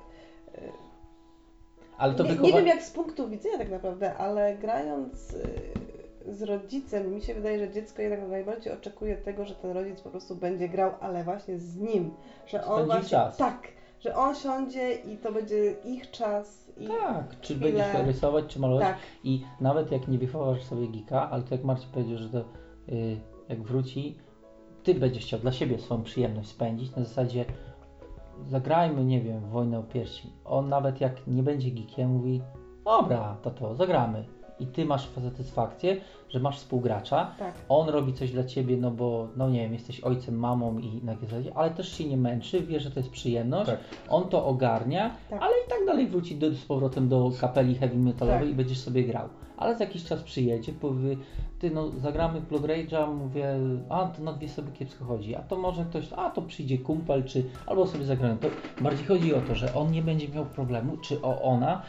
Ale to nie wiem jak z punktu widzenia tak naprawdę, ale grając z rodzicem, mi się wydaje, że dziecko jednak najbardziej oczekuje tego, że ten rodzic po prostu będzie grał, ale właśnie z nim. Że on właśnie, czas. Tak, że on siądzie i to będzie ich czas. Tak, czy będziesz rysować, czy malować. Tak. I nawet jak nie wychowasz sobie geeka, ale to jak Marcin powiedział, że to jak wróci, ty będziesz chciał dla siebie swoją przyjemność spędzić, na zasadzie zagrajmy, nie wiem, w Wojnę o Pierścień. On nawet jak nie będzie geekiem, mówi dobra, to zagramy. I ty masz satysfakcję, że masz współgracza, tak. On robi coś dla ciebie, no bo, no nie wiem, jesteś ojcem, mamą i na zasadzie, ale też się nie męczy, wie, że to jest przyjemność, tak. On to ogarnia, ale i tak dalej wróci z powrotem do kapeli heavy metalowej i będziesz sobie grał. Ale za jakiś czas przyjedzie, powie, ty no zagramy Blood Rage'a, mówię, a to na dwie sobie kiepsko chodzi, a to może ktoś, to przyjdzie kumpel, czy albo sobie zagrają. To bardziej chodzi o to, że on nie będzie miał problemu, czy ona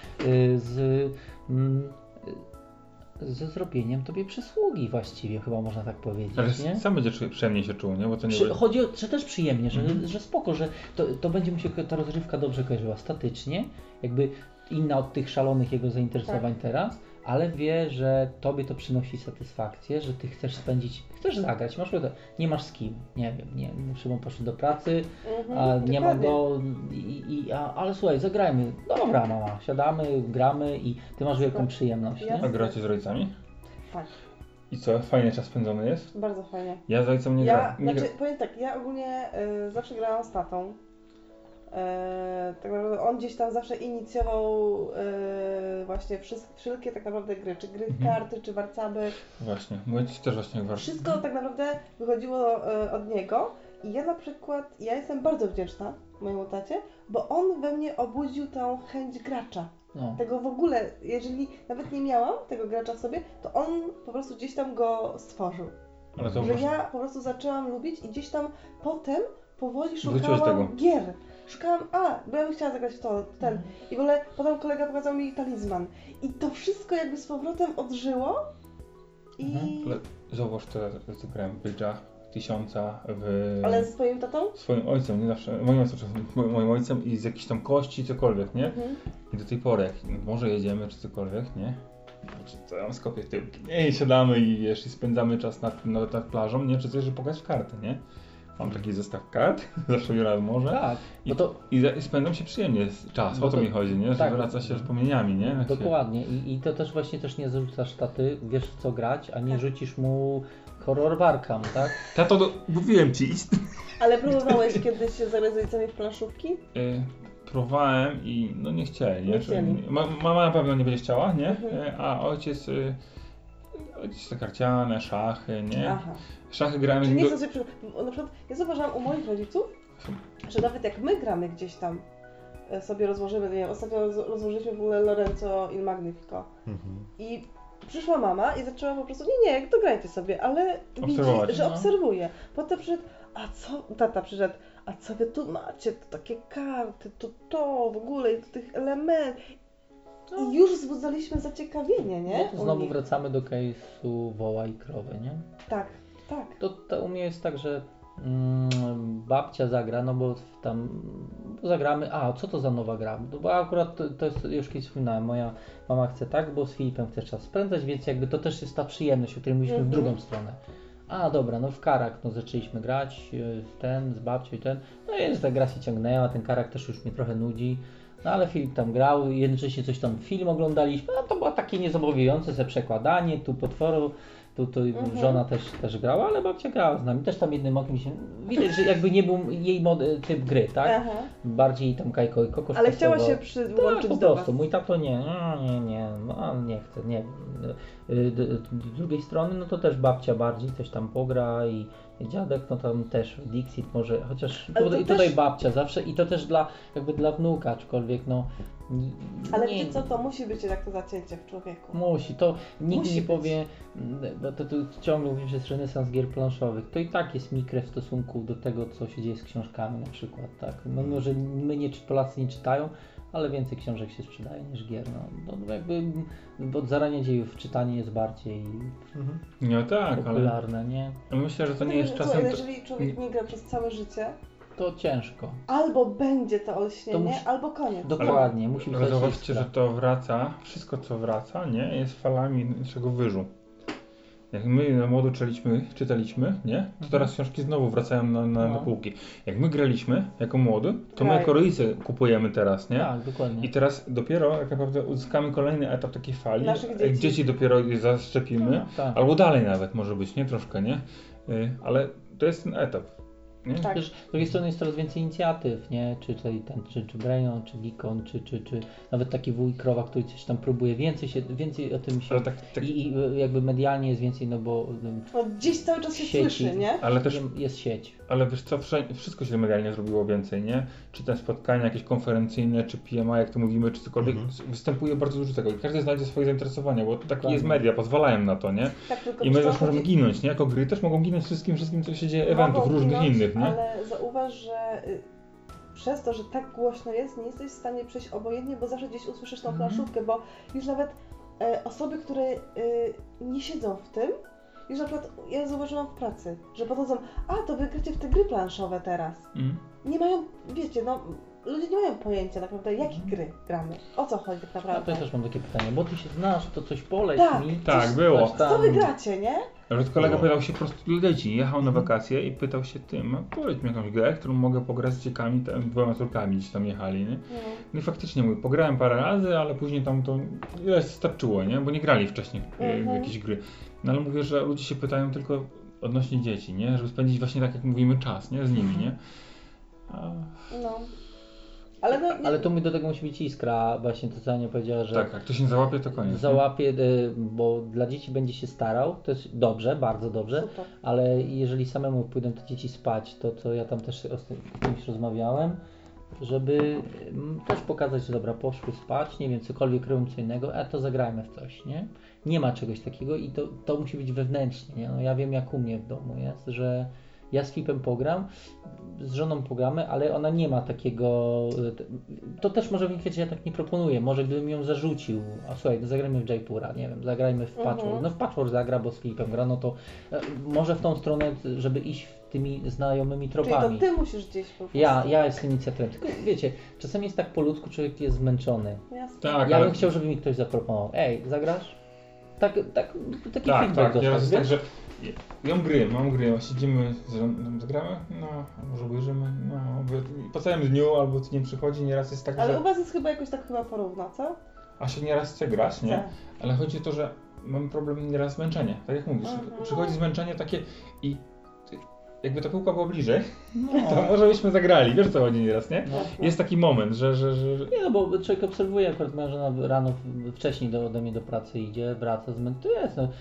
ze zrobieniem tobie przysługi właściwie, chyba można tak powiedzieć, ale nie? sam będzie przyjemnie się czuł, nie? Bo to nie chodzi o, że też przyjemnie, że spoko, że to będzie mu się ta rozrywka dobrze kojarzyła statycznie, jakby inna od tych szalonych jego zainteresowań teraz, ale wie, że tobie to przynosi satysfakcję, że ty chcesz zagrać, nie masz z kim, nie wiem, Szymon poszedł do pracy, a nie ma go, ale słuchaj, zagrajmy, dobra mama, siadamy, gramy i ty masz wielką przyjemność. Nie? A gracie z rodzicami? Tak. I co, fajnie czas spędzony jest? Bardzo fajnie. Ja z ojcem nie gram. Powiem tak, ja ogólnie zawsze grałam z tatą. Tak naprawdę on gdzieś tam zawsze inicjował właśnie wszelkie tak naprawdę gry, czy gry w karty, czy warcaby. Właśnie, mój też właśnie warcaby. Wszystko tak naprawdę wychodziło od niego i ja na przykład, jestem bardzo wdzięczna mojemu tacie, bo on we mnie obudził tę chęć gracza. No. Tego w ogóle, jeżeli nawet nie miałam tego gracza w sobie, to on po prostu gdzieś tam go stworzył. Że ja po prostu zaczęłam lubić i gdzieś tam potem powoli szukałam gier. Szukałam, bo ja bym chciała zagrać w ten. I w ogóle potem kolega pokazał mi Talizman. I to wszystko jakby z powrotem odżyło. Ale zauważ teraz, że grałem w Bridge'a 1000 Ale ze swoim tatą? Swoim ojcem, nie zawsze, moim ojcem i z jakichś tam kości, cokolwiek, nie? I do tej pory, jak może jedziemy czy cokolwiek, nie? To ja skopię tyłki, nie? I siadamy i spędzamy czas nad plażą, nie? Czy coś, żeby pokazać w karty, nie? Mam taki zestaw kart, zawsze biorę morze. Tak, I spędzam się przyjemnie czas, o to mi chodzi, nie? Że wraca się wspomnieniami, nie? Dokładnie. I to też właśnie nie zarzucasz taty, wiesz w co grać, a nie rzucisz mu horror Arkham, tak? Tato, mówiłem ci iść. Ale próbowałeś kiedyś się zagrać z ojcami w planszówki? Próbowałem i nie chcieli, nie? Mama na pewno nie będzie chciała, nie? A ojciec Gdzieś te karciane, szachy, nie? Aha. Szachy gramy... Czyli nie chcę sobie na przykład, ja zauważyłam u moich rodziców, że nawet jak my gramy gdzieś tam, sobie rozłożymy, nie wiem, ostatnio rozłożyliśmy w ogóle Lorenzo il Magnifico i przyszła mama i zaczęła po prostu, nie, dograjcie sobie, ale widzi, że obserwuje. Potem przyszedł, tata przyszedł, a co wy tu macie, to takie karty, to w ogóle i do tych elementów. I już wzbudzaliśmy zaciekawienie, nie? No to znowu wracamy do case'u woła i krowy, nie? Tak. To u mnie jest tak, że babcia zagra, no bo tam zagramy, co to za nowa gra? No bo akurat to jest, już kiedyś wspominałem, moja mama chce tak, bo z Filipem chce czas spędzać, więc jakby to też jest ta przyjemność, o której mówiliśmy w drugą stronę. Dobra, no w Karak zaczęliśmy grać, z babcią i no więc ta gra się ciągnęła, ten Karak też już mnie trochę nudzi. No ale Filip tam grał, jednocześnie coś tam film oglądaliśmy, to było takie niezobowiązujące ze przekładanie, tu potworu, tu żona też grała, ale babcia grała z nami, też tam jednym okiem się, widać, że jakby nie był jej typ gry, tak? Bardziej tam Kajko i Koko. Ale chciała się przyłączyć po prostu, mój tato nie chcę, nie. Z drugiej strony, no to też babcia bardziej coś tam pogra i dziadek, no tam też Dixit może, chociaż tutaj babcia zawsze i to też dla wnuka, aczkolwiek ale wiecie co, to musi być jednak to zacięcie w człowieku. Musi, to nikt nie powie, bo to ciągle mówimy, że jest renesans gier planszowych, to i tak jest mikre w stosunku do tego, co się dzieje z książkami na przykład, tak. No może Polacy nie czytają, ale więcej książek się sprzedaje niż gier, no jakby od zarania dziejów czytanie jest bardziej popularne, nie? Myślę, że to nie jest czasem... Jeżeli człowiek nie gra przez całe życie, to ciężko. Albo będzie to olśnienie, albo koniec. Dokładnie, musi być. Zobaczcie, że to wraca, wszystko co wraca, nie, jest falami naszego wyżu. Jak my na młodu czytaliśmy, nie, to teraz książki znowu wracają na półki. Jak my graliśmy jako młody, to my jako rodzice kupujemy teraz, nie? Tak, dokładnie. I teraz dopiero tak naprawdę uzyskamy kolejny etap takiej fali, jak dzieci dopiero je zaszczepimy, albo dalej nawet może być, nie? Troszkę, nie? Ale to jest ten etap. Nie? Tak. Też z drugiej strony jest coraz więcej inicjatyw, nie? Czy Brainon, czy Geekon, czy nawet taki wuj Krowa, który coś tam próbuje, więcej o tym się... I jakby medialnie jest więcej, no bo... gdzieś cały czas się słyszy, nie? Ale też jest sieć. Ale wiesz co, wszystko się medialnie zrobiło więcej, nie? Czy te spotkania jakieś konferencyjne, czy PMA, jak to mówimy, czy cokolwiek, występuje bardzo dużo tego i każdy znajdzie swoje zainteresowanie, bo taki jest media, pozwalają na to, nie? Tak, i my też możemy ginąć, nie? Jako gry też mogą ginąć wszystkim, co się dzieje, eventów różnych innych, nie? Ale zauważ, że przez to, że tak głośno jest, nie jesteś w stanie przejść obojętnie, bo zawsze gdzieś usłyszysz tą planszówkę, bo już nawet osoby, które nie siedzą w tym, już na przykład ja zauważyłam w pracy, że podchodzą, to wy gracie w te gry planszowe teraz. Nie mają, wiecie, ludzie nie mają pojęcia naprawdę, jakie gry gramy, o co chodzi tak naprawdę. Ja też mam takie pytanie, bo ty się znasz, to coś poleć mi. Tak, było. Co wy gracie, nie? Nawet kolega pytał się po prostu do dzieci, jechał na wakacje i pytał się powiedz mi jakąś grę, którą mogę pograć z dzieciakami, 2 córkami gdzieś tam jechali, nie? No i faktycznie mówię, pograłem parę razy, ale później tam to ileś starczyło, nie? Bo nie grali wcześniej w jakieś gry. No ale mówię, że ludzie się pytają tylko odnośnie dzieci, nie? Żeby spędzić właśnie tak jak mówimy czas, nie? Z nimi, nie? Ale to do tego musi być iskra, właśnie to co Ania powiedziała, że... Tak, jak to się nie załapie, to koniec. Załapie, bo dla dzieci będzie się starał, to jest dobrze, bardzo dobrze, super. Ale jeżeli samemu pójdą te dzieci spać, to ja tam też z kimś rozmawiałem, żeby też pokazać, że dobra, poszły spać, nie wiem, cokolwiek robią co innego, to zagrajmy w coś, nie? Nie ma czegoś takiego i to musi być wewnętrznie, nie? No ja wiem jak u mnie w domu jest, że ja z Filipem pogram, z żoną pogramy, ale ona nie ma takiego... To też może wynikać, że ja tak nie proponuję. Może gdybym ją zarzucił, słuchaj, zagrajmy w Jaipura, nie wiem, zagrajmy w Patchwork. No w Patchwork zagra, bo z Filipem gra, no to może w tą stronę, żeby iść tymi znajomymi tropami. Czyli to ty musisz gdzieś po prostu. Ja jestem inicjatorem. Tylko wiecie, czasami jest tak po ludzku, człowiek jest zmęczony. Jasne. Tak, ja bym chciał, żeby mi ktoś zaproponował. Ej, zagrasz? Taki feedback dostać, jest tak, że mam gry, siedzimy, zagramy, może obejrzymy, po całym dniu albo nie przychodzi, nieraz jest tak, ale że... u was jest chyba jakoś tak porówno, co? A się nieraz chce grać, nie? Ale chodzi o to, że mamy problem nieraz zmęczenie, tak jak mówisz, przychodzi zmęczenie takie i jakby ta piłka była bliżej, to może byśmy zagrali, wiesz co chodzi nieraz, nie? No. Jest taki moment, że... Nie no, bo człowiek obserwuje, akurat moja żona rano wcześniej do mnie do pracy idzie, wraca, to jest, no.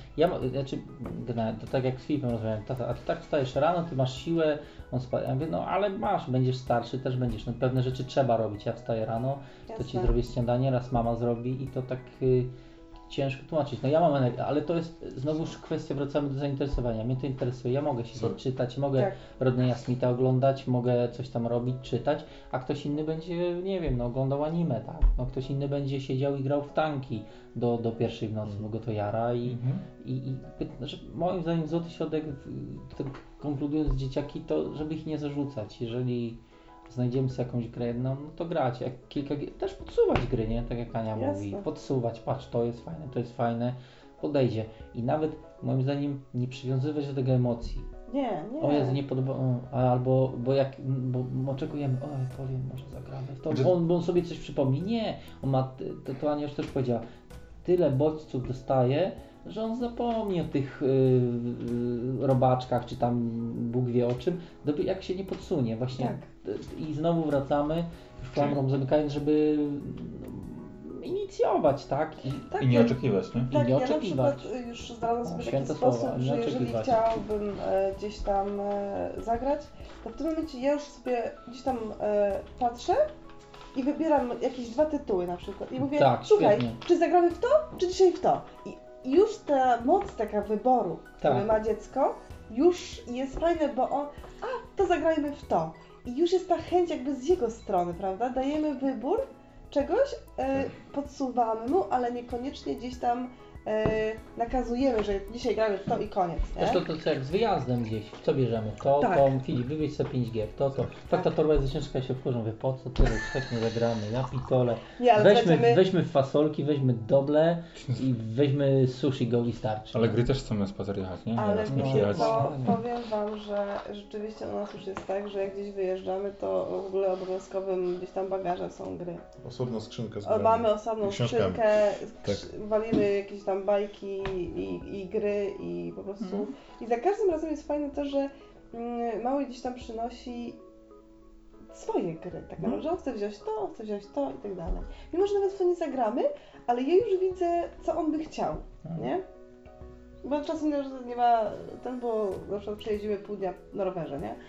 To tak jak z Filipem rozmawiałem, a ty tak wstajesz rano, ty masz siłę, on spada, ja mówię, no ale masz, będziesz starszy, też będziesz, no pewne rzeczy trzeba robić, ja wstaję rano, to ci zrobię śniadanie, raz mama zrobi i to tak... ciężko tłumaczyć. No ja mam energię, ale to jest znowuż kwestia, wracamy do zainteresowania. Mnie to interesuje, ja mogę się czytać, mogę Rodneya Smitha oglądać, mogę coś tam robić, czytać, a ktoś inny będzie, nie wiem, no oglądał anime, tak? No ktoś inny będzie siedział i grał w tanki do pierwszej w nocy, bo go to jara i znaczy, moim zdaniem złoty środek, konkludując dzieciaki, to żeby ich nie zarzucać. Jeżeli znajdziemy sobie jakąś grę, no to grać, jak też podsuwać gry, nie? Tak jak Ania mówi, podsuwać, patrz, to jest fajne, podejdzie. I nawet moim zdaniem nie przywiązywać do tego emocji. Nie. O Jezu, nie podoba, albo bo oczekujemy, powiem, może zagramy w to, bo on sobie coś przypomni. Nie, on ma, to Ania już też powiedziała, tyle bodźców dostaje, że on zapomni o tych robaczkach, czy tam Bóg wie o czym, jak się nie podsunie właśnie. I znowu wracamy, już klamrą zamykając, żeby inicjować, tak? I nie oczekiwać, nie? Tak, I nie ja oczekiwać. na przykład już znalazłam sobie taki sposób, że jeżeli chciałabym gdzieś tam zagrać, to w tym momencie ja już sobie gdzieś tam patrzę i wybieram jakieś 2 tytuły na przykład i mówię, słuchaj, świetnie. Czy zagramy w to, czy dzisiaj w to? I już ta moc taka wyboru, który ma dziecko, już jest fajne, bo on, to zagrajmy w to. I już jest ta chęć jakby z jego strony, prawda? Dajemy wybór czegoś, podsuwamy mu, ale niekoniecznie gdzieś tam nakazujemy, że dzisiaj gramy w to i koniec. Zresztą to co jak z wyjazdem gdzieś, w co bierzemy? To Filip, wybierz sobie 5G, to. Fakt, ta torba jest za ciężka, ja się wkurzą, mówię, po co tyle, świetnie zagramy, ja pitole. Weźmy fasolki, weźmy doble i weźmy sushi go i starczy. Ale gry też chcą na spacer jechać, nie? Ale powiem Wam, że rzeczywiście u nas już jest tak, że jak gdzieś wyjeżdżamy, to w ogóle obowiązkowym gdzieś tam bagażem są gry. Osobna skrzynka z grami. Mamy osobną skrzynkę, walimy jakieś tam bajki i gry i po prostu... I za każdym razem jest fajne to, że mały gdzieś tam przynosi swoje gry, tak naprawdę, że on chce wziąć to i tak dalej. Mimo, że nawet w to nie zagramy, ale ja już widzę, co on by chciał, nie? Bo czasem nie ma, bo na przykład przejeździmy pół dnia na rowerze, nie?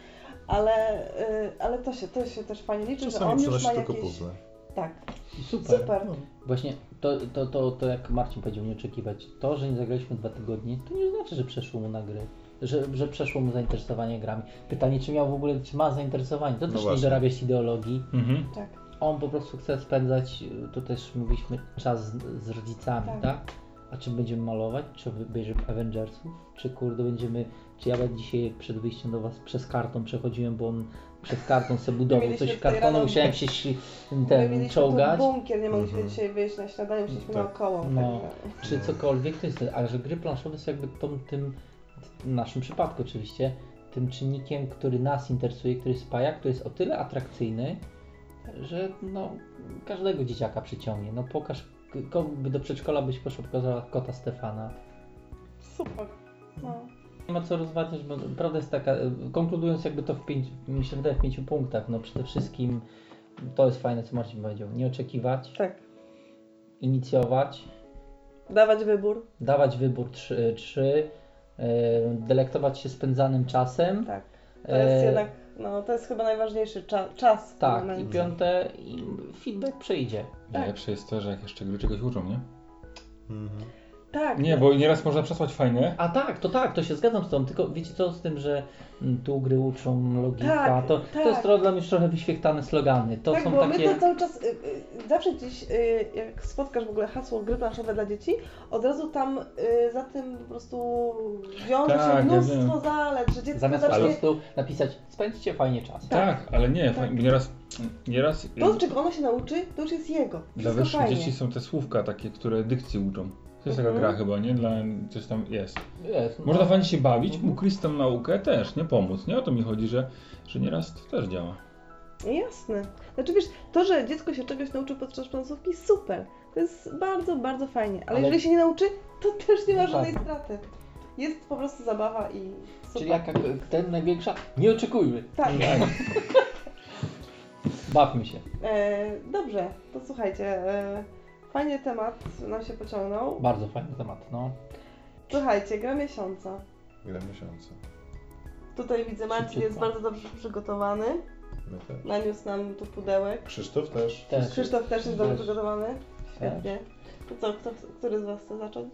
Ale to się też fajnie liczy, czasami że on już ma tylko jakieś... puzzle. Tak. Super. No. Właśnie to jak Marcin powiedział, nie oczekiwać. To, że nie zagraliśmy 2 tygodnie, to nie znaczy, że przeszło mu na gry. Że przeszło mu zainteresowanie grami. Pytanie, czy ma zainteresowanie. To też nie dorabiać ideologii. Tak. On po prostu chce spędzać, tu też mówiliśmy, czas z rodzicami, tak? A czy będziemy malować, czy obejrzymy Avengersów, czy ja dzisiaj przed wyjściem do Was przez karton przechodziłem, bo on przez karton sobie budował coś w kartonie, musiałem się czołgać. Bunkier, nie mogliśmy dzisiaj wyjść na śniadanie, musieliśmy naokoło. Czy cokolwiek, to jest, ale że gry planszowe są jakby tym, w naszym przypadku oczywiście, tym czynnikiem, który nas interesuje, który spaja, który jest o tyle atrakcyjny, że każdego dzieciaka przyciągnie. Pokaż, do przedszkola byś pokazała kota Stefana. Super. Nie ma co rozważać, bo prawda jest taka, konkludując jakby to mi się wydaje w 5 punktach, przede wszystkim to jest fajne, co Marcin powiedział, nie oczekiwać, inicjować, dawać wybór 3, delektować się spędzanym czasem. Tak, to jest jednak, to jest chyba najważniejszy czas. Tak, i 5, feedback przyjdzie. Najlepsze jest to, że jak jeszcze gry czegoś uczą, nie? Tak. Nie, bo nieraz można przesłać fajne. A to się zgadzam z tą, tylko wiecie co z tym, że tu gry uczą logika, to jest dla mnie już trochę wyświechtane slogany. To są bo takie... my to cały czas, zawsze gdzieś jak spotkasz w ogóle hasło gry planszowe dla dzieci, od razu tam za tym po prostu wiąże się mnóstwo zalet, że dziecko zamiast po prostu napisać, spędźcie fajnie czas. Tak, ale nie, nieraz... To, czego ono się nauczy, to już jest jego. Dla wyższych dzieci są te słówka takie, które dykcji uczą. To jest taka gra chyba, nie? Coś tam jest. Można fajnie się bawić, ukryć tam naukę też, nie pomóc. Nie o to mi chodzi, że nieraz to też działa. Jasne. Znaczy wiesz, to, że dziecko się czegoś nauczy podczas planszówki, super. To jest bardzo, bardzo fajnie. Ale jeżeli się nie nauczy, to też nie ma żadnej straty. jest po prostu zabawa i super. Czyli jaka ten największa? Nie oczekujmy. Tak. Bawmy się. Dobrze, to słuchajcie, fajnie temat nam się pociągnął. Bardzo fajny temat, no. Słuchajcie, gra miesiąca. Gra miesiąca. Tutaj widzę, Marcin jest bardzo dobrze przygotowany. My też. Naniósł nam tu pudełek. Krzysztof też. Krzysztof też jest dobrze Też. przygotowany. Świetnie. To co, który z Was chce zacząć?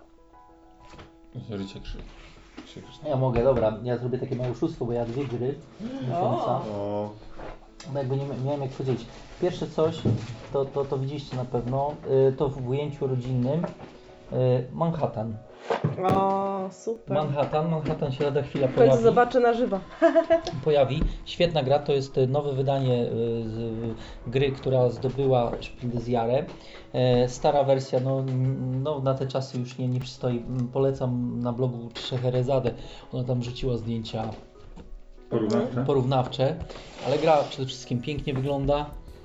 Życie krzyk. Ja mogę, dobra, ja zrobię takie małe oszustwo, bo ja 2 gry miesiąca. O, No jakby nie miałem jak podzielić. Pierwsze coś, to widzieliście na pewno, to w ujęciu rodzinnym Manhattan. O, super. Manhattan się lada chwila W końcu pojawi. zobaczę na żywo. Świetna gra, to jest nowe wydanie z gry, która zdobyła Szpindezjarę. Stara wersja, no na te czasy już nie przystoi. Polecam na blogu Scheherazade. Ona tam rzuciła zdjęcia porównawcze, ale gra przede wszystkim pięknie wygląda.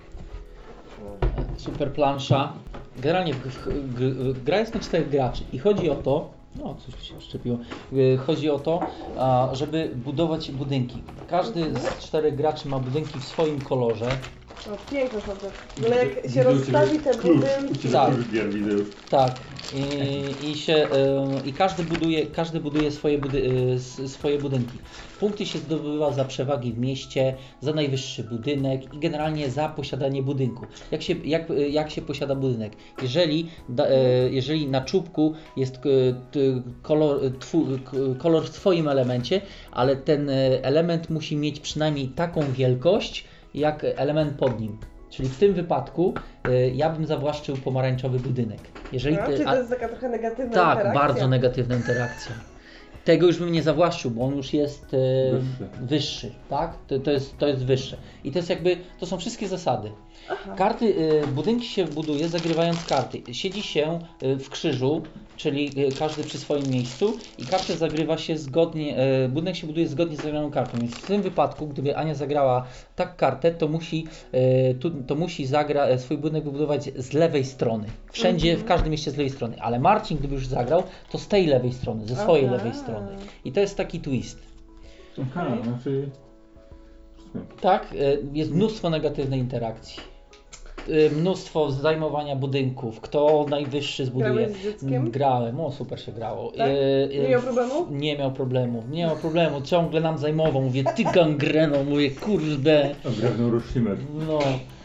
Super plansza. Generalnie gra jest na 4 graczy i chodzi o to, coś się szczepiło. Chodzi o to, żeby budować budynki. Każdy z 4 graczy ma budynki w swoim kolorze. No, piękne są te. Ale jak się rozstawi te budynki. Tak. I każdy buduje swoje budynki. Punkty się zdobywa za przewagi w mieście, za najwyższy budynek i generalnie za posiadanie budynku. Jak się posiada budynek? Jeżeli na czubku jest kolor w Twoim elemencie, ale ten element musi mieć przynajmniej taką wielkość, jak element pod nim. Czyli w tym wypadku ja bym zawłaszczył pomarańczowy budynek. Czyli to jest taka trochę negatywna interakcja? Tak, bardzo negatywna interakcja. Tego już bym nie zawłaszczył, bo on już jest wyższy, tak? To jest wyższe. I to są wszystkie zasady. Karty, budynki się buduje zagrywając karty. Siedzi się w krzyżu, czyli każdy przy swoim miejscu i kartę zagrywa się zgodnie, budynek się buduje zgodnie z zagraną kartą. Więc w tym wypadku, gdyby Ania zagrała tak kartę, to musi swój budynek wybudować z lewej strony. Wszędzie, w każdym mieście z lewej strony. Ale Marcin, gdyby już zagrał, to z tej lewej strony, ze swojej lewej strony. I to jest taki twist. Tak, jest mnóstwo negatywnej interakcji. Mnóstwo zajmowania budynków, kto najwyższy zbuduje. Grałeś z dzieckiem? Grałem, super się grało. Tak? Nie miał problemu? Nie miał problemu, ciągle nam zajmował, mówię, ty gangreno, mówię, kurde. Drewno Rushimer. No.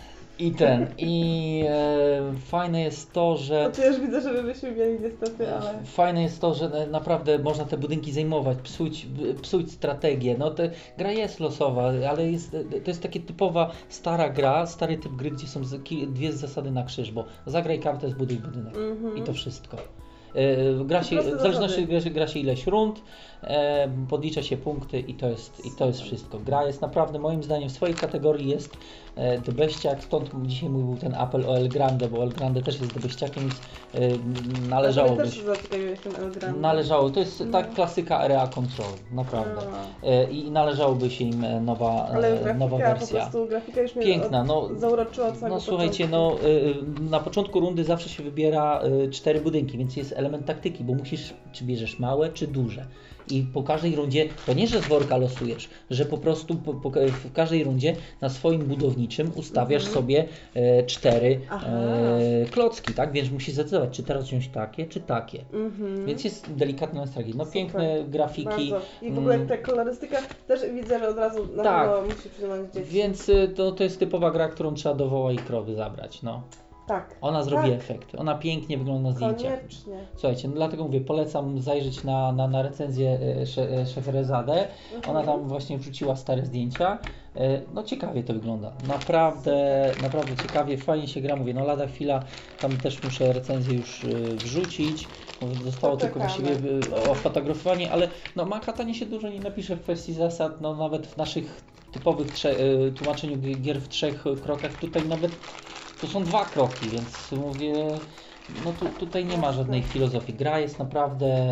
I fajne jest to, że... To ja już widzę, że my byśmy mieli niestety, ale... Fajne jest to, że naprawdę można te budynki zajmować, psuć strategię. Gra jest losowa, ale to jest taka typowa stara gra, stary typ gry, gdzie są 2 zasady na krzyż, bo zagraj kartę, zbuduj budynek. I to wszystko. W zależności gra się ileś rund, podlicza się punkty i to jest wszystko. Gra jest naprawdę, moim zdaniem, w swojej kategorii jest debeściak, stąd dzisiaj mówił ten apel o El Grande, bo El Grande też jest debeściakiem, więc należało być. Należało, to jest ta klasyka Area Control, naprawdę. I należałoby się im nowa wersja. Po prostu grafika już mnie piękna, zauroczyła od samego słuchajcie, na początku rundy zawsze się wybiera 4 budynki, więc jest element taktyki, bo musisz, czy bierzesz małe, czy duże. I po każdej rundzie, to nie, że z worka losujesz, że po prostu w każdej rundzie na swoim budowniczym ustawiasz sobie 4 klocki, tak? Więc musisz zdecydować, czy teraz wziąć takie, czy takie. Więc jest delikatna strategia. Piękne grafiki. Bardzo. I w ogóle ta kolorystyka też widzę, że od razu na pewno musi przyjąć dzieci. Więc to jest typowa gra, którą trzeba do woła i krowy zabrać. Tak. Ona zrobi efekt. Ona pięknie wygląda na zdjęciach. Koniecznie. Słuchajcie, dlatego mówię, polecam zajrzeć na recenzję Scheherazade. Ona tam właśnie wrzuciła stare zdjęcia. Ciekawie to wygląda. Naprawdę ciekawie, fajnie się gra. Mówię, lada chwila, tam też muszę recenzję już wrzucić. Zostało tylko właściwie ofotografowanie, ale Manhattanie się dużo nie napisze w kwestii zasad, nawet w naszych typowych tłumaczeniu gier w 3 krokach, tutaj nawet to są 2 kroki, więc mówię, tutaj nie ma żadnej filozofii. Gra jest naprawdę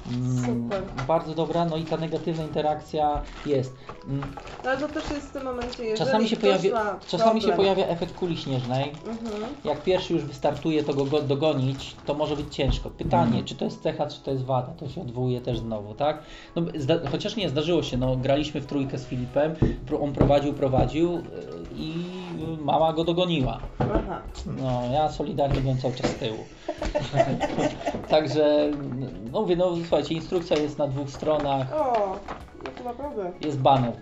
Bardzo dobra, no i ta negatywna interakcja jest. Ale to też jest w tym momencie, jeżeli czasami się pojawia efekt kuli śnieżnej. Jak pierwszy już wystartuje, to go dogonić, to może być ciężko. Pytanie, czy to jest cecha, czy to jest wada, to się odwołuje też znowu, tak? No, chociaż nie, zdarzyło się, no graliśmy w trójkę z Filipem, on prowadził i mama go dogoniła. Aha. No, ja solidarnie byłem cały czas z tyłu. Także, no mówię, no słuchajcie, instrukcja jest na 2 stronach. O, no to naprawdę. Jest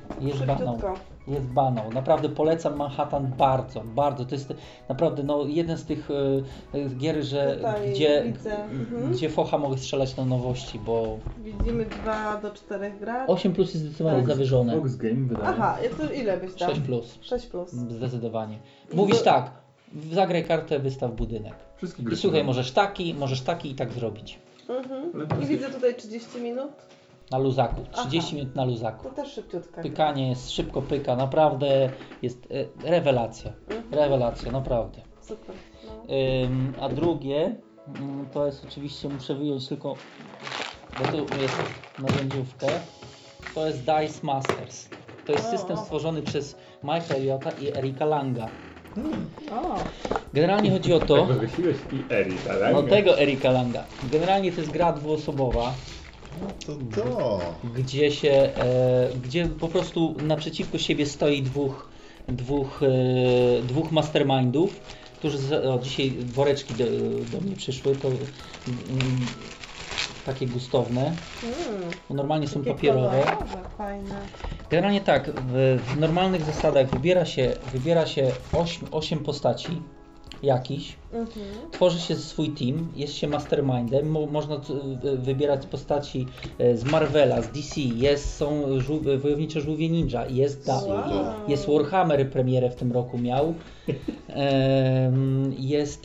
banał. Naprawdę polecam Manhattan bardzo. To jest naprawdę no, jeden z tych gier, że gdzie focha mogę strzelać na nowości, bo... Widzimy 2 do 4 graczy. 8+ jest zdecydowanie zawyżone. Box Game wydaje. Aha, to ile byś tam? 6+. 6+. Zdecydowanie. Mówisz tak, zagraj kartę, wystaw budynek. Wszystkie I gry. słuchaj, możesz taki i tak zrobić. I widzę tutaj 30 minut. Na luzaku, 30 minut na luzaku. To też szybciutka. Pykanie jest, szybko pyka, naprawdę jest rewelacja. Rewelacja, naprawdę. Super. No. A drugie, to jest oczywiście, muszę wyjąć tylko, bo tu jest narzędziówkę, to jest Dice Masters. To jest system stworzony przez Mike'a Elliotta i Erika Langa. Generalnie chodzi o to... Wygasiłeś i Erika Langa. No tego Erika Langa. Generalnie to jest gra dwuosobowa. Gdzie po prostu naprzeciwko siebie stoi dwóch mastermindów, którzy dzisiaj woreczki do mnie przyszły, to takie gustowne, normalnie są papierowe. Fajne. Generalnie tak, w normalnych zasadach wybiera się 8 postaci jakiś, tworzy się swój team, jest się mastermindem, można wybierać postaci z Marvela, z DC, są Wojownicze Żółwie Ninja, jest Warhammer premierę w tym roku miał, jest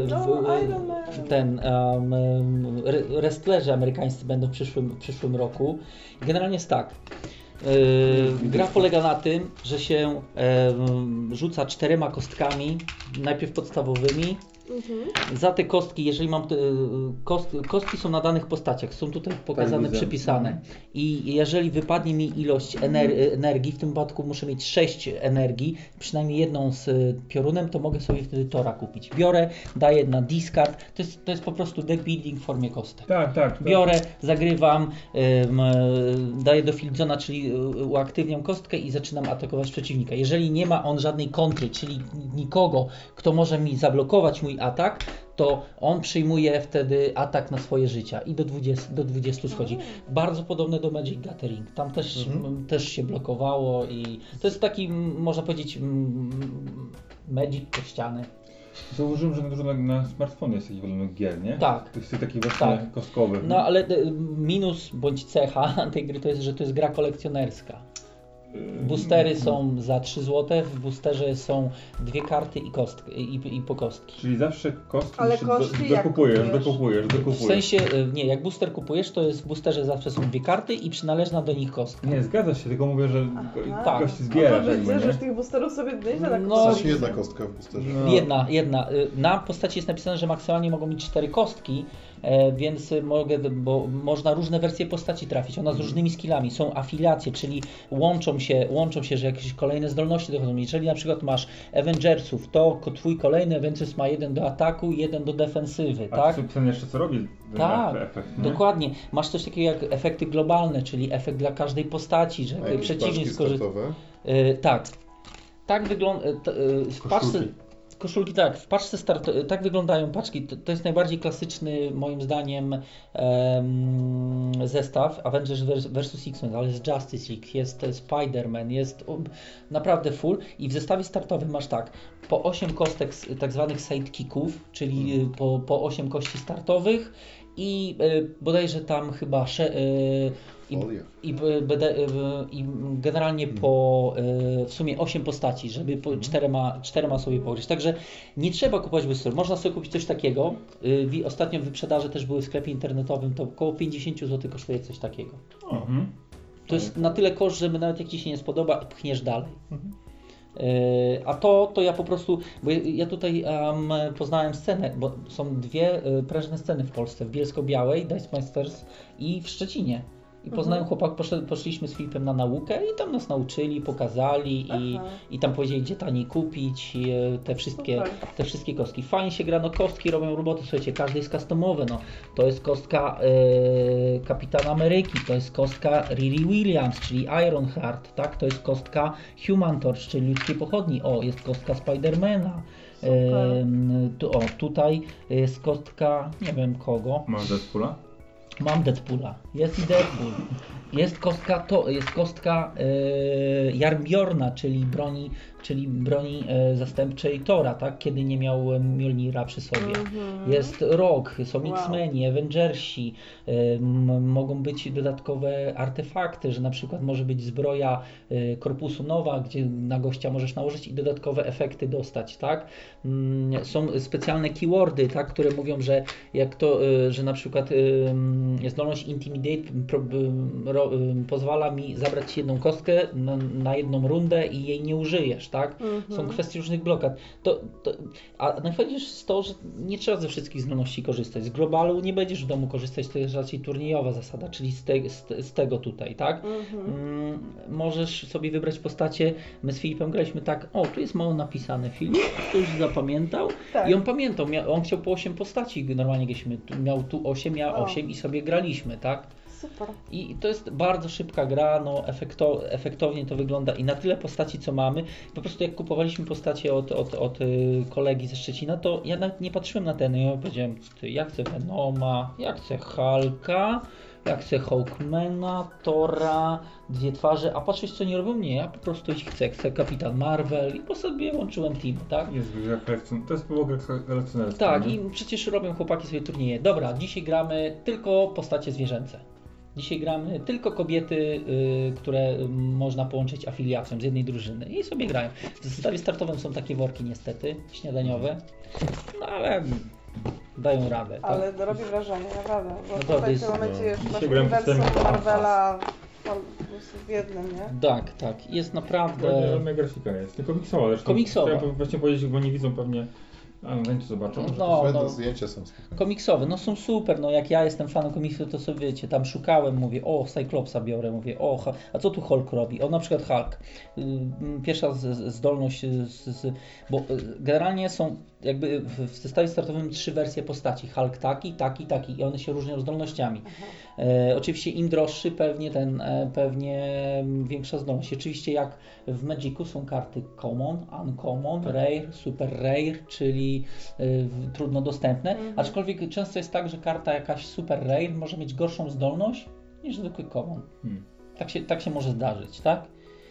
wrestlerzy amerykańscy będą w przyszłym roku. Generalnie jest tak. Gra polega na tym, że się rzuca 4 kostkami, najpierw podstawowymi. Za te kostki, jeżeli mam kostki są na danych postaciach, są tutaj pokazane, przypisane. I jeżeli wypadnie mi ilość energii, w tym wypadku muszę mieć 6 energii, przynajmniej jedną z piorunem, to mogę sobie wtedy Tora kupić. Biorę, daję na discard, to jest po prostu deck building w formie kostek. Tak. Biorę, zagrywam, daję do field zona, czyli uaktywniam kostkę i zaczynam atakować przeciwnika. Jeżeli nie ma on żadnej kontry, czyli nikogo, kto może mi zablokować mój atak, to on przyjmuje wtedy atak na swoje życia i do 20 schodzi. Bardzo podobne do Magic Gathering. Tam też się blokowało i to jest taki, można powiedzieć, Magic kościany. Zauważyłem, że dużo na smartfonie jest takich wolnych gier, nie? Tak. To jest taki właśnie kostkowy. No ale minus bądź cecha tej gry to jest, że to jest gra kolekcjonerska. Boostery są za 3 zł, w boosterze są 2 karty i po kostki. Czyli zawsze kostki dokupujesz. W sensie, nie, jak booster kupujesz, to jest w boosterze zawsze są 2 karty i przynależna do nich kostka. Nie, zgadza się, tylko mówię, że kości zbierasz. Że tych boosterów sobie nieźle tak jedna kostka w boosterze. Jedna. Na postaci jest napisane, że maksymalnie mogą mieć 4 kostki, więc bo można różne wersje postaci trafić. Ona z różnymi skillami. Są afiliacje, czyli łączą się, że jakieś kolejne zdolności dochodzą. Jeżeli na przykład masz Avengersów, to twój kolejny Avengers ma 1 do ataku i 1 do defensywy, a tak? A jeszcze co robi ten efekt, nie? Dokładnie. Masz coś takiego jak efekty globalne, czyli efekt dla każdej postaci, że przeciwnik skorzysta. Tak wygląda. Koszulki, tak. W paczce tak wyglądają paczki. To jest najbardziej klasyczny, moim zdaniem, zestaw Avengers vs. X-Men, ale jest Justice League, jest Spider-Man, jest naprawdę full i w zestawie startowym masz tak, po 8 kostek tak zwanych sidekicków, czyli po 8 kości startowych i bodajże tam chyba i generalnie w sumie 8 postaci, żeby czterema sobie pogryźć. Także nie trzeba kupować boosterów. Można sobie kupić coś takiego. Ostatnio w wyprzedaży też były w sklepie internetowym, to około 50 zł kosztuje coś takiego. To jest na tyle koszt, żeby nawet jak Ci się nie spodoba, pchniesz dalej. A to ja po prostu, bo ja tutaj poznałem scenę, bo są dwie prężne sceny w Polsce, w Bielsko-Białej, Dice Masters i w Szczecinie. I poznałem chłopaków, poszliśmy z Filipem na naukę i tam nas nauczyli, pokazali i tam powiedzieli, gdzie taniej kupić te wszystkie kostki. Fajnie się gra, no kostki robią roboty, słuchajcie, każdy jest customowy, no. To jest kostka Kapitana Ameryki, to jest kostka Riri Williams, czyli Ironheart, tak? To jest kostka Human Torch, czyli ludzkiej pochodni, jest kostka Spidermana. Tutaj jest kostka, nie wiem kogo. Masz Deadpoola? Mam Deadpoola, jest i Deadpool. Jest kostka Jarnbjorna, czyli broni zastępczej Thora, tak? Kiedy nie miał Mjolnira przy sobie. Jest Rogue, są X-Meni, Avengersi, mogą być dodatkowe artefakty, że na przykład może być zbroja Korpusu Nowa, gdzie na gościa możesz nałożyć i dodatkowe efekty dostać, tak? Są specjalne keywordy, tak? Które mówią, że że na przykład zdolność Intimidate pozwala mi zabrać jedną kostkę na jedną rundę i jej nie użyjesz, tak? Są kwestie różnych blokad. A najfajniejsze jest to, że nie trzeba ze wszystkich zdolności korzystać. Z globalu nie będziesz w domu korzystać, to jest raczej turniejowa zasada, czyli z tego tutaj, tak? Możesz sobie wybrać postacie. My z Filipem graliśmy tak, tu jest mało napisane, Filip, ktoś zapamiętał i on pamiętał, on chciał po 8 postaci, normalnie graliśmy, miał tu 8, ja 8 i sobie graliśmy, tak? Super. I to jest bardzo szybka gra, efektownie to wygląda i na tyle postaci co mamy, po prostu jak kupowaliśmy postacie od kolegi ze Szczecina, to ja nawet nie patrzyłem na ten, ja powiedziałem, ja chcę Venoma, ja chcę Hulka, ja chcę Hawkmana, Thora, Dwie Twarze, a patrzeć co nie robią? Nie, ja po prostu ich chcę Kapitan Marvel i po sobie łączyłem team, tak? To jest było kolekcjonerstwo. Tak, i przecież robią chłopaki sobie turnieje. Dobra, dzisiaj gramy tylko postacie zwierzęce. Dzisiaj gramy tylko kobiety, które można połączyć afiliacją z jednej drużyny i sobie grają. W zestawie startowym są takie worki niestety, śniadaniowe, no ale dają radę. Ale tak? robi wrażenie, naprawdę. Bo no tutaj w tym momencie masz uniwersum Marvela w jednym, nie? Tak. Jest naprawdę... Żadna grafika jest, tylko komiksowa. Zresztą komiksowa. Ja właśnie powiedzieć, bo nie widzą pewnie... Zdjęcia zobaczą. Zdjęcia są komiksowe, no są super, no jak ja jestem fanem komiksów, to sobie wiecie, tam szukałem, mówię, Cyclopsa biorę, mówię, a co tu Hulk robi? Na przykład Hulk. Pierwsza zdolność, bo generalnie są jakby w zestawie startowym 3 wersje postaci. Hulk taki i one się różnią zdolnościami. Oczywiście im droższy pewnie większa zdolność. Oczywiście jak w Magicu są karty Common, Uncommon, Rare, Super Rare, czyli trudno dostępne, aczkolwiek często jest tak, że karta jakaś Super Rare może mieć gorszą zdolność niż zwykły Common. Tak się może zdarzyć, tak?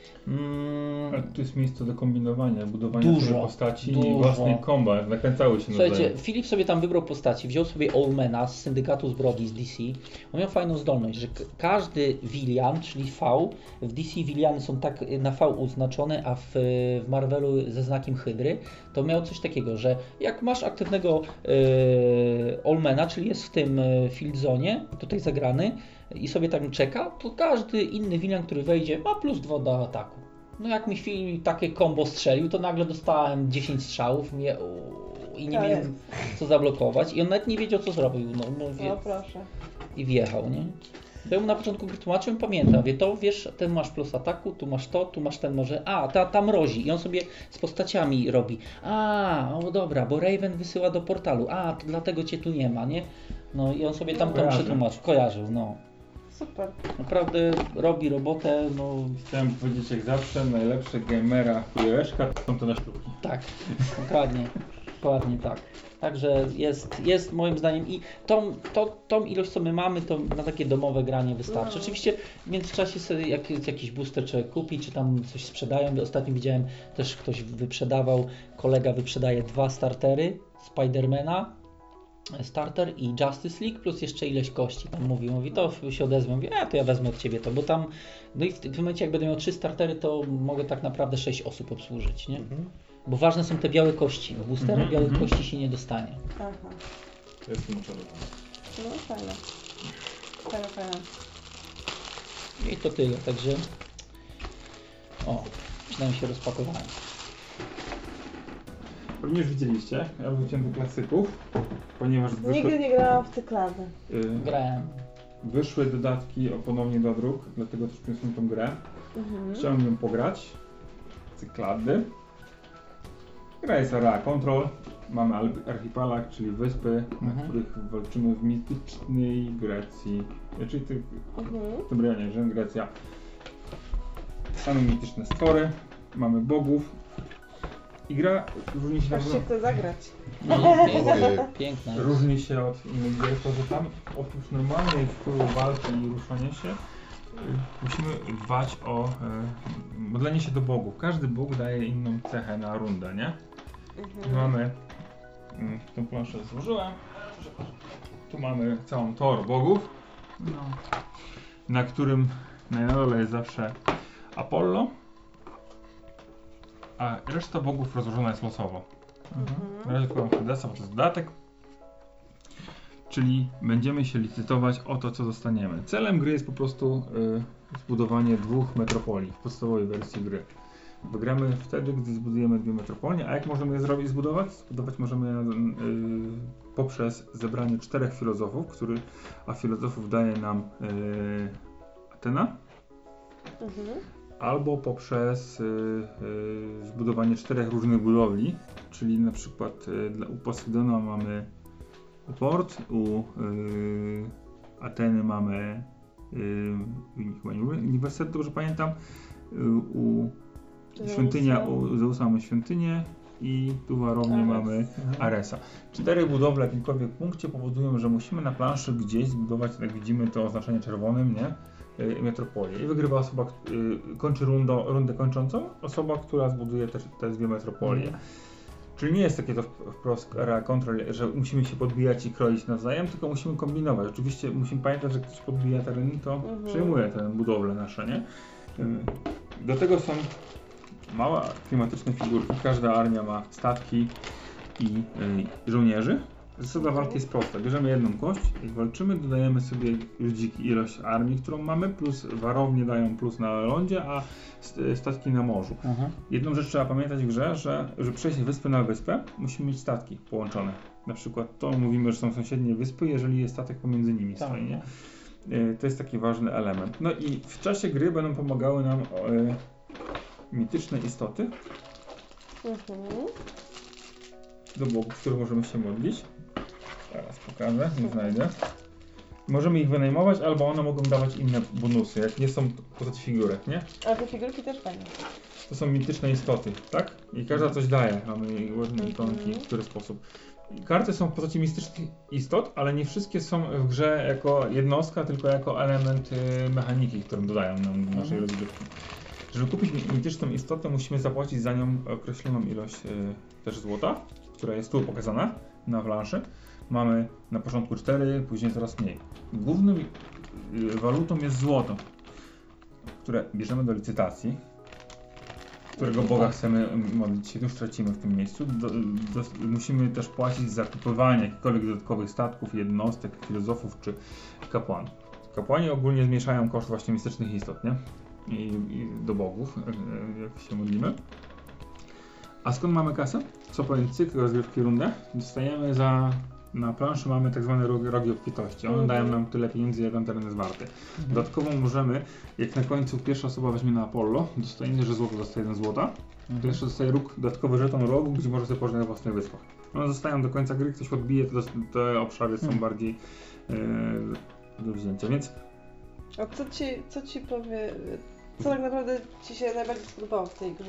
Ale tu jest miejsce do kombinowania, budowania sobie postaci i własnej komba, nakręcały się nawzajem. Słuchajcie, Filip sobie tam wybrał postaci, wziął sobie Allmana z Syndykatu Zbrodni z DC. On miał fajną zdolność, że każdy Villian, czyli V, w DC Villiany są tak na V oznaczone, a w Marvelu ze znakiem Hydry, to miał coś takiego, że jak masz aktywnego Allmana, czyli jest w tym field zone, tutaj zagrany, i sobie tak czeka, to każdy inny Villian, który wejdzie, ma +2 do ataku. No jak mi Filip takie combo strzelił, to nagle dostałem 10 strzałów i nie miałem co zablokować i on nawet nie wiedział co zrobił. No proszę. I wjechał, nie? Był na początku gry tłumaczył, pamiętam, to wiesz, ten masz plus ataku, tu masz to, tu masz ten może, ta mrozi i on sobie z postaciami robi. Dobra, bo Raven wysyła do portalu, to dlatego cię tu nie ma, nie? No i on sobie tam przetłumaczył, kojarzył, no. Super. Naprawdę robi robotę, Chciałem powiedzieć jak zawsze, najlepsze gamera chujeczka to są te na sztuki. Tak, dokładnie tak. Także jest moim zdaniem i tą ilość co my mamy, to na takie domowe granie wystarczy. Oczywiście w międzyczasie sobie jakiś booster trzeba kupić, czy tam coś sprzedają. Ostatnio widziałem też ktoś wyprzedawał, kolega wyprzedaje 2 startery Spidermana, starter i Justice League plus jeszcze ileś kości. Tam mówi, to się odezwę, mówi, to ja wezmę od ciebie to, bo tam, no i w momencie jak będę miał 3 startery, to mogę tak naprawdę 6 osób obsłużyć, nie? Bo ważne są te białe kości. W boosterach białych kości się nie dostanie. Aha. Jest tłumaczone. No fajne. I to tyle, także przynajmniej się rozpakowałem. Pewnie już widzieliście, ja wróciłem do klasyków, ponieważ Nigdy nie grałam w Cyklady. Grałem. Wyszły dodatki ponownie do druk, dlatego też przyniosłem tą grę. Chciałem ją pograć. Cyklady. Gra jest area control. Mamy archipelag, czyli wyspy, na których walczymy w mitycznej Grecji. Czyli w tym rejonie, że Grecja. Same mityczne stwory. Mamy bogów. I gra różni się Aż się chce zagrać. Piękne. Różni się od innych gier, to że tam oprócz normalnej wpływu walki i ruszania się musimy dbać o modlenie się do bogów. Każdy bóg daje inną cechę na rundę, nie? Mamy tą planszę złożyłem. Tu mamy całą tor bogów, na którym na dole jest zawsze Apollo, a reszta bogów rozłożona jest losowo. Na razie tylko Hadesa, bo to jest dodatek. Czyli będziemy się licytować o to, co dostaniemy. Celem gry jest po prostu zbudowanie 2 metropolii w podstawowej wersji gry. Wygramy wtedy, gdy zbudujemy 2 metropolie. A jak możemy je zbudować? Zbudować możemy je poprzez zebranie 4 filozofów, a filozofów daje nam Atena. Albo poprzez zbudowanie 4 różnych budowli, czyli na przykład u Poseidona mamy port, u Ateny mamy chyba uniwersytet, dobrze pamiętam, u Zeusa mamy świątynię i tu warownie mamy Aresa. 4 budowle w jakimkolwiek punkcie powodują, że musimy na planszy gdzieś zbudować, jak widzimy to oznaczenie czerwonym, nie? Metropolię. I wygrywa osoba, kończy rundę kończącą, osoba, która zbuduje te 2 metropolie. Czyli nie jest takie to wprost area control, że musimy się podbijać i kroić nawzajem, tylko musimy kombinować. Oczywiście musimy pamiętać, że ktoś podbija tereny, to przejmuje te budowle nasze, nie? Do tego są małe klimatyczne figurki. Każda armia ma statki i żołnierzy. Zasada walki jest prosta. Bierzemy jedną kość, jak walczymy, dodajemy sobie ilość armii, którą mamy, plus warownie dają plus na lądzie, a statki na morzu. Jedną rzecz trzeba pamiętać w grze, że żeby przejść z wyspy na wyspę, musimy mieć statki połączone. Na przykład to mówimy, że są sąsiednie wyspy, jeżeli jest statek pomiędzy nimi stoi, nie? To jest taki ważny element. No i w czasie gry będą pomagały nam mityczne istoty do bogów, które możemy się modlić. Teraz pokażę, nie znajdę. Możemy ich wynajmować, albo one mogą dawać inne bonusy, jak nie są postaci figurek, nie? A te figurki też fajne. To są mityczne istoty, tak? I każda coś daje. Mamy ładne ikonki, w który sposób. Karty są w postaci mistycznych istot, ale nie wszystkie są w grze jako jednostka, tylko jako element mechaniki, którą dodają nam do naszej rozgrywki. Żeby kupić mityczną istotę, musimy zapłacić za nią określoną ilość też złota, która jest tu pokazana na planszy. Mamy na początku 4, później coraz mniej. Główną walutą jest złoto, które bierzemy do licytacji, którego Boga chcemy modlić się, już tracimy w tym miejscu. Musimy też płacić za kupowanie jakichkolwiek dodatkowych statków, jednostek, filozofów czy kapłanów. Kapłani ogólnie zmniejszają koszt właśnie mistycznych istot, nie? I do bogów, jak się modlimy. A skąd mamy kasę? Co powiem, cykl rozgrywki rundę dostajemy na planszy mamy tak zwane rogi obfitości. One dają nam tyle pieniędzy, jak on teren jest warty. Dodatkowo możemy, jak na końcu pierwsza osoba weźmie na Apollo, dostajemy, że złoto dostaje 1 złota, to jeszcze dostaje dodatkowy żeton rogu, gdzie może sobie położyć na własnych wyspach. One zostają do końca gry, ktoś odbije, to te obszary są bardziej do wzięcia, więc... A co ci powie, co tak naprawdę ci się najbardziej spodobało w tej grze?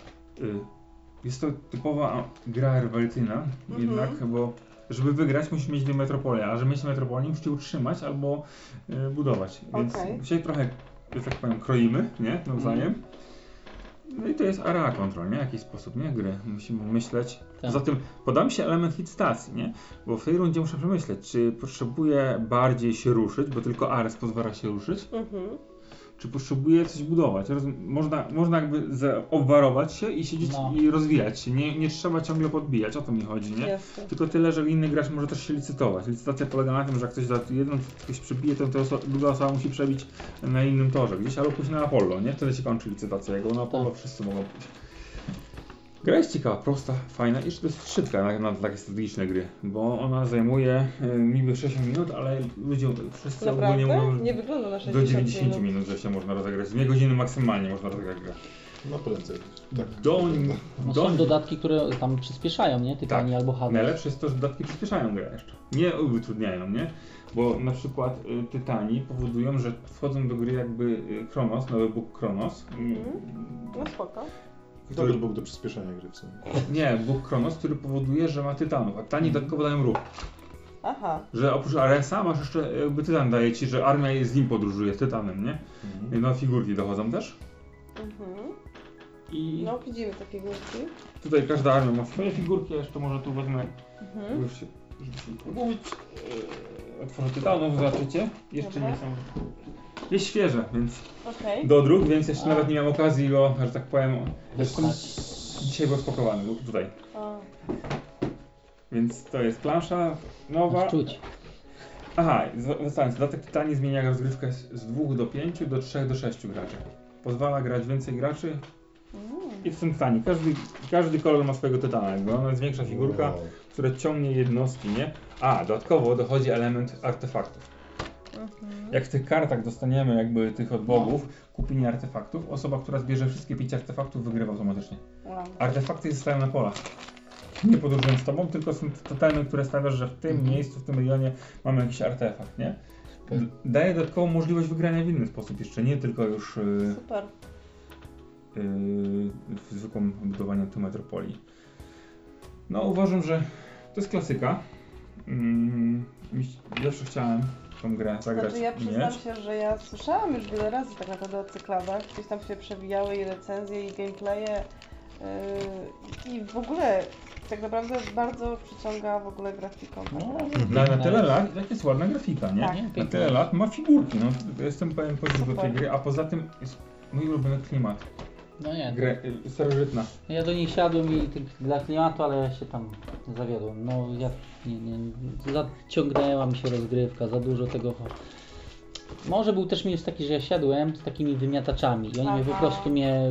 Jest to typowa gra rywalizacyjna, jednak, bo żeby wygrać musisz mieć 2 metropolie, a żeby mieć metropolię musisz utrzymać albo budować, więc się trochę, że tak powiem, kroimy, nie, nawzajem. No i to jest area control, nie, w jakiś sposób, nie, gry, musimy myśleć. Poza tym podam się element licytacji, nie, bo w tej rundzie muszę przemyśleć, czy potrzebuję bardziej się ruszyć, bo tylko Ares pozwala się ruszyć, czy potrzebuję coś budować. Można jakby obwarować się i siedzieć i rozwijać się. Nie trzeba ciągle podbijać, o to mi chodzi, nie? Jasne. Tylko tyle, że inny gracz może też się licytować. Licytacja polega na tym, że jak ktoś da jedną, ktoś przebije, to druga osoba musi przebić na innym torze. Gdzieś albo pójść na Apollo, nie? Wtedy się kończy licytacja, jak na Apollo wszyscy mogą pójść. Gra jest ciekawa, prosta, fajna i to jest szybka na takie strategiczne gry, bo ona zajmuje niby 60 minut, ale ludzie wszyscy ogólnie mówią, nie wygląda na 60 do 90 minut, że się można rozegrać. 2 godziny maksymalnie można rozegrać grę. No prędzej. Tak. Są dodatki, które tam przyspieszają, nie? Tytani tak. albo Hades. Najlepsze jest to, że dodatki przyspieszają grę jeszcze. Nie utrudniają, nie? Bo na przykład Tytani powodują, że wchodzą do gry jakby Kronos, nowy Bóg Kronos. No spoko. Dobry Bóg do przyspieszania gry w sumie. Nie, Bóg Kronos, który powoduje, że ma Tytanów, a Tytani dodatkowo dają ruch. Aha. Że oprócz Aresa masz jeszcze jakby Tytan daje ci, że armia z nim podróżuje, z Tytanem, nie? I no figurki dochodzą też. I no widzimy te figurki. Tutaj każda armia ma swoje figurki, a jeszcze może tu wezmę, żeby się pomówić. Otworzę Tytanów, zobaczycie. Jeszcze nie są... Jest świeże, więc dodruk, więc jeszcze nawet nie miałem okazji go, że tak powiem, dzisiaj był spakowany tutaj. Więc to jest plansza nowa. Czuć. Aha, zostając, dodatek Tytani zmienia rozgrywkę z 2 do 5 do 3 do 6 graczy. Pozwala grać więcej graczy i w tym Tytani. Każdy kolor ma swojego Tytana, jakby ona jest większa figurka, która ciągnie jednostki, nie? A, dodatkowo dochodzi element artefaktów. Jak w tych kartach dostaniemy jakby tych od bogów, kupienie artefaktów, osoba, która zbierze wszystkie 5 artefaktów, wygrywa automatycznie. Artefakty zostają na polach. Nie podróżują z tobą, tylko są totemy, które stawiasz, że w tym miejscu, w tym regionie mamy jakiś artefakt, nie? Daje dodatkową możliwość wygrania w inny sposób jeszcze, nie tylko już w zwykłym budowaniu tu metropolii. No uważam, że to jest klasyka. Zawsze chciałem tą grę zagrać. Znaczy ja przyznam się, że ja słyszałam już wiele razy tak naprawdę o cykladach. Gdzieś tam się przewijały i recenzje, i gameplaye. I w ogóle tak naprawdę bardzo przyciąga w ogóle grafiką. Na tyle lat, jak jest ładna grafika, nie? Tak. Na tyle lat ma figurki, no jestem pewien do tej gry, a poza tym jest mój ulubiony klimat. No nie. Grę starożytna. Ja do niej siadłem i dla klimatu, ale ja się tam zawiodłem. No ja nie zaciągnęła mi się rozgrywka, za dużo tego. Może był też minus taki, że ja siadłem z takimi wymiataczami i oni mnie po prostu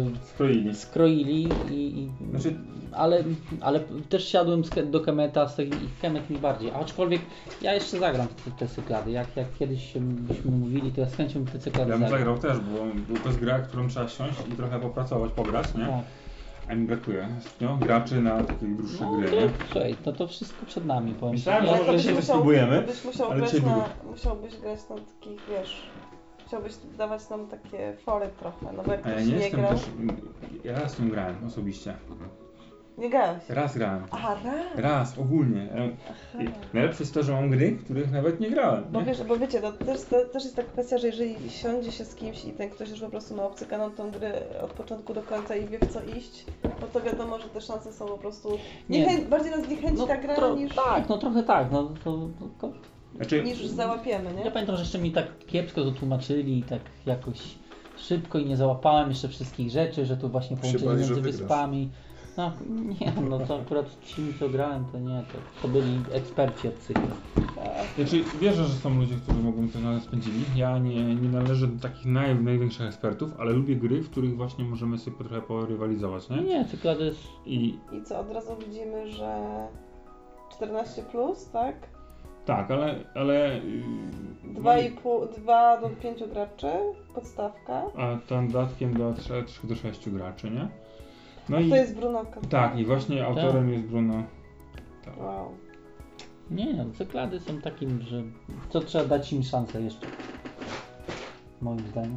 skroili i znaczy... ale też siadłem do Kemeta, i Kemet mi bardziej, aczkolwiek ja jeszcze zagram te cyklady, jak kiedyś byśmy mówili, to ja z chęcią te cyklady Ja bym zagrał też, bo to jest gra, którą trzeba siąść i trochę popracować, pograć, nie? Tak. A mi brakuje graczy na takie dłuższe gry, nie? Słuchaj, to wszystko przed nami, powiem. Myślałem, że może się spróbujemy, ale musiałbyś grać na takich, wiesz, chciałbyś dawać nam takie fory trochę, no bo jak ktoś nie grał... Też, ja raz z tym grałem osobiście. Nie grałeś? Raz grałem. Aha, raz? Raz, ogólnie. Najlepsze jest to, że mam gry, w których nawet nie grałem. Bo wiecie, to też jest taka kwestia, że jeżeli siądzie się z kimś i ten ktoś już po prostu ma obcykaną tą grę od początku do końca i wie w co iść, no to wiadomo, że te szanse są po prostu... Bardziej nas niechęci ta gra niż... Tak, no trochę tak. Niż załapiemy, nie? Ja pamiętam, że jeszcze mi tak kiepsko to tłumaczyli, tak jakoś szybko i nie załapałem jeszcze wszystkich rzeczy, że tu właśnie połączenie między wyspami. No nie, no to akurat ci, co grałem, to nie, to byli eksperci od cyklu. Znaczy, wierzę, że są ludzie, którzy mogą to na nas spędzili. Ja nie należę do takich największych ekspertów, ale lubię gry, w których właśnie możemy sobie trochę porywalizować, nie? Nie, cyklad jest... I co, od razu widzimy, że 14+, tak? Tak, ale 2 do 5 graczy, podstawka. A tam dodatkiem do 3 do 6 graczy, nie? No to jest Bruno Catala. Tak, i właśnie autorem jest Bruno. Tak. Wow. Nie, cyklady są takim, że to trzeba dać im szansę jeszcze. Moim zdaniem.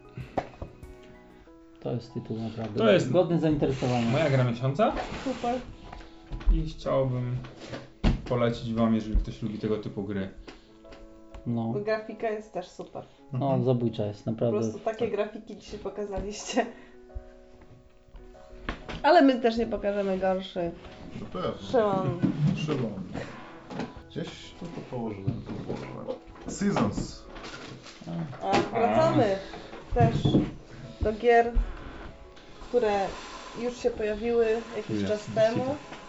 To jest tytuł naprawdę to jest godny zainteresowania. Moja gra miesiąca. Super. I chciałbym polecić wam, jeżeli ktoś lubi tego typu gry. No. Grafika jest też super. No, zabójcza jest, naprawdę. Po prostu takie grafiki dzisiaj pokazaliście. Ale my też nie pokażemy gorszy. To pewnie. Szymon. Gdzieś to położyłem. Seasons. Wracamy też do gier, które już się pojawiły jakiś czas temu.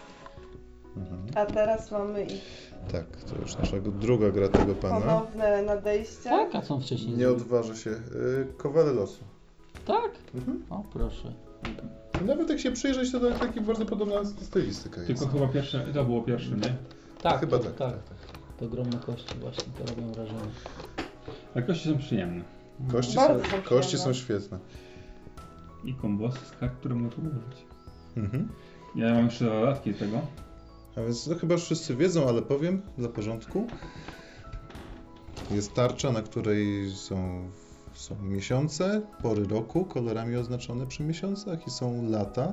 A teraz mamy ich. Tak, to już nasza druga gra tego pana. Ponowne nadejścia. Tak, a co wcześniej? Nie odważy się. Kowale losu. Tak? O, proszę. Nawet jak się przyjrzeć, to taki bardzo podobna stylistyka jest. Tylko chyba to było pierwsze, nie? Tak, chyba tak. Te ogromne kości właśnie to robią wrażenie. A kości są przyjemne. Kości są świetne. I kombosy z kart, które można użyć. Mhm. Ja mam jeszcze dodatki tego. A więc no, chyba już wszyscy wiedzą, ale powiem dla porządku. Jest tarcza, na której są miesiące, pory roku, kolorami oznaczone przy miesiącach i są lata.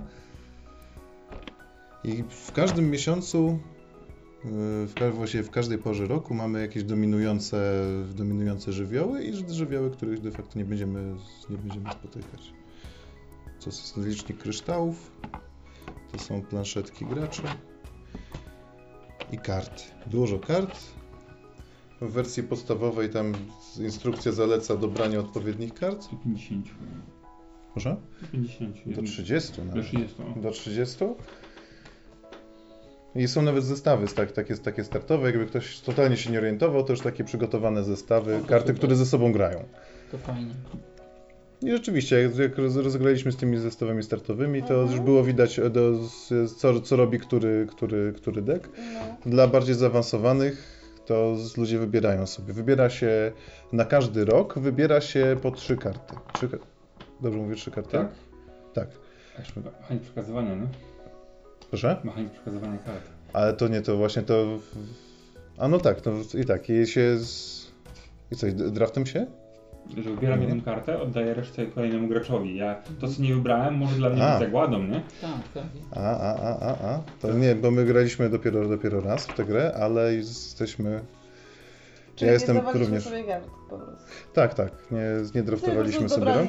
I w każdym miesiącu, właściwie w każdej porze roku mamy jakieś dominujące żywioły i żywioły, których de facto nie będziemy spotykać. To jest licznik kryształów, to są planszetki graczy i karty. Dużo kart. W wersji podstawowej tam instrukcja zaleca dobranie odpowiednich kart. Do 50. Proszę? Do 50. Do 30 nawet. Do 30. Do 30. I są nawet zestawy, takie startowe. Jakby ktoś totalnie się nie orientował, to już takie przygotowane zestawy, karty, które ze sobą grają. To fajnie. I rzeczywiście, jak rozegraliśmy z tymi zestawami startowymi, to już było widać, co robi który deck. No. Dla bardziej zaawansowanych to ludzie wybierają sobie. Wybiera się na każdy rok, wybiera się po 3 karty. Dobrze mówię, 3 karty? Tak? Tak. Mechanik przekazywania, no? Proszę? Mechanik przekazywania kart. Ale to nie to właśnie to... A no tak, I co, draftem się? Że wybieram jedną kartę, oddaję resztę kolejnemu graczowi. To co nie wybrałem, może dla mnie być zagładą, nie? Tak. To nie, bo my graliśmy dopiero raz w tę grę, ale jesteśmy... Czyli ja jestem nie również... sobie kart po prostu. Tak, nie draftowaliśmy sobie rąk.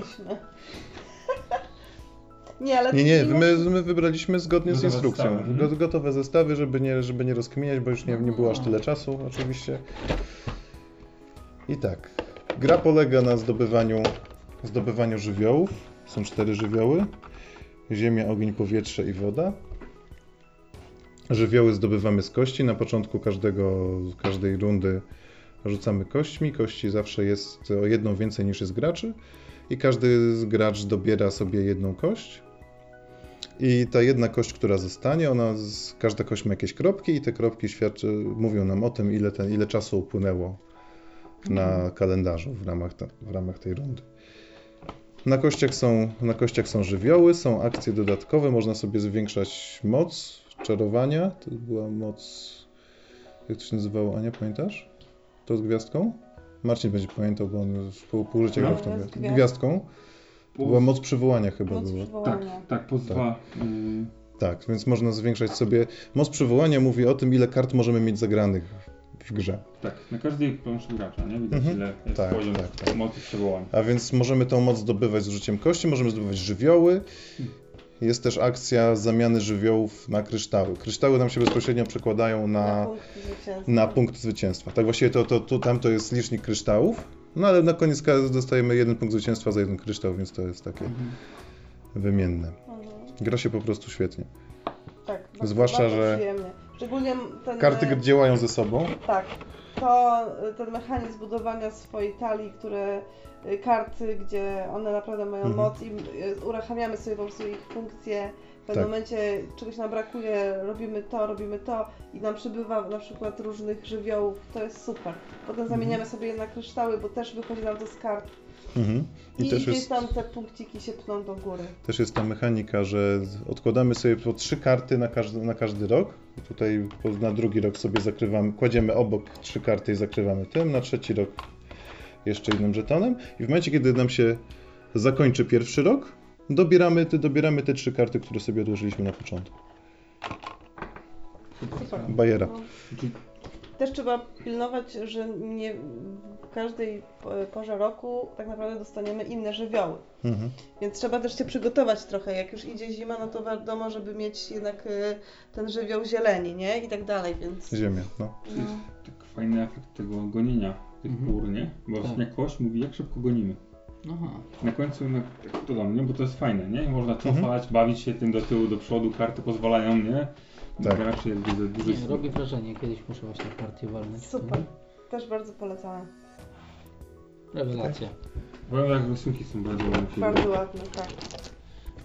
Nie, ale Nie, my wybraliśmy zgodnie z instrukcją. Gotowe zestawy, żeby nie rozkminiać, bo już nie było aż tyle czasu oczywiście. I tak, gra polega na zdobywaniu żywiołów. Są 4 żywioły. Ziemia, ogień, powietrze i woda. Żywioły zdobywamy z kości. Na początku każdej rundy rzucamy kośćmi. Kości zawsze jest o jedną więcej niż jest graczy. I każdy gracz dobiera sobie jedną kość. I ta jedna kość, która zostanie, każda kość ma jakieś kropki i te kropki mówią nam o tym, ile czasu upłynęło na kalendarzu w ramach tej rundy. Na kościach są żywioły, są akcje dodatkowe, można sobie zwiększać moc czarowania. To była moc, jak to się nazywało, Ania, pamiętasz? To z gwiazdką? Marcin będzie pamiętał, bo on już pół życia grał w tą gwiazdką. To była moc przywołania chyba była. Tak, plus 2. Tak, więc można zwiększać sobie... Moc przywołania mówi o tym, ile kart możemy mieć zagranych w grze. Tak, na każdej planszy gracza, nie? Widać ile jest poziom mocy przywołania. A więc możemy tą moc zdobywać z użyciem kości, możemy zdobywać żywioły. Jest też akcja zamiany żywiołów na kryształy. Kryształy nam się bezpośrednio przekładają na punkt zwycięstwa. Tak właściwie tam to jest licznik kryształów, no ale na koniec dostajemy 1 punkt zwycięstwa za 1 kryształ, więc to jest takie wymienne. Gra się po prostu świetnie. Tak, zwłaszcza, że przyjemnie. Szczególnie karty działają ze sobą. Tak, ten mechanizm budowania swojej talii, karty, gdzie one naprawdę mają moc i uruchamiamy sobie po prostu ich funkcje. W pewnym momencie czegoś nam brakuje, robimy to i nam przybywa na przykład różnych żywiołów, to jest super. Potem zamieniamy sobie je na kryształy, bo też wychodzi nam to z kart. I gdzieś tam te punkciki się pną do góry. Też jest ta mechanika, że odkładamy sobie po 3 karty na każdy rok. Tutaj na drugi rok sobie kładziemy obok 3 karty i zakrywamy tym, na trzeci rok jeszcze jednym żetonem. I w momencie, kiedy nam się zakończy pierwszy rok, dobieramy te 3 karty, które sobie odłożyliśmy na początku. Super. Bajera. Też trzeba pilnować, że nie w każdej porze roku tak naprawdę dostaniemy inne żywioły. Więc trzeba też się przygotować trochę. Jak już idzie zima, no to wiadomo, żeby mieć jednak ten żywioł zieleni, nie? I tak dalej, więc... Ziemia, no. To jest tak fajny efekt tego gonienia tych pór, nie? Bo jak kość mówi, jak szybko gonimy. Aha. Na końcu to do mnie, bo to jest fajne, nie? Można cofać, bawić się tym do tyłu, do przodu, karty pozwalają, nie? Tak. Gracze jakby za duży... robi wrażenie, kiedyś muszę właśnie partię walnąć. Super, też bardzo polecamy. Rewelacja. Powiem, jak rysunki są bardzo ładne. Bardzo ładne, tak.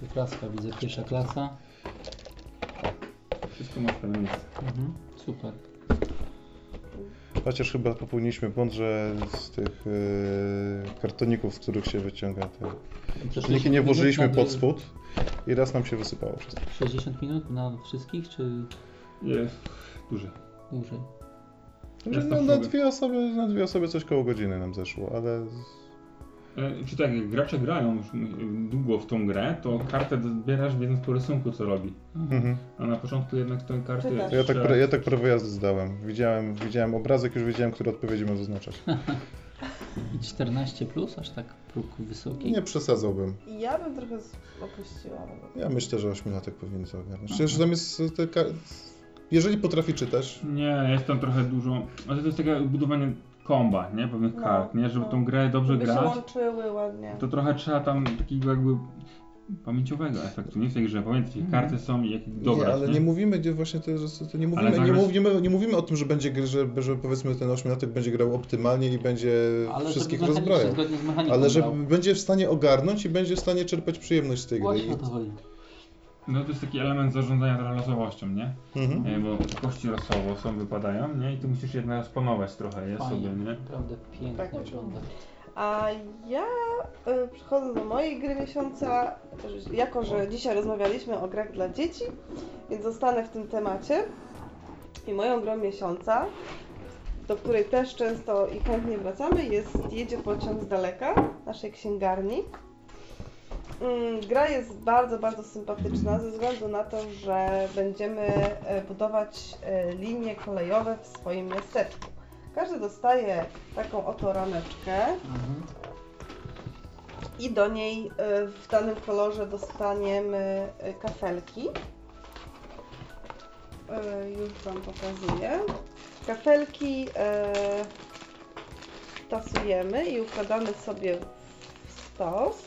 Klaska, widzę, pierwsza klasa. Wszystko ma swoje miejsce. Super. Chociaż chyba popełniliśmy błąd, że z tych kartoników, z których się wyciąga te silniki, nie włożyliśmy pod spód i raz nam się wysypało wszystko. 60 minut na wszystkich, czy Jest duży. dłużej? Na dwie osoby coś koło godziny nam zeszło, ale... Czy tak, jak gracze grają już długo w tą grę, to kartę zbierasz wiedząc po rysunku, co robi. A na początku jednak tę kartę... Ja tak prawo jazdy zdałem. Widziałem obrazek, już wiedziałem, które odpowiedzi mam zaznaczać. I 14 plus, aż tak próg wysoki? Nie przesadzałbym. Ja bym trochę opuściła. Ja myślę, że 8-latek powinien to ogarnąć. Przecież tam jest... Jeżeli potrafi czytać... Nie, jest tam trochę dużo... Ale to jest takie budowanie komba, nie? Pewnych kart, nie? Żeby tą grę dobrze żeby grać. się łączyły ładnie. To trochę trzeba tam takiego jakby pamięciowego efektu, nie w tej grze. Pamiętacie, jakie karty są i jak ich dobrać, nie, ale nie mówimy, gdzie właśnie nie mówimy o tym, że będzie, że powiedzmy ten 8-latek będzie grał optymalnie i będzie wszystkich rozbrajał. Ale że będzie w stanie ogarnąć i będzie w stanie czerpać przyjemność z tej gry. No to jest taki element zarządzania losowością, nie? Bo kości losowo są, wypadają, nie? I ty musisz jednak spanować trochę je sobie, nie? Naprawdę pięknie wygląda. A ja przechodzę do mojej gry miesiąca, jako że dzisiaj rozmawialiśmy o grach dla dzieci, więc zostanę w tym temacie. I moją grą miesiąca, do której też często i chętnie wracamy, jest Jedzie pociąg z daleka, naszej księgarni. Gra jest bardzo, bardzo sympatyczna ze względu na to, że będziemy budować linie kolejowe w swoim miasteczku. Każdy dostaje taką oto rameczkę i do niej w danym kolorze dostaniemy kafelki. Już Wam pokazuję. Kafelki tasujemy i układamy sobie w stos,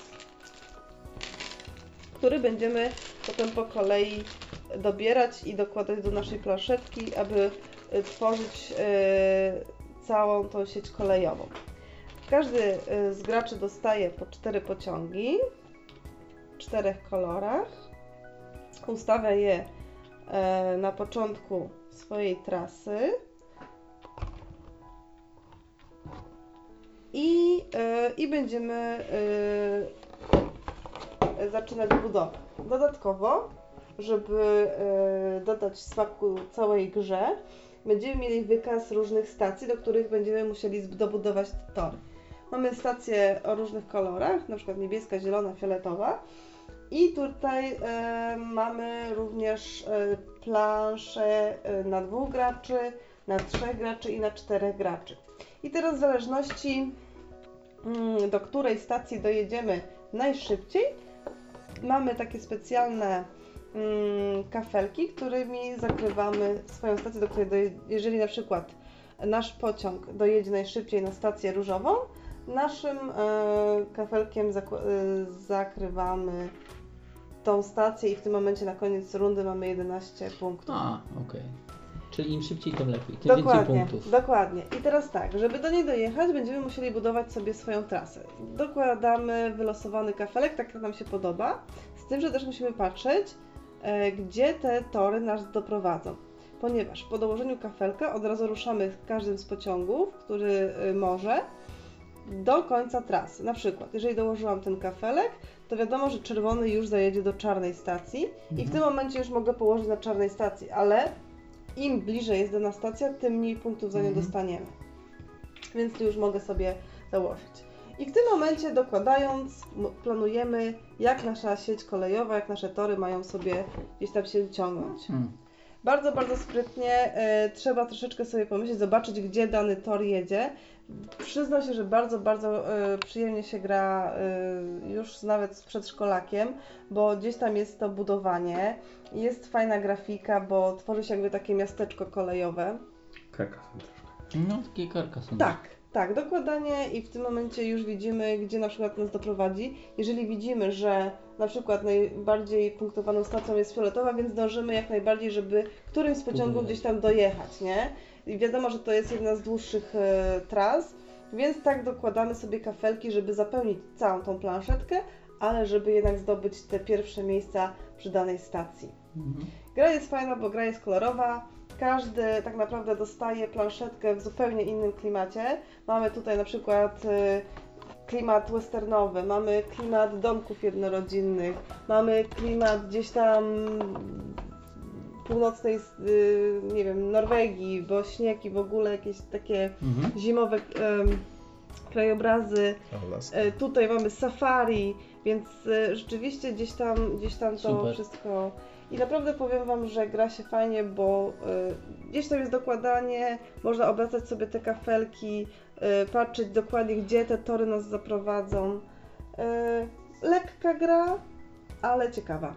który będziemy potem po kolei dobierać i dokładać do naszej planszetki, aby tworzyć całą tą sieć kolejową. Każdy z graczy dostaje po 4 pociągi w 4 kolorach. Ustawia je na początku swojej trasy i będziemy zaczynać budowę. Dodatkowo, żeby dodać smaku całej grze, będziemy mieli wykaz różnych stacji, do których będziemy musieli dobudować te tory. Mamy stacje o różnych kolorach, na przykład niebieska, zielona, fioletowa. I tutaj mamy również plansze na 2 graczy, na 3 graczy i na 4 graczy. I teraz w zależności do której stacji dojedziemy najszybciej, mamy takie specjalne kafelki, którymi zakrywamy swoją stację, do której jeżeli na przykład nasz pociąg dojedzie najszybciej na stację różową, naszym kafelkiem zakrywamy tą stację i w tym momencie na koniec rundy mamy 11 punktów. Okej. Czyli im szybciej, tym lepiej, tym więcej punktów. Dokładnie. I teraz tak, żeby do niej dojechać, będziemy musieli budować sobie swoją trasę. Dokładamy wylosowany kafelek, tak jak nam się podoba, z tym, że też musimy patrzeć, gdzie te tory nas doprowadzą. Ponieważ po dołożeniu kafelka od razu ruszamy każdym z pociągów, który może, do końca trasy. Na przykład, jeżeli dołożyłam ten kafelek, to wiadomo, że czerwony już zajedzie do czarnej stacji i w tym momencie już mogę położyć na czarnej stacji, ale im bliżej jest dana stacja, tym mniej punktów za nią dostaniemy. Więc tu już mogę sobie założyć. I w tym momencie dokładając, planujemy, jak nasza sieć kolejowa, jak nasze tory mają sobie gdzieś tam się ciągnąć. Bardzo, bardzo sprytnie, trzeba troszeczkę sobie pomyśleć, zobaczyć, gdzie dany tor jedzie. Przyznam się, że bardzo, bardzo przyjemnie się gra już nawet z przedszkolakiem, bo gdzieś tam jest to budowanie, jest fajna grafika, bo tworzy się jakby takie miasteczko kolejowe. Karkasy troszkę. No, takie karkasy. Tak, dokładanie i w tym momencie już widzimy, gdzie na przykład nas doprowadzi. Jeżeli widzimy, że na przykład najbardziej punktowaną stacją jest fioletowa, więc dążymy jak najbardziej, żeby którymś z pociągów gdzieś tam dojechać, nie? I wiadomo, że to jest jedna z dłuższych tras, więc tak dokładamy sobie kafelki, żeby zapełnić całą tą planszetkę, ale żeby jednak zdobyć te pierwsze miejsca przy danej stacji. Gra jest fajna, bo gra jest kolorowa. Każdy tak naprawdę dostaje planszetkę w zupełnie innym klimacie. Mamy tutaj na przykład klimat westernowy, mamy klimat domków jednorodzinnych, mamy klimat gdzieś tam północnej, nie wiem, Norwegii, bo śnieg i w ogóle jakieś takie zimowe krajobrazy. Tutaj mamy safari, więc rzeczywiście gdzieś tam to super. Wszystko. I naprawdę powiem Wam, że gra się fajnie, bo gdzieś tam jest dokładanie, można obracać sobie te kafelki, patrzeć dokładnie, gdzie te tory nas zaprowadzą. Lekka gra, ale ciekawa.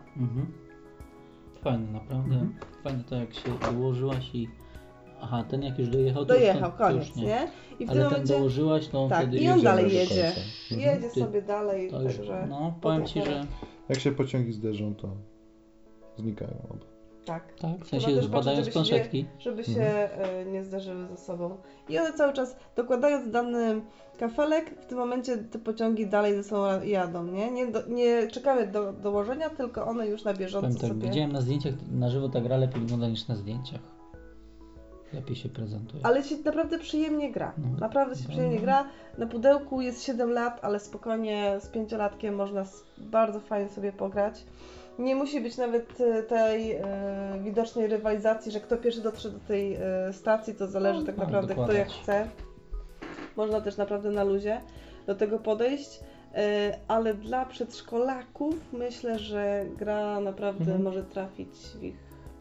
Fajne, naprawdę. Fajnie to, jak się dołożyłaś i... Aha, ten jak już dojechał, to dojechał, koniec, nie? I w ale tym ten dołożyłaś, no tak, wtedy... i on dalej jedzie. Jedzie sobie dalej, to już, także... No, powiem Ci, że... Jak się pociągi zderzą, to znikają oba. Tak, w sensie spadają z planszetki. Żeby się nie zdarzyły ze sobą. I one cały czas, dokładając dany kafelek, w tym momencie te pociągi dalej ze sobą jadą, nie? Nie czekamy do dołożenia, tylko one już na bieżąco tak, sobie... Widziałem na zdjęciach, na żywo ta gra lepiej wygląda niż na zdjęciach. Lepiej się prezentuje. Ale się naprawdę przyjemnie gra. Naprawdę się przyjemnie gra. Na pudełku jest 7 lat, ale spokojnie z 5-latkiem można bardzo fajnie sobie pograć. Nie musi być nawet tej widocznej rywalizacji, że kto pierwszy dotrze do tej stacji, to zależy tak naprawdę kto jak chce. Można też naprawdę na luzie do tego podejść, ale dla przedszkolaków myślę, że gra naprawdę może trafić w ich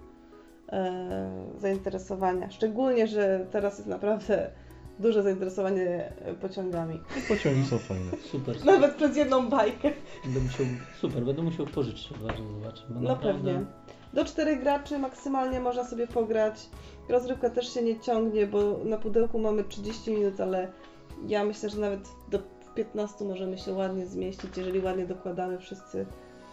zainteresowania. Szczególnie, że teraz jest naprawdę duże zainteresowanie pociągami. I pociągi są fajne. Super. Nawet przez jedną bajkę. Będę musiał pożyczyć, zobaczyć. No pewnie. Do 4 graczy maksymalnie można sobie pograć. Rozrywka też się nie ciągnie, bo na pudełku mamy 30 minut, ale ja myślę, że nawet do 15 możemy się ładnie zmieścić, jeżeli ładnie dokładamy wszyscy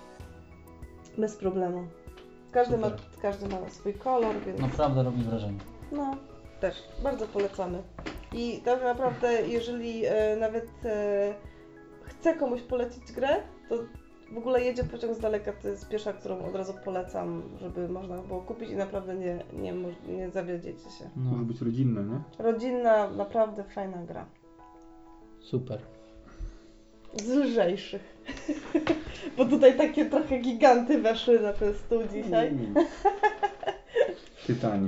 bez problemu. Każdy ma swój kolor, więc... Naprawdę robi wrażenie. No, też. Bardzo polecamy. I tak naprawdę, jeżeli nawet chcę komuś polecić grę, to w ogóle Jedzie pociąg z daleka to jest pierwsza, którą od razu polecam, żeby można było kupić i naprawdę nie zawiedziecie się. Może być rodzinna, nie? Rodzinna, naprawdę fajna gra. Super. Z lżejszych. Bo tutaj takie trochę giganty weszły na ten stół dzisiaj. Tytani.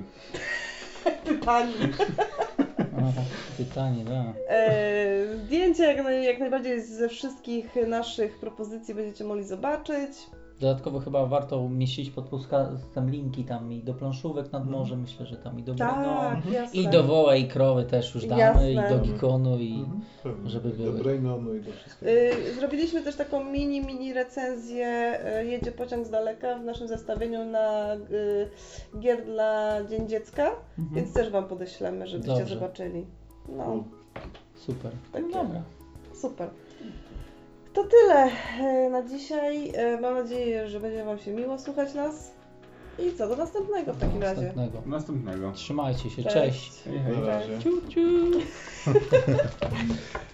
Tytani, tak. Zdjęcia jak najbardziej ze wszystkich naszych propozycji będziecie mogli zobaczyć. Dodatkowo chyba warto umieścić pod podcastem linki tam i do planszówek nad morzem, myślę, że tam i do Brainon, i do Woła i Krowy też już damy, i do Gikonu, i żeby były. Do Brainonu i do wszystkiego. Zrobiliśmy też taką mini recenzję Jedzie pociąg z daleka w naszym zestawieniu na gier dla Dzień Dziecka, więc też Wam podeślemy, żebyście zobaczyli. No. Super. Tak, dobra. Super. To tyle na dzisiaj. Mam nadzieję, że będzie Wam się miło słuchać nas. I co, do następnego w takim razie. Następnego. Trzymajcie się, cześć. Na razie. Ciu, ciu.